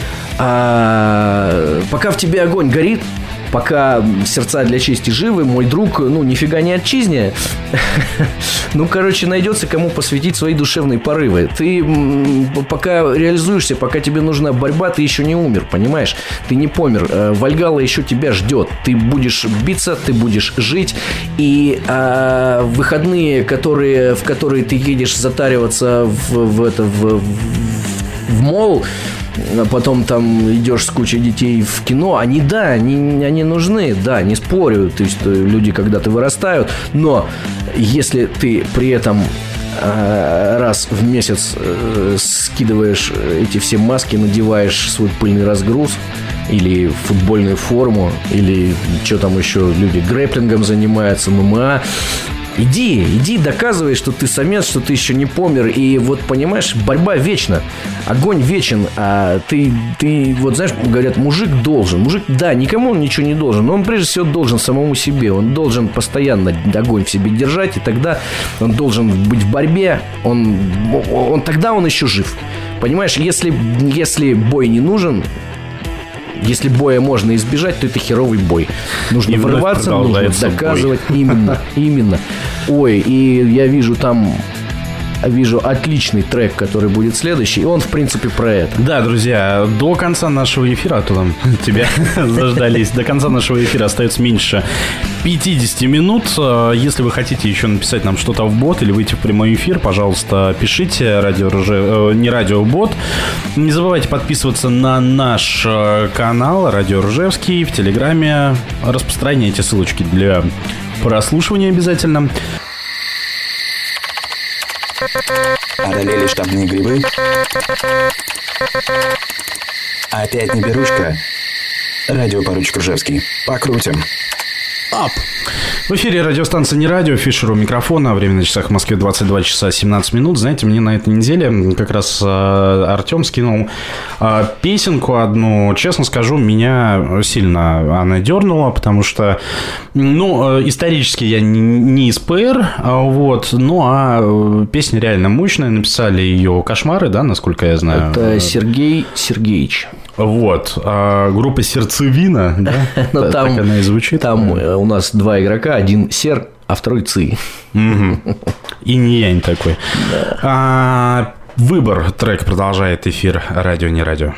А пока в тебе огонь горит, пока сердца для чести живы, мой друг, ну, нифига не отчизня. Ну, короче, найдется кому посвятить свои душевные порывы. Ты пока реализуешься, пока тебе нужна борьба, ты еще не умер, понимаешь? Ты не помер. Вальгалла еще тебя ждет. Ты будешь биться, ты будешь жить. И а, выходные, которые, в которые ты едешь затариваться в, в, это, в, в, в мол, а потом там идешь с кучей детей в кино, они, да, они, они нужны, да, не спорю, то есть люди когда-то вырастают, но если ты при этом э, раз в месяц э, скидываешь эти все маски, надеваешь свой пыльный разгруз или футбольную форму, или что там еще люди грэпплингом занимаются, ММА, Иди, иди, доказывай, что ты самец, что ты еще не помер. И вот, понимаешь, борьба вечна. Огонь вечен. А ты, ты, вот знаешь, говорят, мужик должен. Мужик, да, никому он ничего не должен. Но он прежде всего должен самому себе. Он должен постоянно огонь в себе держать. И тогда он должен быть в борьбе. Он, он, тогда он еще жив. Понимаешь, если, если бой не нужен, если боя можно избежать, то это херовый бой. Нужно врываться, нужно доказывать. Бой. Именно, именно. Ой, и я вижу там... Вижу отличный трек, который будет следующий. И он, в принципе, про это. Да, друзья, до конца нашего эфира, а то там тебя заждались, до конца нашего эфира остается меньше пятьдесят минут. Если вы хотите еще написать нам что-то в бот или выйти в прямой эфир, пожалуйста, пишите. Радио Ржев... Не радио, бот. Не забывайте подписываться на наш канал Радио Ржевский в Телеграме. Распространяйте ссылочки для прослушивания обязательно. Одолели штабные грибы? Опять не берушка? Радиопоручик Ржевский. Покрутим. Ап. В эфире радиостанция «Не радио», Фишер у микрофона, время на часах в Москве двадцать два часа семнадцать минут. Знаете, мне на этой неделе как раз э, Артем скинул э, песенку одну. Честно скажу, меня сильно она дернула, потому что, ну, э, исторически я не, не из ПР, а, вот, ну, а э, песня реально мощная, написали ее «Кошмары», да, насколько я знаю. Это Сергей Сергеевич. Вот, а, группа «Сердцевина», да, но там, так она и звучит. Там у нас два игрока, один Сер, а второй Ци. И не янь такой. А, выбор трек продолжает эфир «Радио, не радио».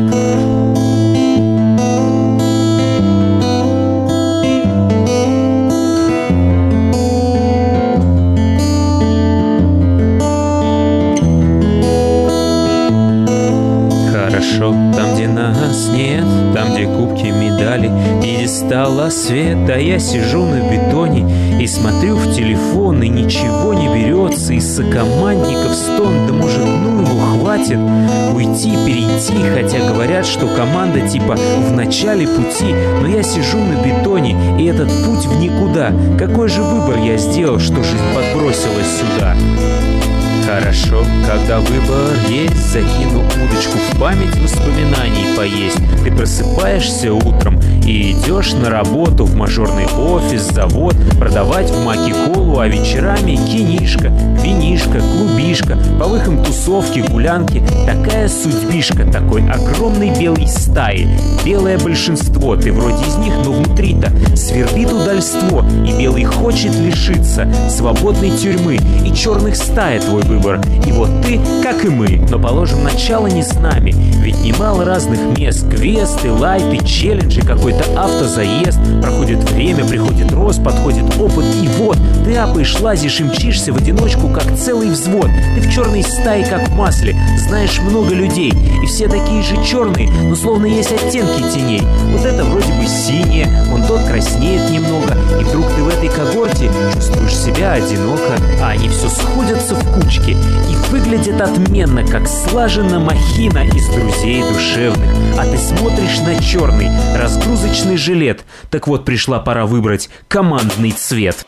Там, где нас нет, там, где кубки, медали, пьедестала света, я сижу на бетоне и смотрю в телефон, и ничего не берется, и сокомандников стон, да может, ну его хватит уйти, перейти, хотя говорят, что команда типа в начале пути, но я сижу на бетоне, и этот путь в никуда. Какой же выбор я сделал, что жизнь подбросила сюда? Хорошо, когда выбор есть, закину удочку в память воспоминаний поесть. Ты просыпаешься утром и идешь на работу в мажорный офис, завод, продавать в маке колу, а вечерами кинишка, винишка, клубишка, по выходам тусовки, гулянки. Такая судьбишка, такой огромной белой стаи. Белое большинство, ты вроде из них, но внутри-то свербит удальство, и белый хочет лишиться свободной тюрьмы, и черных стая твой выбор. И вот ты, как и мы, но положим начало не с нами, ведь немало разных мест, квесты, лайфы, челленджи, какой-то автозаезд. Проходит время, приходит рост, подходит опыт, и вот ты апаешь, лазишь и мчишься в одиночку, как целый взвод. Ты в черной стае, как в масле, знаешь много людей, и все такие же черные, но словно есть оттенки теней. Вот это вроде бы синее, он тот краснеет немного, и вдруг ты в этой когорте чувствуешь себя одиноко, а они все сходятся в кучки и выглядят отменно, как слажена махина из друзей душевных. А ты смотришь на черный разгрузочный жилет. Так вот, пришла пора выбрать командный цвет.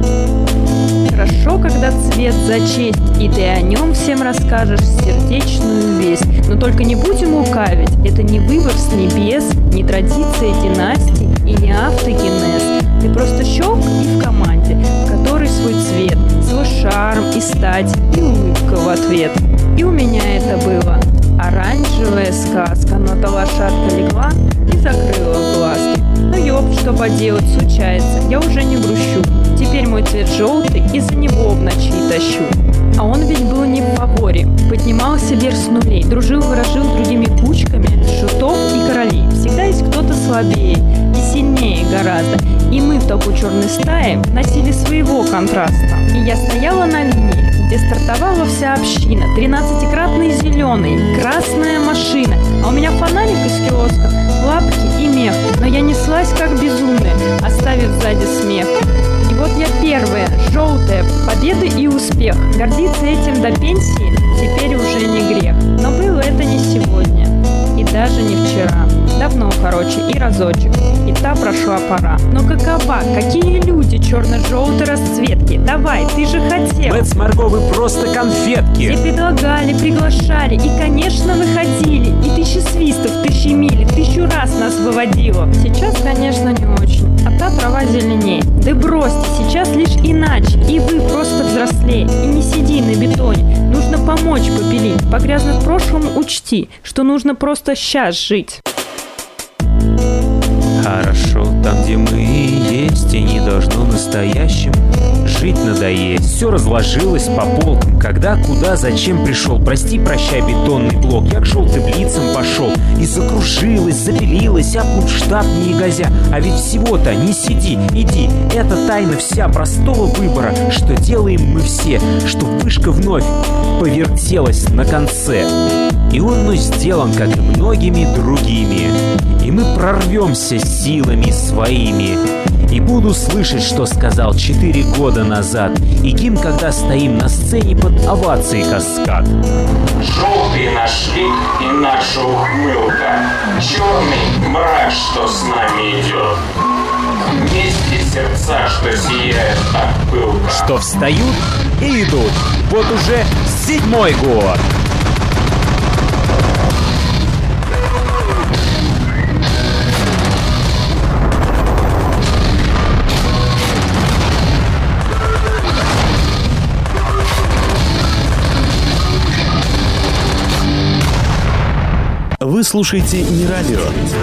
Хорошо, когда цвет за честь, и ты о нем всем расскажешь сердечную весть. Но только не будем лукавить, это не выбор с небес, не традиция династий и не автогенез. Ты просто щелк и в команде, в которой свой цвет, свой шарм и стать, и улыбка в ответ. И у меня это было. Оранжевая сказка, но та лошадка легла и закрыла глазки. Ну ёп, что поделать, случается, я уже не грущу. Теперь мой цвет желтый, из-за него в ночи тащу. А он ведь был не в фаворе, поднимался вверх с нулей, дружил, ворожил с другими кучками шутов и королей. Всегда есть кто-то слабее и сильнее гораздо, и мы в толпу черной стаи носили своего контраста. И я стояла на линии, где стартовала вся община, тринадцатикратный зеленый, красная машина, а у меня фонарик из киоска, лапки и мех, но я неслась как безумная, оставив сзади смех. И вот я первая, желтая, победа и успех. Гордиться этим до пенсии теперь уже не грех. Но было это не сегодня, и даже не вчера. Давно, короче, и разочек, и та прошла пора. Но какова, какие люди черно-желтой расцветки? Давай, ты же хотел. Бэт с Марго, вы просто конфетки. Все предлагали, приглашали, и, конечно, выходили. И тысячи свистов, тысячи миль, тысячу раз нас выводило. Сейчас, конечно, не очень, а та трава зеленее. Да бросьте, сейчас лишь иначе, и вы просто взрослее. И не сиди на бетоне, нужно помочь попилить. Погрязнув в прошлом, учти, что нужно просто сейчас жить. Хорошо, там, где мы есть, и не должно настоящим жить надоесть. Все разложилось по полкам, когда, куда, зачем пришел. Прости, прощай, бетонный блок, я к желтым лицам пошел. И закружилась, запилилась, а штаб не ягозя. А ведь всего-то не сиди, иди. Это тайна вся простого выбора, что делаем мы все, что вышка вновь повертелась на конце. И он вновь сделан, как и многими другими. И мы прорвемся силами своими. И буду слышать, что сказал четыре года назад. И гимн, когда стоим на сцене под овацией каскад. Желтый наш лик и наша ухмылка. Черный мрак, что с нами идет. Вместе сердца, что сияют от пылка. Что встают и идут. Вот уже седьмой год. Вы слушаете не радио.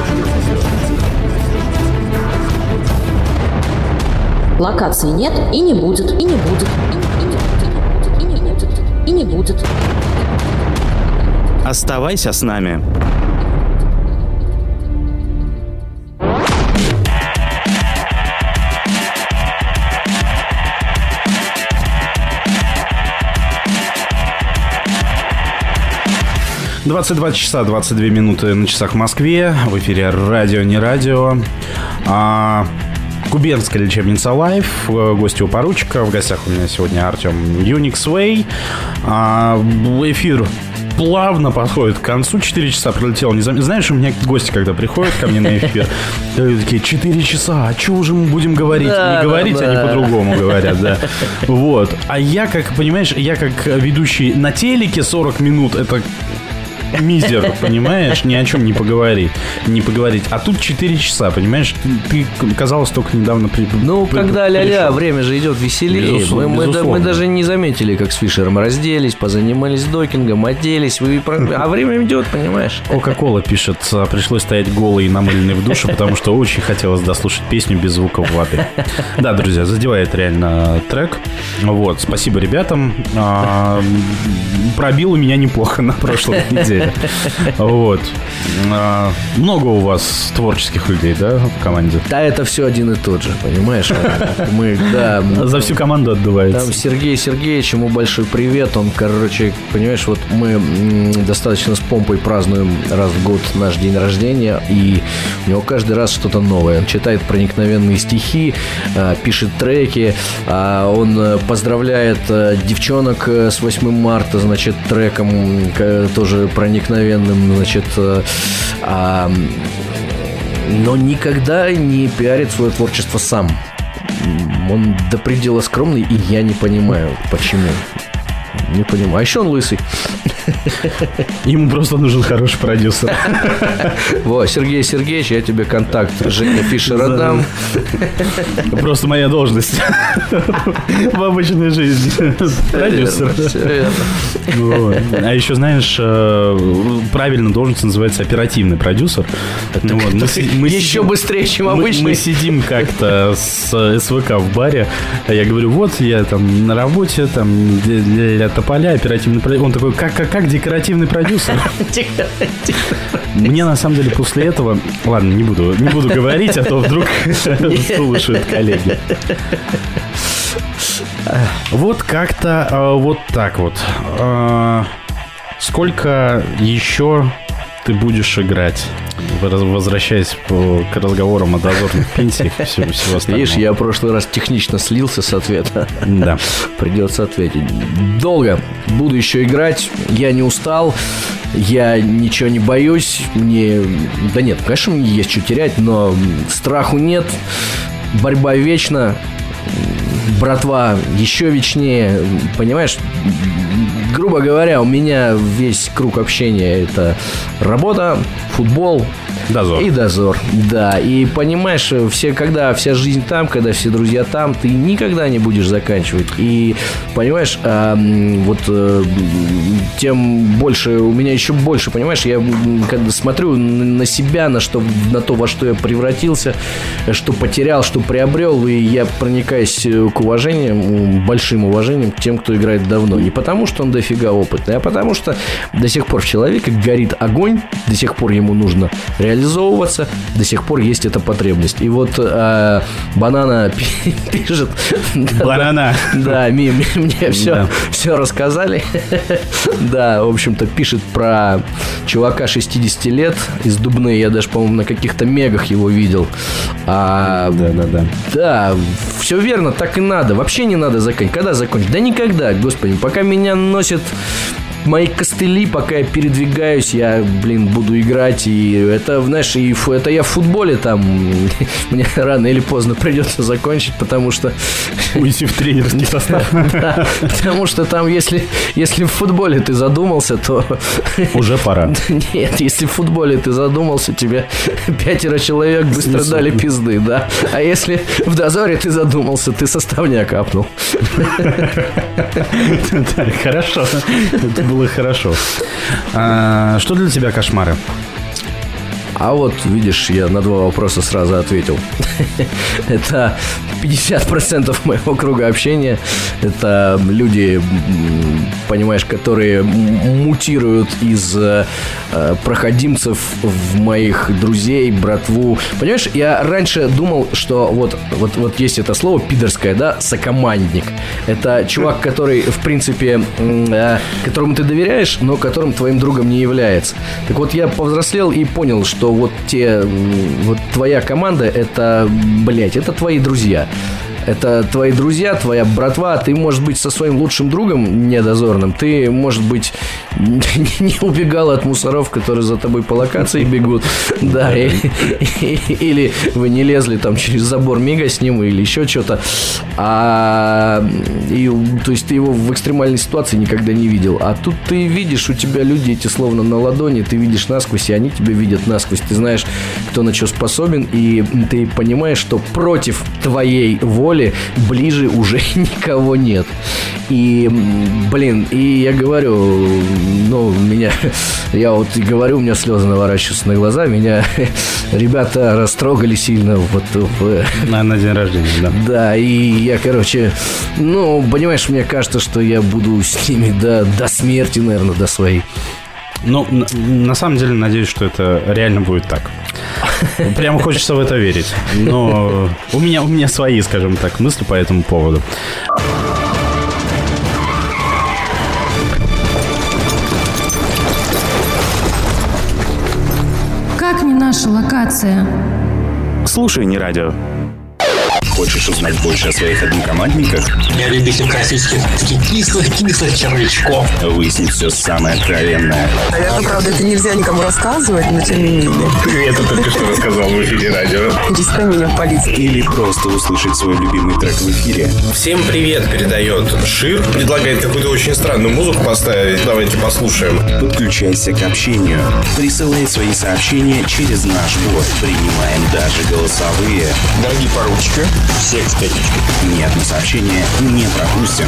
Локации нет и не будет, и не будет, и не будет, и не будет. Оставайся с нами. двадцать два часа двадцать две минуты на часах в Москве. В эфире радио, не радио. А, Губернская лечебница Лайв. Гости у поручика. В гостях у меня сегодня Артем Юниксвей. А, эфир плавно подходит к концу. четыре часа пролетело. Не зам... Знаешь, у меня гости, когда приходят ко мне на эфир, такие, четыре часа, а что уже мы будем говорить? Да, не говорить, да, они да. по-другому говорят, да. Вот. А я, как, понимаешь, я как ведущий на телеке сорок минут, это... мизер, понимаешь? Ни о чем не поговорить. Не поговорить. А тут четыре часа, понимаешь? Ты, ты казалось, только недавно при, Ну, при, когда пришел. ля-ля, время же идет веселее. Безусловно, мы, мы, да- безусловно. мы даже не заметили, как с Фишером разделись, позанимались докингом, оделись. Вы, про- а время идет, понимаешь? Кока-кола пишет, пришлось стоять голый и намыленный в душе, потому что очень хотелось дослушать песню без звуков воды. Да, друзья, задевает реально трек. Вот, спасибо ребятам. А, пробил у меня неплохо на прошлой неделе. Вот. А, много у вас творческих людей, да, в команде? Да, это все один и тот же, понимаешь? Мы, да. За всю команду отдувается. Там Сергей Сергеевич, ему большой привет. Он, короче, понимаешь, вот мы м, достаточно с помпой празднуем раз в год наш день рождения, и у него каждый раз что-то новое. Он читает проникновенные стихи, а, пишет треки, а, он а, поздравляет а, девчонок а, с восьмым марта, значит, треком к- тоже проникновенным, значит, а, а, но никогда не пиарит свое творчество сам. Он до предела скромный, и я не понимаю, почему. Не понимаю. А еще он лысый. Ему просто нужен хороший продюсер. Во, Сергей Сергеевич, я тебе контакт Женя Фишера дам. Просто моя должность в обычной жизни. Продюсер. Все верно. Вот. А еще, знаешь, э, правильно должность называется оперативный продюсер. Ну вот, мы си- мы Еще сидим- быстрее, чем мы- обычный. Мы сидим как-то с СВК в баре, а я говорю, вот я там на работе, там для, для тополя оперативный продюсер. Он такой, как, как, как декоративный продюсер? Мне на самом деле после этого, ладно, не буду, не буду говорить, а то вдруг слушают коллеги. Вот как-то э, вот так вот. Э, сколько еще ты будешь играть? Воз- Возвращаясь по- к разговорам о дозорных пенсиях и всего, всего остального. Видишь, я в прошлый раз технично слился с ответа. Да. Придется ответить. Долго буду еще играть. Я не устал. Я ничего не боюсь. Мне... Да нет, конечно, мне есть что терять, но страху нет. Борьба вечна. Братва еще вечнее. Понимаешь, грубо говоря, у меня весь круг общения — это работа, футбол, Дозор. и дозор. Да, и понимаешь, все, когда вся жизнь там, когда все друзья там, ты никогда не будешь заканчивать. И понимаешь, а, м, вот э, тем больше, у меня еще больше, понимаешь, я м, когда смотрю на себя, на, что, на то, во что я превратился, что потерял, что приобрел, и я проникаюсь к уважением, большим уважением к тем, кто играет давно. Не потому, что он дофига опытный, а потому, что до сих пор в человеке горит огонь, до сих пор ему нужно реализовываться, до сих пор есть эта потребность. И вот э, Банана пишет... Банана. Да, мне, мне все, Да. все рассказали. Да, в общем-то, пишет про чувака шестидесяти лет из Дубны. Я даже, по-моему, на каких-то мегах его видел. А, Да, да, да. да, все верно, так и надо. Вообще не надо закончить. Когда закончить? Да никогда, господи. Пока меня носит мои костыли, пока я передвигаюсь, я, блин, буду играть. И это, знаешь, и фу, это я в футболе там, мне рано или поздно придется закончить, потому что... Уйти в тренерский состав. Да, потому что там, если, если в футболе ты задумался, то... Уже пора. Нет, если в футболе ты задумался, тебе пятеро человек быстро дали пизды, да. А если в дозоре ты задумался, ты составняк апнул. Хорошо. Это было хорошо. Что для тебя кошмары? А вот, видишь, я на два вопроса сразу ответил. Это пятьдесят процентов моего круга общения. Это люди, понимаешь, которые мутируют из э, проходимцев в моих друзей, братву. Понимаешь, я раньше думал, что вот, вот, вот есть это слово пидорское, да, сокомандник. Это чувак, который, в принципе, э, которому ты доверяешь, но которым твоим другом не является. Так вот, я повзрослел и понял, что вот те, вот твоя команда, это, блядь, это твои друзья. Это твои друзья, твоя братва. Ты, может быть, со своим лучшим другом недозорным, ты, может быть, не убегал от мусоров, которые за тобой по локации бегут. Да, и, и, или вы не лезли там через забор мига с ним, или еще что-то. А, и, то есть ты его в экстремальной ситуации никогда не видел. А тут ты видишь, у тебя люди эти словно на ладони, ты видишь насквозь, и они тебя видят насквозь. Ты знаешь, кто на что способен, и ты понимаешь, что против твоей воли ближе уже никого нет. И, блин, и я говорю, ну, меня, я вот и говорю, у меня слезы наворачиваются на глаза, меня ребята растрогали сильно вот в... На, на день рождения, да. Да, и я, короче, ну, понимаешь, мне кажется, что я буду с ними до, до смерти, наверное, до своей. Ну, на, на самом деле, надеюсь, что это реально будет так. Прямо хочется в это верить. Но у меня, у меня свои, скажем так, мысли по этому поводу. Как не наша локация? Слушай, не радио. Хочешь узнать больше о своих однокомандниках? Я любитель классических таких кислых-кислых червячков. Выяснить все самое откровенное. Наверное, правда, это нельзя никому рассказывать, но тем не менее. Ты это только что рассказал в эфире радио. Перестань меня палить. Или просто услышать свой любимый трек в эфире. Всем привет передает Шир. Предлагает какую-то очень странную музыку поставить. Давайте послушаем. Подключайся к общению. Присылай свои сообщения через наш бот. Принимаем даже голосовые. Дорогие поручики, всех с пятничкой. Ни одно сообщение не пропустим.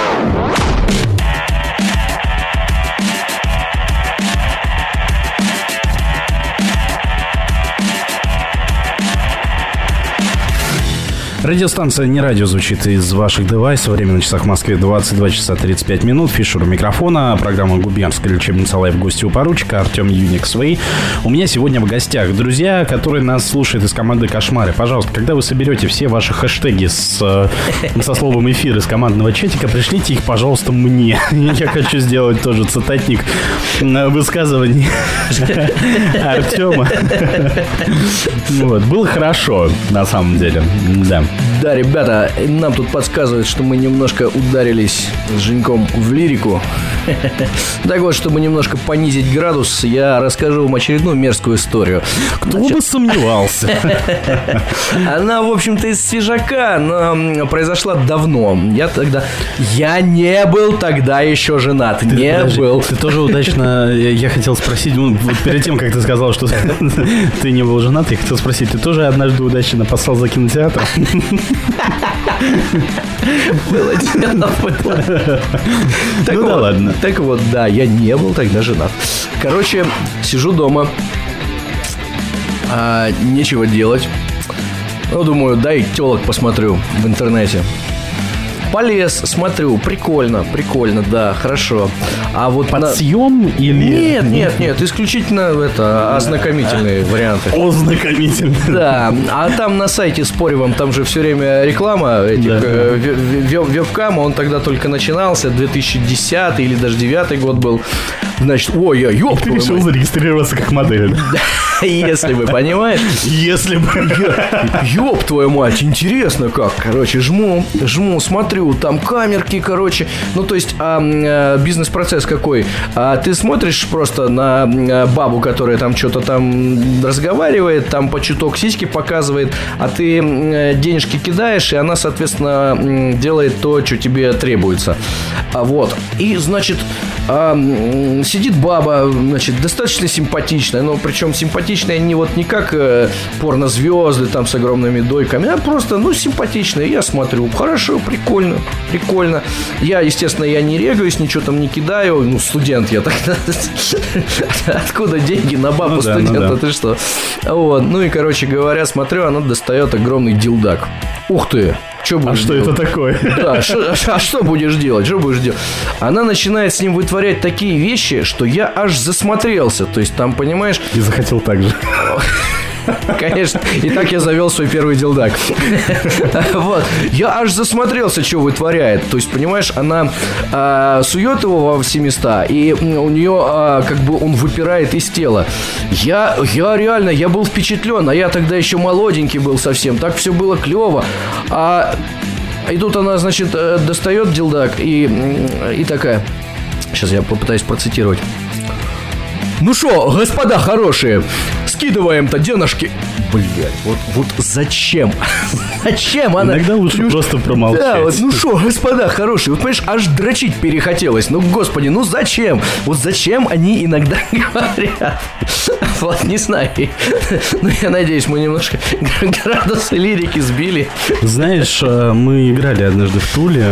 Радиостанция «Не радио» звучит из ваших девайсов. Время на часах в Москве двадцать два часа тридцать пять минут. Фишер у микрофона. Программа «Губернская лечебница Лайв». Гости у поручика Артем Юниксвей. У меня сегодня в гостях друзья, которые нас слушают из команды «Кошмары». Пожалуйста, когда вы соберете все ваши хэштеги с, со словом «эфир» из командного чатика, пришлите их, пожалуйста, мне. Я хочу сделать тоже цитатник высказываний Артема. Вот. Было хорошо, на самом деле. Да. Да, ребята, нам тут подсказывают, что мы немножко ударились с Женьком в лирику. Так вот, чтобы немножко понизить градус, я расскажу вам очередную мерзкую историю. Кто Значит... бы сомневался. Она, в общем-то, из свежака, но произошла давно. Я тогда... Я не был тогда еще женат. Ты, не подожди, был. Ты тоже удачно... Я хотел спросить, вот перед тем, как ты сказал, что ты не был женат, я хотел спросить, ты тоже однажды удачно послал за кинотеатром? Было дело, было. Ну да ладно. Так вот, да, я не был тогда женат. Короче, сижу дома, а, нечего делать. Ну, думаю, дай телок посмотрю в интернете. Полез, смотрю, прикольно, прикольно, да, хорошо. А вот под на... съем или... Нет, нет, нет, исключительно это, ознакомительные варианты. Ознакомительные. Да, а там на сайте Споревом, там же все время реклама этих да. э, веб- веб- вебкама, он тогда только начинался, две тысячи десятый или даже девятый год был. Значит, ой, я ёб Ты решил мать. зарегистрироваться как модель. Если бы, понимаешь? Если бы. Ёб твою мать, интересно как. Короче, жму, жму, смотрю, там камерки, короче. Ну, то есть, а, а, бизнес-процесс какой? А ты смотришь просто на а, бабу, которая там что-то там разговаривает, там по чуток сиськи показывает, а ты а, денежки кидаешь, и она, соответственно, делает то, что тебе требуется. А, вот. И, значит, а, сидит баба, значит, достаточно симпатичная, но причем симпатичная не вот не как э, порнозвезды там с огромными дойками, а просто, ну, симпатичная. Я смотрю, хорошо, прикольно, прикольно. Я, естественно, я не регаюсь, ничего там не кидаю. Ну, студент я тогда. Откуда деньги на бабу ну, студента? Да, ну, да. Ты что? Вот. Ну и, короче говоря, смотрю, она достает огромный дилдак. Ух ты! Что а что делать? Это такое? Да, шо, а что будешь делать? Что будешь делать? Она начинает с ним вытворять такие вещи, что я аж засмотрелся. То есть там, понимаешь... И захотел так же. Конечно. И так я завел свой первый дилдак. Вот. Я аж засмотрелся, что вытворяет. То есть, понимаешь, она а, сует его во все места, и у нее а, как бы он выпирает из тела. Я, я реально, я был впечатлен. А я тогда еще молоденький был совсем. Так все было клево. А и тут она, значит, достает дилдак и, и такая... Сейчас я попытаюсь процитировать. Ну шо, господа хорошие, скидываем-то денежки. Блять, вот, вот зачем? Зачем она? Иногда лучше Плюш... просто промолчать. Да, вот, ну шо, господа хорошие, вот понимаешь, аж дрочить перехотелось. Ну, господи, ну зачем? Вот зачем они иногда говорят? Вот, не знаю. Ну, я надеюсь, мы немножко градусы лирики сбили. Знаешь, мы играли однажды в Туле.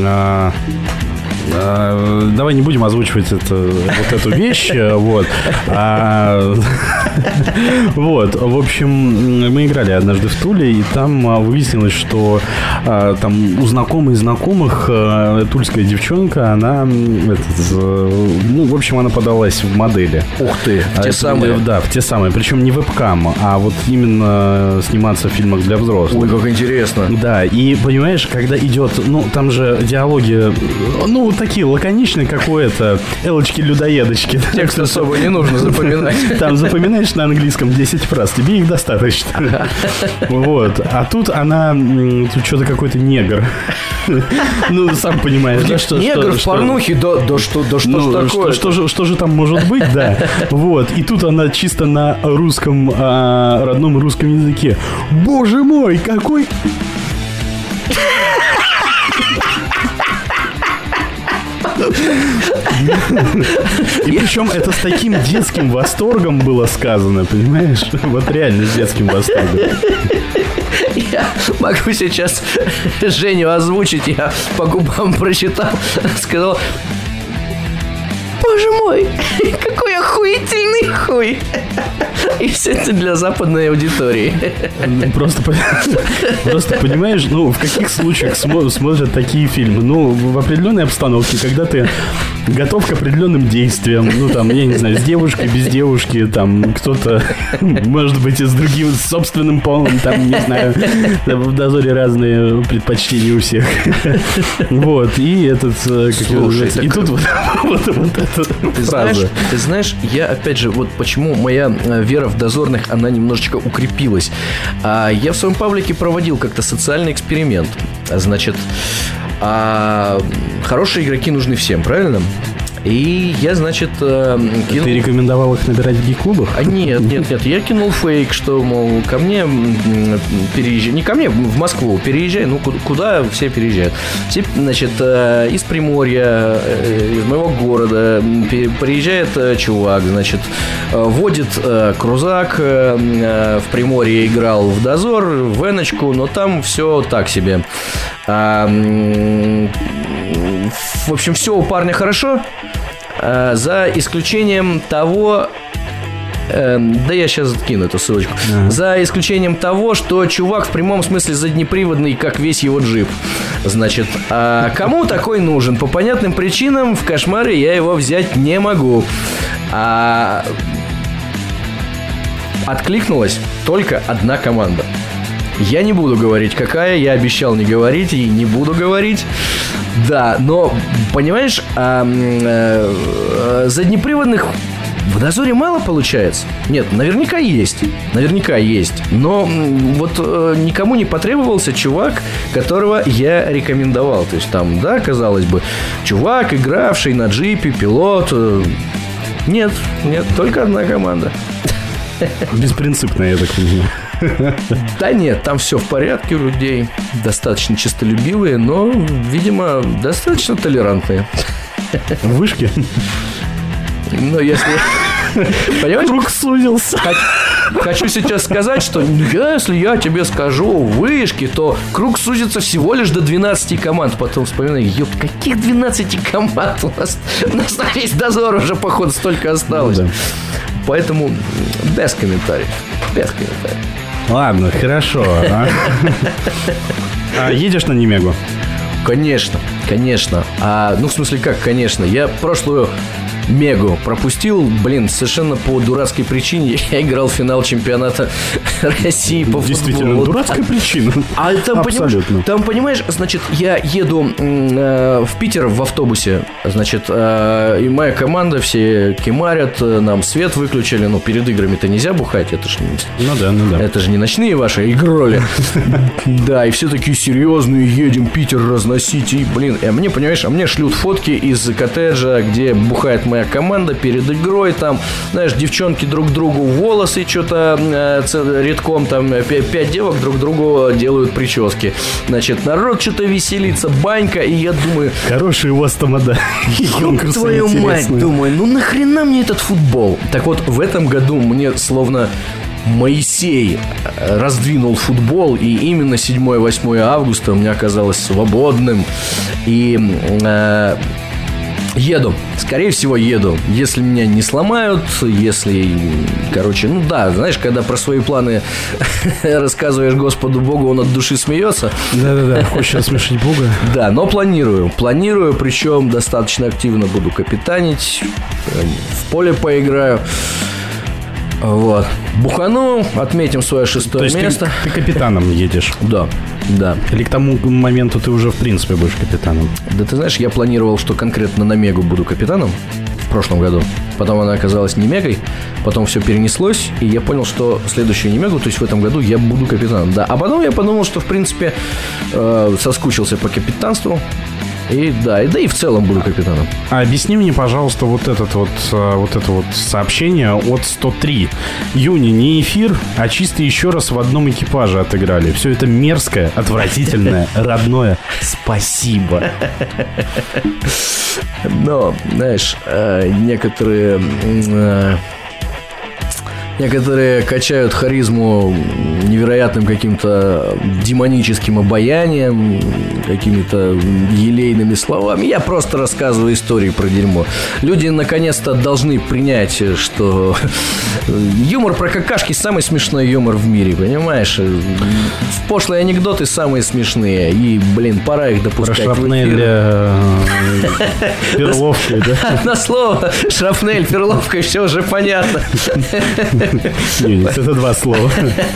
А, давай не будем озвучивать это, вот эту вещь. Вот. А, вот. В общем, мы играли однажды в Туле, и там выяснилось, что а, там у знакомой знакомых а, тульская девчонка, она этот, ну, в общем, она подалась в модели. Ух ты, в те а, самые. Да, в те самые. Причем не вебкам, а вот именно сниматься в фильмах для взрослых. Ой, как интересно. Да, и понимаешь, когда идет, ну, там же диалоги, ну, такие лаконичные, какое-то элочки-людоедочки. Текст особо не нужно запоминать. Там запоминаешь на английском десять фраз, тебе их достаточно. Вот. А тут она, тут что-то какой-то негр. Ну, сам понимаешь, да, что... Негр в порнухе, да, да что, да что ну, ж такое? Что, что, что же там может быть, да. Вот. И тут она чисто на русском, а, родном русском языке. Боже мой, какой... И причем это с таким детским восторгом было сказано, понимаешь? Вот реально с детским восторгом. Я могу сейчас Женю озвучить. Я по губам прочитал. Сказал: боже мой, какой охуительный хуй. И все это для западной аудитории. Просто, просто понимаешь, ну, в каких случаях смотрят такие фильмы? Ну, в определенной обстановке, когда ты готов к определенным действиям. Ну, там, я не знаю, с девушкой, без девушки, там, кто-то, может быть, и с другим, с собственным полом, там, не знаю, в дозоре разные предпочтения у всех. Вот, и этот... Слушай, и тут вот, вот, вот эта ты фраза. Знаешь, ты знаешь, я, опять же, вот почему моя вера в дозорных, она немножечко укрепилась. А, я в своем паблике проводил как-то социальный эксперимент. Значит, а, хорошие игроки нужны всем, правильно? И я, значит, кинул... Ты рекомендовал их набирать в гик-клубах? А нет, нет, нет. Я кинул фейк, что, мол, ко мне переезжай. Не ко мне, в Москву переезжай. Ну, куда все переезжают? Все, значит, из Приморья, из моего города приезжает чувак, значит, водит крузак, в Приморье играл в дозор, в Эночку, но там все так себе. В общем, все у парня хорошо, за исключением того... Да я сейчас кину эту ссылочку. А-а-а. За исключением того, что чувак в прямом смысле заднеприводный, как весь его джип. Значит, а кому такой нужен? По понятным причинам в кошмаре я его взять не могу. А... Откликнулась только одна команда. Я не буду говорить, какая. Я обещал не говорить и не буду говорить. Да, но, понимаешь, а, а, заднеприводных в «Дозоре» мало получается? Нет, наверняка есть. Наверняка есть. Но вот э, никому не потребовался чувак, которого я рекомендовал. То есть там, да, казалось бы, чувак, игравший на джипе, пилот. Э, нет, нет, только одна команда. Беспринципная, я так понимаю. Да нет, там все в порядке у людей. Достаточно честолюбивые, но, видимо, достаточно толерантные. Вышки? Ну, если... Понимаешь? Круг сузился. Хочу сейчас сказать, что если я тебе скажу вышки, то круг сузится всего лишь до двенадцати команд. Потом вспоминаю, ёп, каких двенадцати команд? У нас, у нас на весь «Дозор» уже, походу, столько осталось. Да. Поэтому без комментариев. Без комментариев. Ладно, хорошо. А? А едешь на Немегу? Конечно, конечно. А, ну, в смысле, как, конечно. Я прошлую Мегу пропустил, блин, совершенно по дурацкой причине. Я играл в финал чемпионата России по футболу. Действительно, дурацкая причина. А там, понимаешь, там, понимаешь, значит, я еду э, в Питер в автобусе, значит, э, и моя команда все кемарят, нам свет выключили, ну, перед играми-то нельзя бухать, это же, ну да, ну да. Это же не ночные ваши игроли. Да, и все такие серьезные, едем Питер разносить, и, блин, а мне, понимаешь, а мне шлют фотки из коттеджа, где бухает моя команда перед игрой, там, знаешь, девчонки друг другу волосы что-то э, редком, там, пять девок друг другу делают прически. Значит, народ что-то веселится, банька, и я думаю... Хороший у вас там, да. Ёб твою мать, думаю, ну нахрена мне этот футбол? Так вот, в этом году мне словно Моисей раздвинул футбол, и именно седьмое-восьмое августа у меня оказалось свободным. И... Э, еду, скорее всего еду. Если меня не сломают, если, короче, ну да, знаешь, когда про свои планы рассказываешь Господу Богу, он от души смеется. Да-да-да, хочешь рассмешить Бога. Да, но планирую, планирую, причем достаточно активно буду капитанить, в поле поиграю. Вот. Бухану, отметим свое шестое То место. Ты, ты капитаном едешь? Да, да. Или к тому моменту ты уже в принципе будешь капитаном? Да ты знаешь, я планировал, что конкретно на Мегу буду капитаном в прошлом году. Потом она оказалась не Мегой, потом все перенеслось, и я понял, что следующую не Мегу, то есть в этом году я буду капитаном. Да, а потом я подумал, что в принципе э, соскучился по капитанству. И да, и да и в целом буду капитаном. А объясни мне, пожалуйста, вот этот вот, вот это вот сообщение от сто три. Юни, не эфир, а чисто еще раз в одном экипаже отыграли. Все это мерзкое, отвратительное, родное. Спасибо. Но, знаешь, некоторые... Некоторые качают харизму невероятным каким-то демоническим обаянием, какими-то елейными словами. Я просто рассказываю истории про дерьмо. Люди наконец-то должны принять, что юмор про какашки самый смешной юмор в мире, понимаешь? Пошлые анекдоты самые смешные. И, блин, пора их допускать про шрапнель, в эфир. Перловкой, да? На слово шрапнель, перловкой все уже понятно. Юнис, это два слова.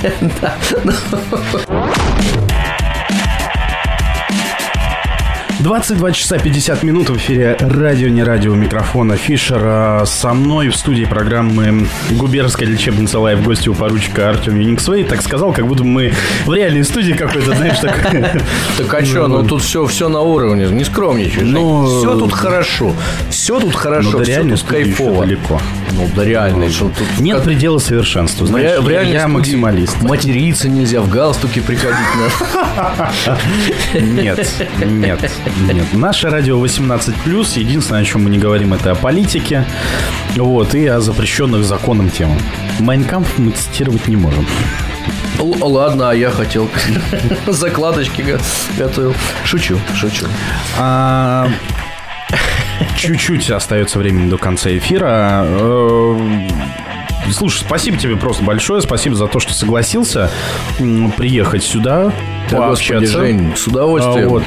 двадцать два часа пятьдесят минут в эфире радио, не радио, микрофона Фишер. Со мной в студии программы губернская лечебница Лайв гости у поручика Артем Юниксвей. Так сказал, как будто мы в реальной студии какой-то, знаешь, такой. Так а что, ну тут все, все на уровне, не скромничай. Все тут хорошо, все тут хорошо, все тут кайфово. Далеко. Ну да реально. Нет предела совершенства. Знаешь, я максималист. Материться нельзя, в галстуке приходить надо. Нет, нет. Нет, наше радио восемнадцать плюс. Единственное, о чем мы не говорим, это о политике. Вот, и о запрещенных законом темах. Майн кампф мы цитировать не можем. Л- ладно, а я хотел закладочки готовил. Шучу, шучу. А... Чуть-чуть остается времени до конца эфира. Слушай, спасибо тебе просто большое. Спасибо за то, что согласился приехать сюда, да, пообщаться. Господи, Жень, с удовольствием. Вот.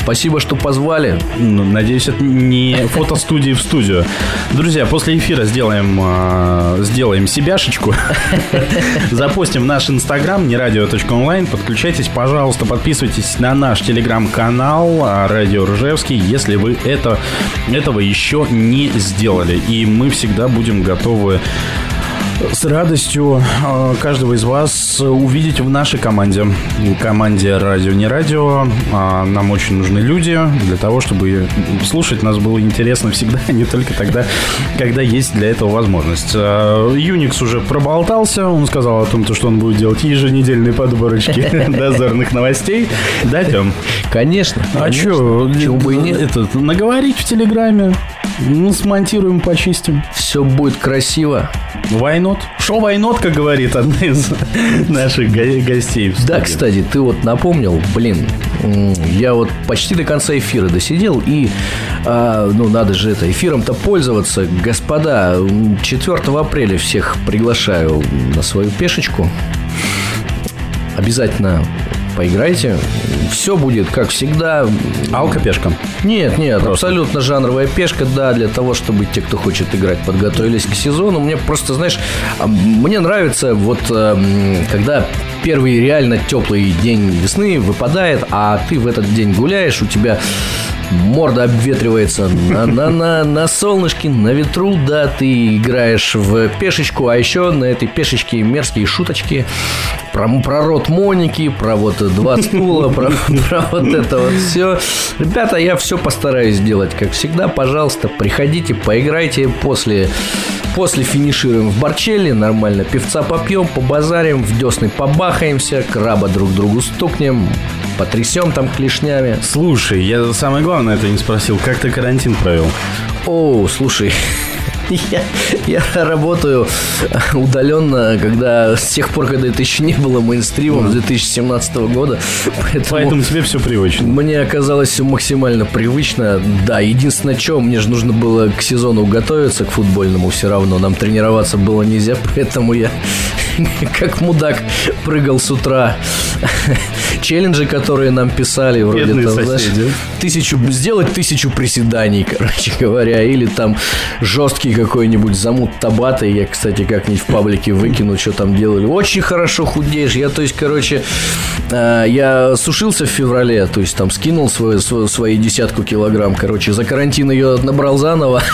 Спасибо, что позвали. Ну, надеюсь, это не фотостудии в студию. Друзья, после эфира сделаем, э, сделаем себяшечку. Запустим в наш инстаграм нерадио точка онлайн. Подключайтесь, пожалуйста, подписывайтесь на наш телеграм-канал Радио Ржевский, если вы это, этого еще не сделали. И мы всегда будем готовы с радостью каждого из вас увидеть в нашей команде. Команде «Радио не радио». Нам очень нужны люди для того, чтобы слушать нас было интересно всегда, не только тогда, когда есть для этого возможность. Юникс уже проболтался. Он сказал о том, что он будет делать еженедельные подборочки дозорных новостей. Да, Тём? Конечно. А что? Чего бы и нет. Этот, наговорить в Телеграме. Ну, смонтируем, почистим. Все будет красиво. Вайнот? Шо вайнот, как говорит одна из наших гостей. Да, кстати, ты вот напомнил, блин, я вот почти до конца эфира досидел. И, а, ну, надо же это, эфиром-то пользоваться. Господа, четвёртого апреля всех приглашаю на свою пешечку. Обязательно поиграйте. Все будет, как всегда. Алко-пешка? Нет, нет, просто абсолютно жанровая пешка, да, для того, чтобы те, кто хочет играть, подготовились к сезону. Мне просто, знаешь, мне нравится вот когда первый реально теплый день весны выпадает, а ты в этот день гуляешь, у тебя морда обветривается на, на, на, на солнышке, на ветру, да, ты играешь в пешечку, а еще на этой пешечке мерзкие шуточки про, про рот Моники, про вот два стула, про, про вот это вот все. Ребята, я все постараюсь сделать, как всегда. Пожалуйста, приходите, поиграйте. После, после финишируем в Барчелле, нормально пивца попьем, побазарим, в десны побахаемся, краба друг другу стукнем, потрясем там клешнями. Слушай, я самое главное это не спросил. Как ты карантин провел? О, слушай, я, я работаю удаленно, когда с тех пор, когда это еще не было мейнстримом, с две тысячи семнадцатого года. Поэтому, поэтому тебе все привычно. Мне оказалось все максимально привычно. Да, единственное, что мне же нужно было к сезону готовиться, к футбольному все равно. Нам тренироваться было нельзя, поэтому я как мудак прыгал с утра. Челленджи, которые нам писали, вроде там, знаешь, тысячу, сделать тысячу приседаний, короче говоря, или там жесткий какой-нибудь замут Табата. Я, кстати, как-нибудь в паблике выкину, что там делали. Очень хорошо худеешь. Я, то есть, короче, э, я сушился в феврале, то есть там скинул свою, свою, свою десятку килограмм, короче, за карантин ее набрал заново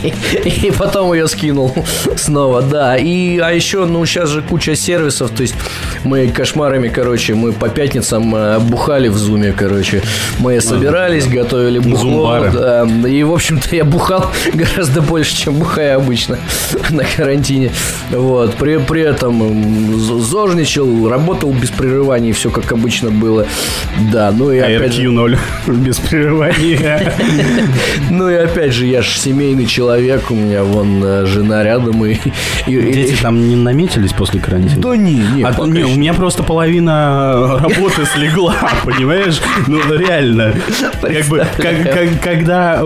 и потом ее скинул снова, да. И, а еще, ну, сейчас же куча сервисов, то есть мы кошмарами, короче, мы по пятницам бухали в зуме, короче. Мы собирались, а, готовили бухло, да, и, в общем-то, я бухал гораздо больше, чем бухаю обычно на карантине. Вот. При, при этом зожничал, работал без прерываний, все как обычно было. Да, ну и опять же... ноль без прерываний. Ну и опять же, я же семейный человек, у меня вон жена рядом. И дети там не наметились после карантина? Да не, не. А, не, у меня просто половина работы слегла, понимаешь? Ну, реально. Как бы, как, как, когда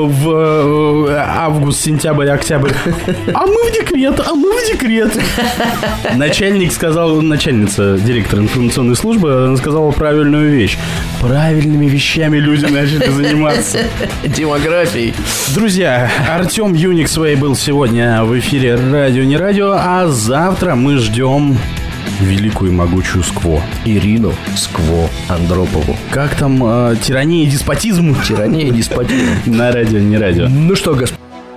в август, сентябрь, октябрь, а мы в декрет, а мы в декрет. Начальник сказал, начальница, директор информационной службы, она сказала правильную вещь. Правильными вещами люди начали заниматься. Демографией. Друзья, Артем Юниксвей был сегодня в эфире «Радио не радио», а завтра мы ждем великую и могучую Скво. Ирину Скво Андропову. Как там? Э, тирания и деспотизм? Тирания и деспотизм. На радио, не радио. Ну что, господа.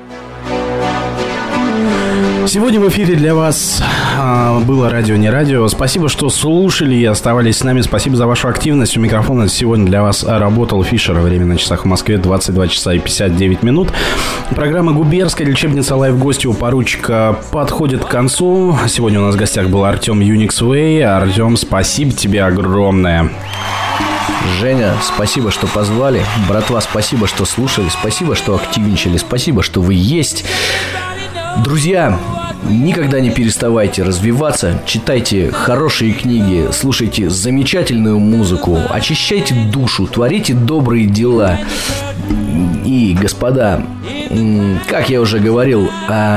Сегодня в эфире для вас э, было «Радио не радио». Спасибо, что слушали и оставались с нами. Спасибо за вашу активность. У микрофона сегодня для вас работал Фишер. Время на часах в Москве двадцать два часа и пятьдесят девять минут. Программа «Губерская лечебница Лайв» гостю поручика подходит к концу. Сегодня у нас в гостях был Артем Юниксвей. Артем, спасибо тебе огромное. Женя, спасибо, что позвали. Братва, спасибо, что слушали. Спасибо, что активничали. Спасибо, что вы есть. Друзья, Никогда не переставайте развиваться, читайте хорошие книги, слушайте замечательную музыку, очищайте душу, творите добрые дела. И, господа, как я уже говорил,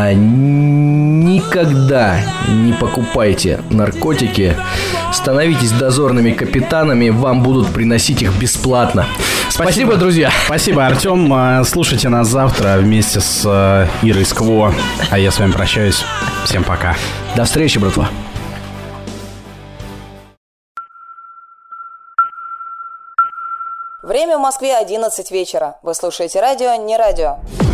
никогда не покупайте наркотики, становитесь дозорными капитанами, вам будут приносить их бесплатно. Спасибо, Спасибо друзья. Спасибо, Артем. Слушайте нас завтра вместе с Ирой Скво. А я с вами прощаюсь. Всем пока. До встречи, братва. Время в Москве одиннадцать вечера. Вы слушаете радио, не радио.